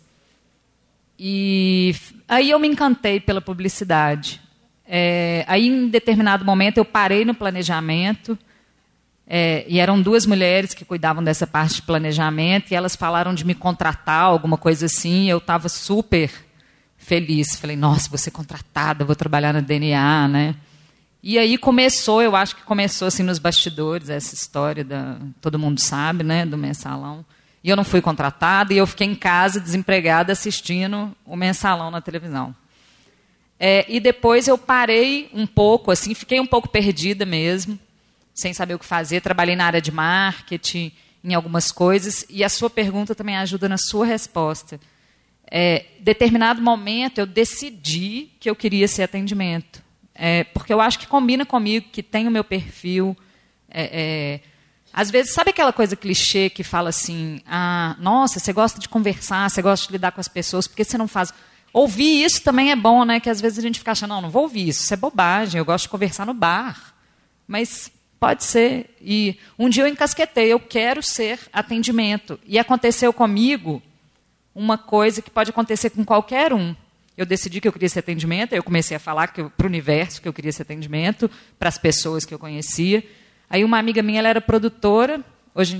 E aí eu me encantei pela publicidade. Aí, em determinado momento, eu parei no planejamento. E eram 2 mulheres que cuidavam dessa parte de planejamento. E elas falaram de me contratar, alguma coisa assim. E eu estava super feliz. Falei, nossa, vou ser contratada, vou trabalhar na DNA, né? E aí começou, eu acho que começou assim nos bastidores, essa história, todo mundo sabe, né, do Mensalão. E eu não fui contratada e eu fiquei em casa, desempregada, assistindo o Mensalão na televisão. E depois eu parei um pouco, assim, fiquei um pouco perdida mesmo, sem saber o que fazer. Trabalhei na área de marketing, em algumas coisas, e a sua pergunta também ajuda na sua resposta. Determinado momento eu decidi que eu queria ser atendimento. Porque eu acho que combina comigo, que tem o meu perfil. Às vezes, sabe aquela coisa clichê que fala assim, nossa, você gosta de conversar, você gosta de lidar com as pessoas, por que você não faz... Ouvir isso também é bom, né? Que às vezes a gente fica achando, não vou ouvir isso é bobagem, eu gosto de conversar no bar. Mas pode ser. E um dia eu encasquetei, eu quero ser atendimento. E aconteceu comigo uma coisa que pode acontecer com qualquer um. Eu decidi que eu queria ser atendimento, eu comecei a falar para o universo que eu queria ser atendimento, para as pessoas que eu conhecia. Aí uma amiga minha, ela era produtora, hoje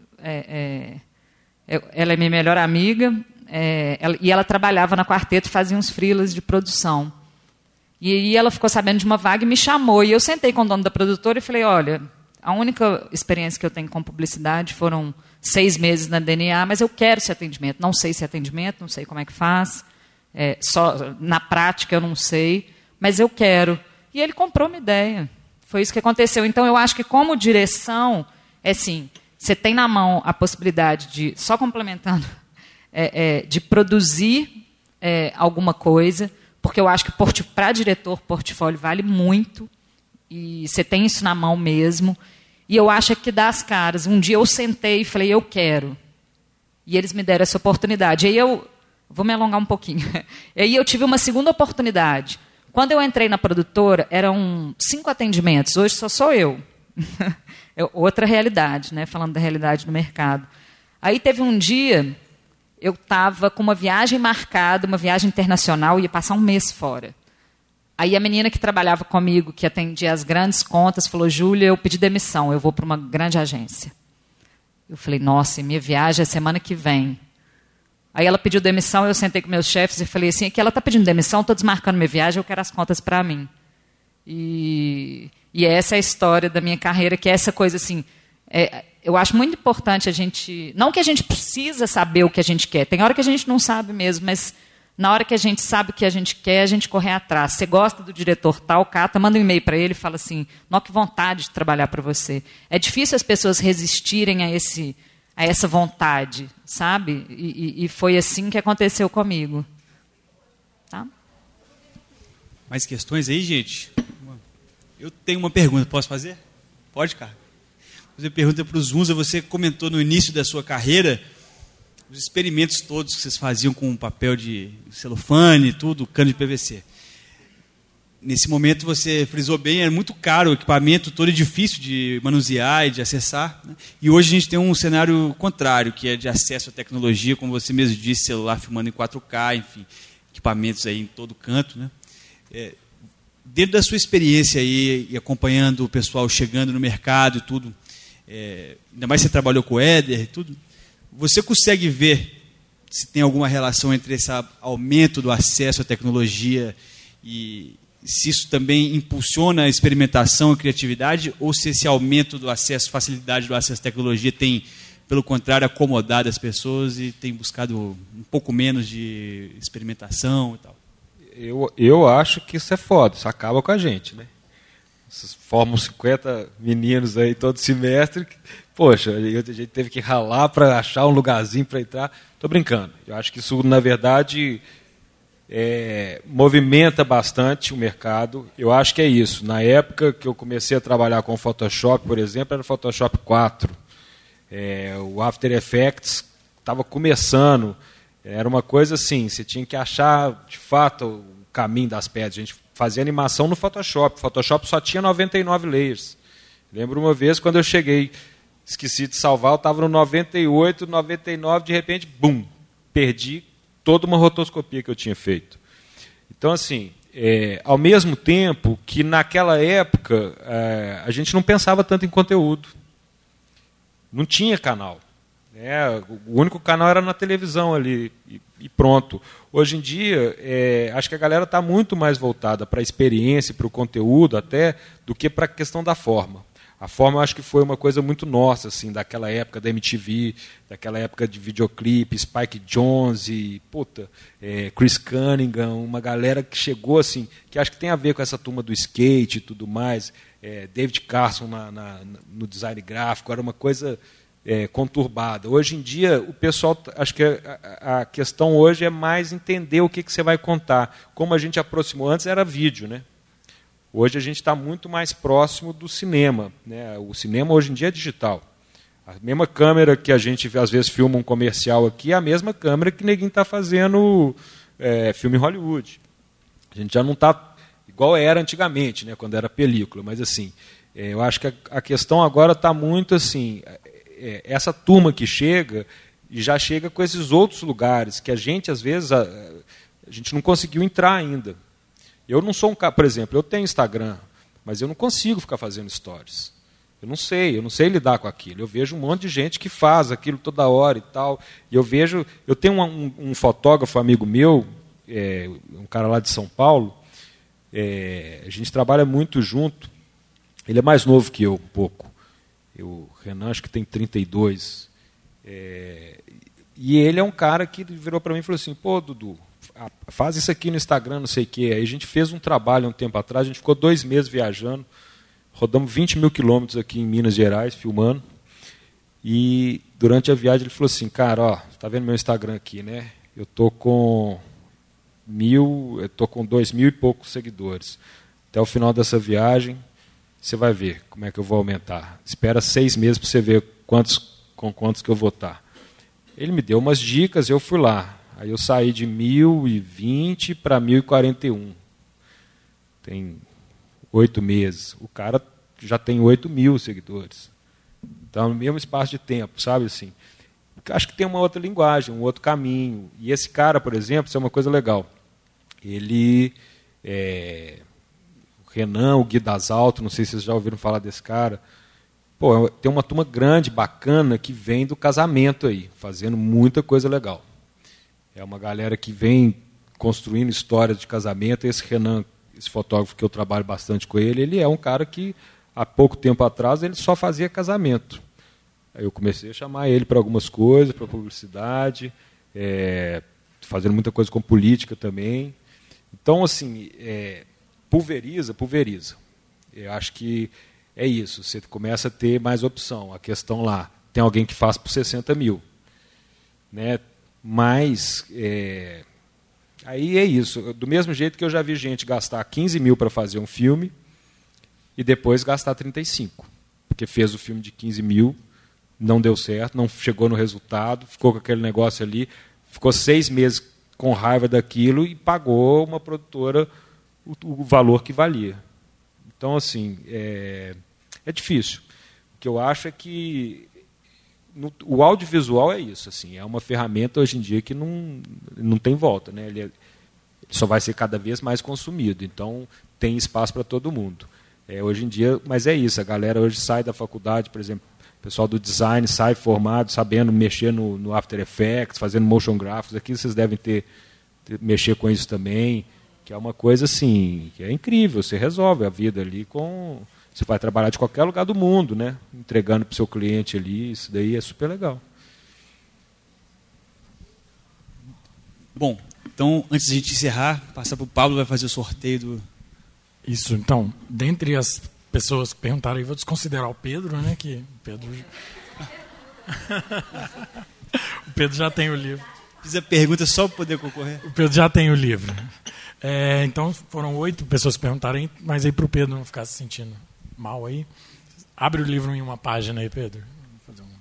ela é minha melhor amiga, e ela trabalhava na Quarteto, fazia uns freelas de produção. E aí ela ficou sabendo de uma vaga e me chamou. E eu sentei com o dono da produtora e falei, olha, a única experiência que eu tenho com publicidade foram 6 meses na DNA, mas eu quero ser atendimento. Não sei se é atendimento, não sei como é que faz. Só na prática eu não sei, mas eu quero. E ele comprou uma ideia. Foi isso que aconteceu. Então eu acho que como direção, assim, você tem na mão a possibilidade de, só complementando, de produzir alguma coisa, porque eu acho que para diretor portfólio vale muito, e você tem isso na mão mesmo, e eu acho que dá as caras. Um dia eu sentei e falei, eu quero. E eles me deram essa oportunidade. Aí eu vou me alongar um pouquinho. E aí eu tive uma segunda oportunidade. Quando eu entrei na produtora, eram 5 atendimentos. Hoje só sou eu. Outra realidade, né? Falando da realidade do mercado. Aí teve um dia, eu estava com uma viagem marcada, uma viagem internacional, ia passar um mês fora. Aí a menina que trabalhava comigo, que atendia as grandes contas, falou, Júlia, eu pedi demissão, eu vou para uma grande agência. Eu falei, nossa, minha viagem é semana que vem. Aí ela pediu demissão, eu sentei com meus chefes e falei assim, que ela está pedindo demissão, estou desmarcando minha viagem, eu quero as contas para mim. E essa é a história da minha carreira, que é essa coisa assim, eu acho muito importante a gente, não que a gente precisa saber o que a gente quer, tem hora que a gente não sabe mesmo, mas na hora que a gente sabe o que a gente quer, a gente correr atrás. Você gosta do diretor tal, cata, manda um e-mail para ele e fala assim, não, que vontade de trabalhar para você. É difícil as pessoas resistirem a essa vontade, sabe? E foi assim que aconteceu comigo. Tá? Mais questões aí, gente? Eu tenho uma pergunta, posso fazer? Pode, cara. Vou fazer pergunta para o Zunza. Você comentou no início da sua carreira os experimentos todos que vocês faziam com papel de celofane, tudo, cano de PVC. Nesse momento você frisou bem, era muito caro o equipamento, todo é difícil de manusear e de acessar. Né? E hoje a gente tem um cenário contrário, que é de acesso à tecnologia, como você mesmo disse, celular filmando em 4K, enfim, equipamentos aí em todo canto. Né? Dentro da sua experiência aí, e acompanhando o pessoal chegando no mercado e tudo, ainda mais você trabalhou com o Éder e tudo, você consegue ver se tem alguma relação entre esse aumento do acesso à tecnologia e se isso também impulsiona a experimentação e criatividade, ou se esse aumento do acesso, facilidade do acesso à tecnologia tem, pelo contrário, acomodado as pessoas e tem buscado um pouco menos de experimentação e tal? Eu acho que isso é foda, isso acaba com a gente, né? Formam 50 meninos aí todo semestre. Poxa, a gente teve que ralar para achar um lugarzinho para entrar. Estou brincando. Eu acho que isso, na verdade, movimenta bastante o mercado. Eu acho que é isso. Na época que eu comecei a trabalhar com o Photoshop, por exemplo, era o Photoshop 4. O After Effects estava começando. Era uma coisa assim, você tinha que achar, de fato, o caminho das pedras. A gente fazia animação no Photoshop. O Photoshop só tinha 99 layers. Lembro uma vez, quando eu cheguei, esqueci de salvar, eu estava no 98, 99, de repente, bum, perdi toda uma rotoscopia que eu tinha feito. Então, assim, ao mesmo tempo que naquela época a gente não pensava tanto em conteúdo. Não tinha canal. O único canal era na televisão ali e pronto. Hoje em dia, acho que a galera está muito mais voltada para a experiência, para o conteúdo até, do que para a questão da forma. A forma, eu acho que foi uma coisa muito nossa, assim, daquela época da MTV, daquela época de videoclipe, Spike Jonze, Chris Cunningham, uma galera que chegou, assim, que acho que tem a ver com essa turma do skate e tudo mais, David Carson no design gráfico, era uma coisa conturbada. Hoje em dia, o pessoal, acho que a questão hoje é mais entender o que você vai contar. Como a gente aproximou, antes era vídeo, né? Hoje a gente está muito mais próximo do cinema, né? O cinema hoje em dia é digital. A mesma câmera que a gente às vezes filma um comercial aqui é a mesma câmera que ninguém está fazendo filme em Hollywood. A gente já não está igual era antigamente, né? Quando era película. Mas assim, eu acho que a questão agora está muito assim, essa turma que chega e já chega com esses outros lugares que a gente às vezes a gente não conseguiu entrar ainda. Eu não sou um cara, por exemplo, eu tenho Instagram, mas eu não consigo ficar fazendo stories. Eu não sei lidar com aquilo. Eu vejo um monte de gente que faz aquilo toda hora e tal. E eu tenho um fotógrafo amigo meu, um cara lá de São Paulo, a gente trabalha muito junto. Ele é mais novo que eu, um pouco. O Renan, acho que tem 32. E ele é um cara que virou para mim e falou assim, pô, Dudu, faz isso aqui no Instagram, não sei o quê. Aí a gente fez um trabalho um tempo atrás, a gente ficou 2 meses viajando, rodamos 20 mil quilômetros aqui em Minas Gerais, filmando, e durante a viagem ele falou assim, cara, ó, tá vendo meu Instagram aqui, né? Eu tô com 2.000 e poucos seguidores. Até o final dessa viagem, você vai ver como é que eu vou aumentar. Espera 6 meses para você ver com quantos que eu vou estar. Ele me deu umas dicas, eu fui lá. Aí eu saí de 1.020 para 1.041. Tem 8 meses. O cara já tem 8.000 seguidores. Então, no mesmo espaço de tempo, sabe assim? Acho que tem uma outra linguagem, um outro caminho. E esse cara, por exemplo, isso é uma coisa legal. Ele, o Renan, o Gui das Alto, não sei se vocês já ouviram falar desse cara. Pô, tem uma turma grande, bacana, que vem do casamento aí, fazendo muita coisa legal. É uma galera que vem construindo histórias de casamento. Esse Renan, esse fotógrafo que eu trabalho bastante com ele é um cara que, há pouco tempo atrás, ele só fazia casamento. Aí eu comecei a chamar ele para algumas coisas, para publicidade, fazendo muita coisa com política também. Então, assim, pulveriza. Eu acho que é isso. Você começa a ter mais opção. A questão lá, tem alguém que faz por 60 mil. Né? Mas, aí é isso. Do mesmo jeito que eu já vi gente gastar 15 mil para fazer um filme e depois gastar 35. Porque fez o filme de 15 mil, não deu certo, não chegou no resultado, ficou com aquele negócio ali, ficou 6 meses com raiva daquilo e pagou uma produtora o valor que valia. Então, assim, é difícil. O que eu acho é que o audiovisual é isso, assim, é uma ferramenta hoje em dia que não tem volta, né? Ele só vai ser cada vez mais consumido, então tem espaço para todo mundo. Hoje em dia, mas é isso, a galera hoje sai da faculdade, por exemplo, o pessoal do design sai formado, sabendo mexer no After Effects, fazendo motion graphics, aqui vocês devem mexer com isso também, que é uma coisa assim, que é incrível, você resolve a vida ali com... Você vai trabalhar de qualquer lugar do mundo, né? Entregando para o seu cliente ali, isso daí é super legal. Bom, então, antes de a gente encerrar, passar para o Pablo, vai fazer o sorteio do... Isso, então, dentre as pessoas que perguntaram, eu vou desconsiderar o Pedro, né? Que o Pedro... o Pedro já tem o livro. Fiz a pergunta só para poder concorrer. O Pedro já tem o livro. Então, foram 8 pessoas que perguntaram, mas aí para o Pedro não ficar se sentindo mal aí, abre o livro em uma página aí, Pedro. Vou fazer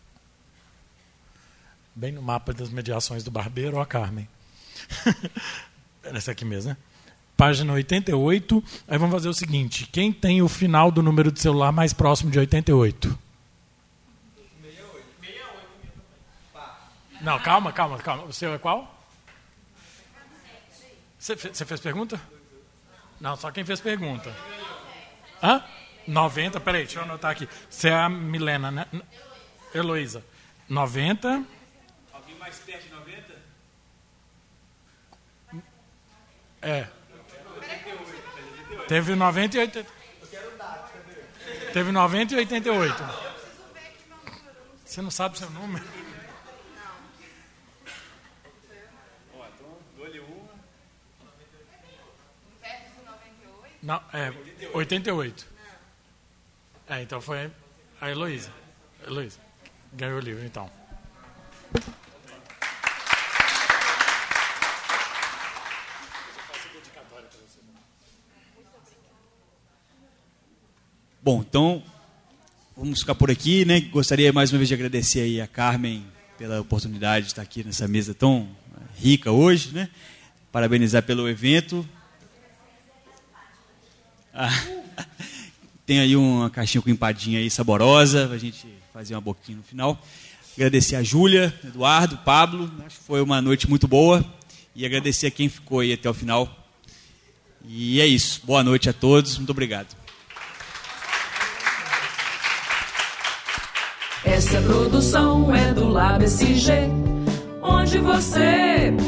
bem no mapa das mediações do barbeiro, ó, Carmen. Essa aqui mesmo, né? Página 88. Aí vamos fazer o seguinte: quem tem o final do número de celular mais próximo de 88? 68. Não, calma. O seu é qual? Você fez pergunta? Não, só quem fez pergunta. Hã? 90, peraí, deixa eu anotar aqui. Você é a Milena, né? Heloísa. 90. Alguém mais perto de 90? Teve 90 e 80. Teve 90 e 88. Você não sabe o seu número? Não, 88. Então foi a Heloísa. Heloísa ganhou o livro, então. Bom, então vamos ficar por aqui, né? Gostaria mais uma vez de agradecer aí a Carmen pela oportunidade de estar aqui nessa mesa tão rica hoje, né? Parabenizar pelo evento. Tem aí uma caixinha com empadinha aí saborosa, pra gente fazer uma boquinha no final. Agradecer a Júlia, Eduardo, Pablo, acho que foi uma noite muito boa. E agradecer a quem ficou aí até o final. E é isso. Boa noite a todos, muito obrigado. Essa produção é do Lab SG, onde você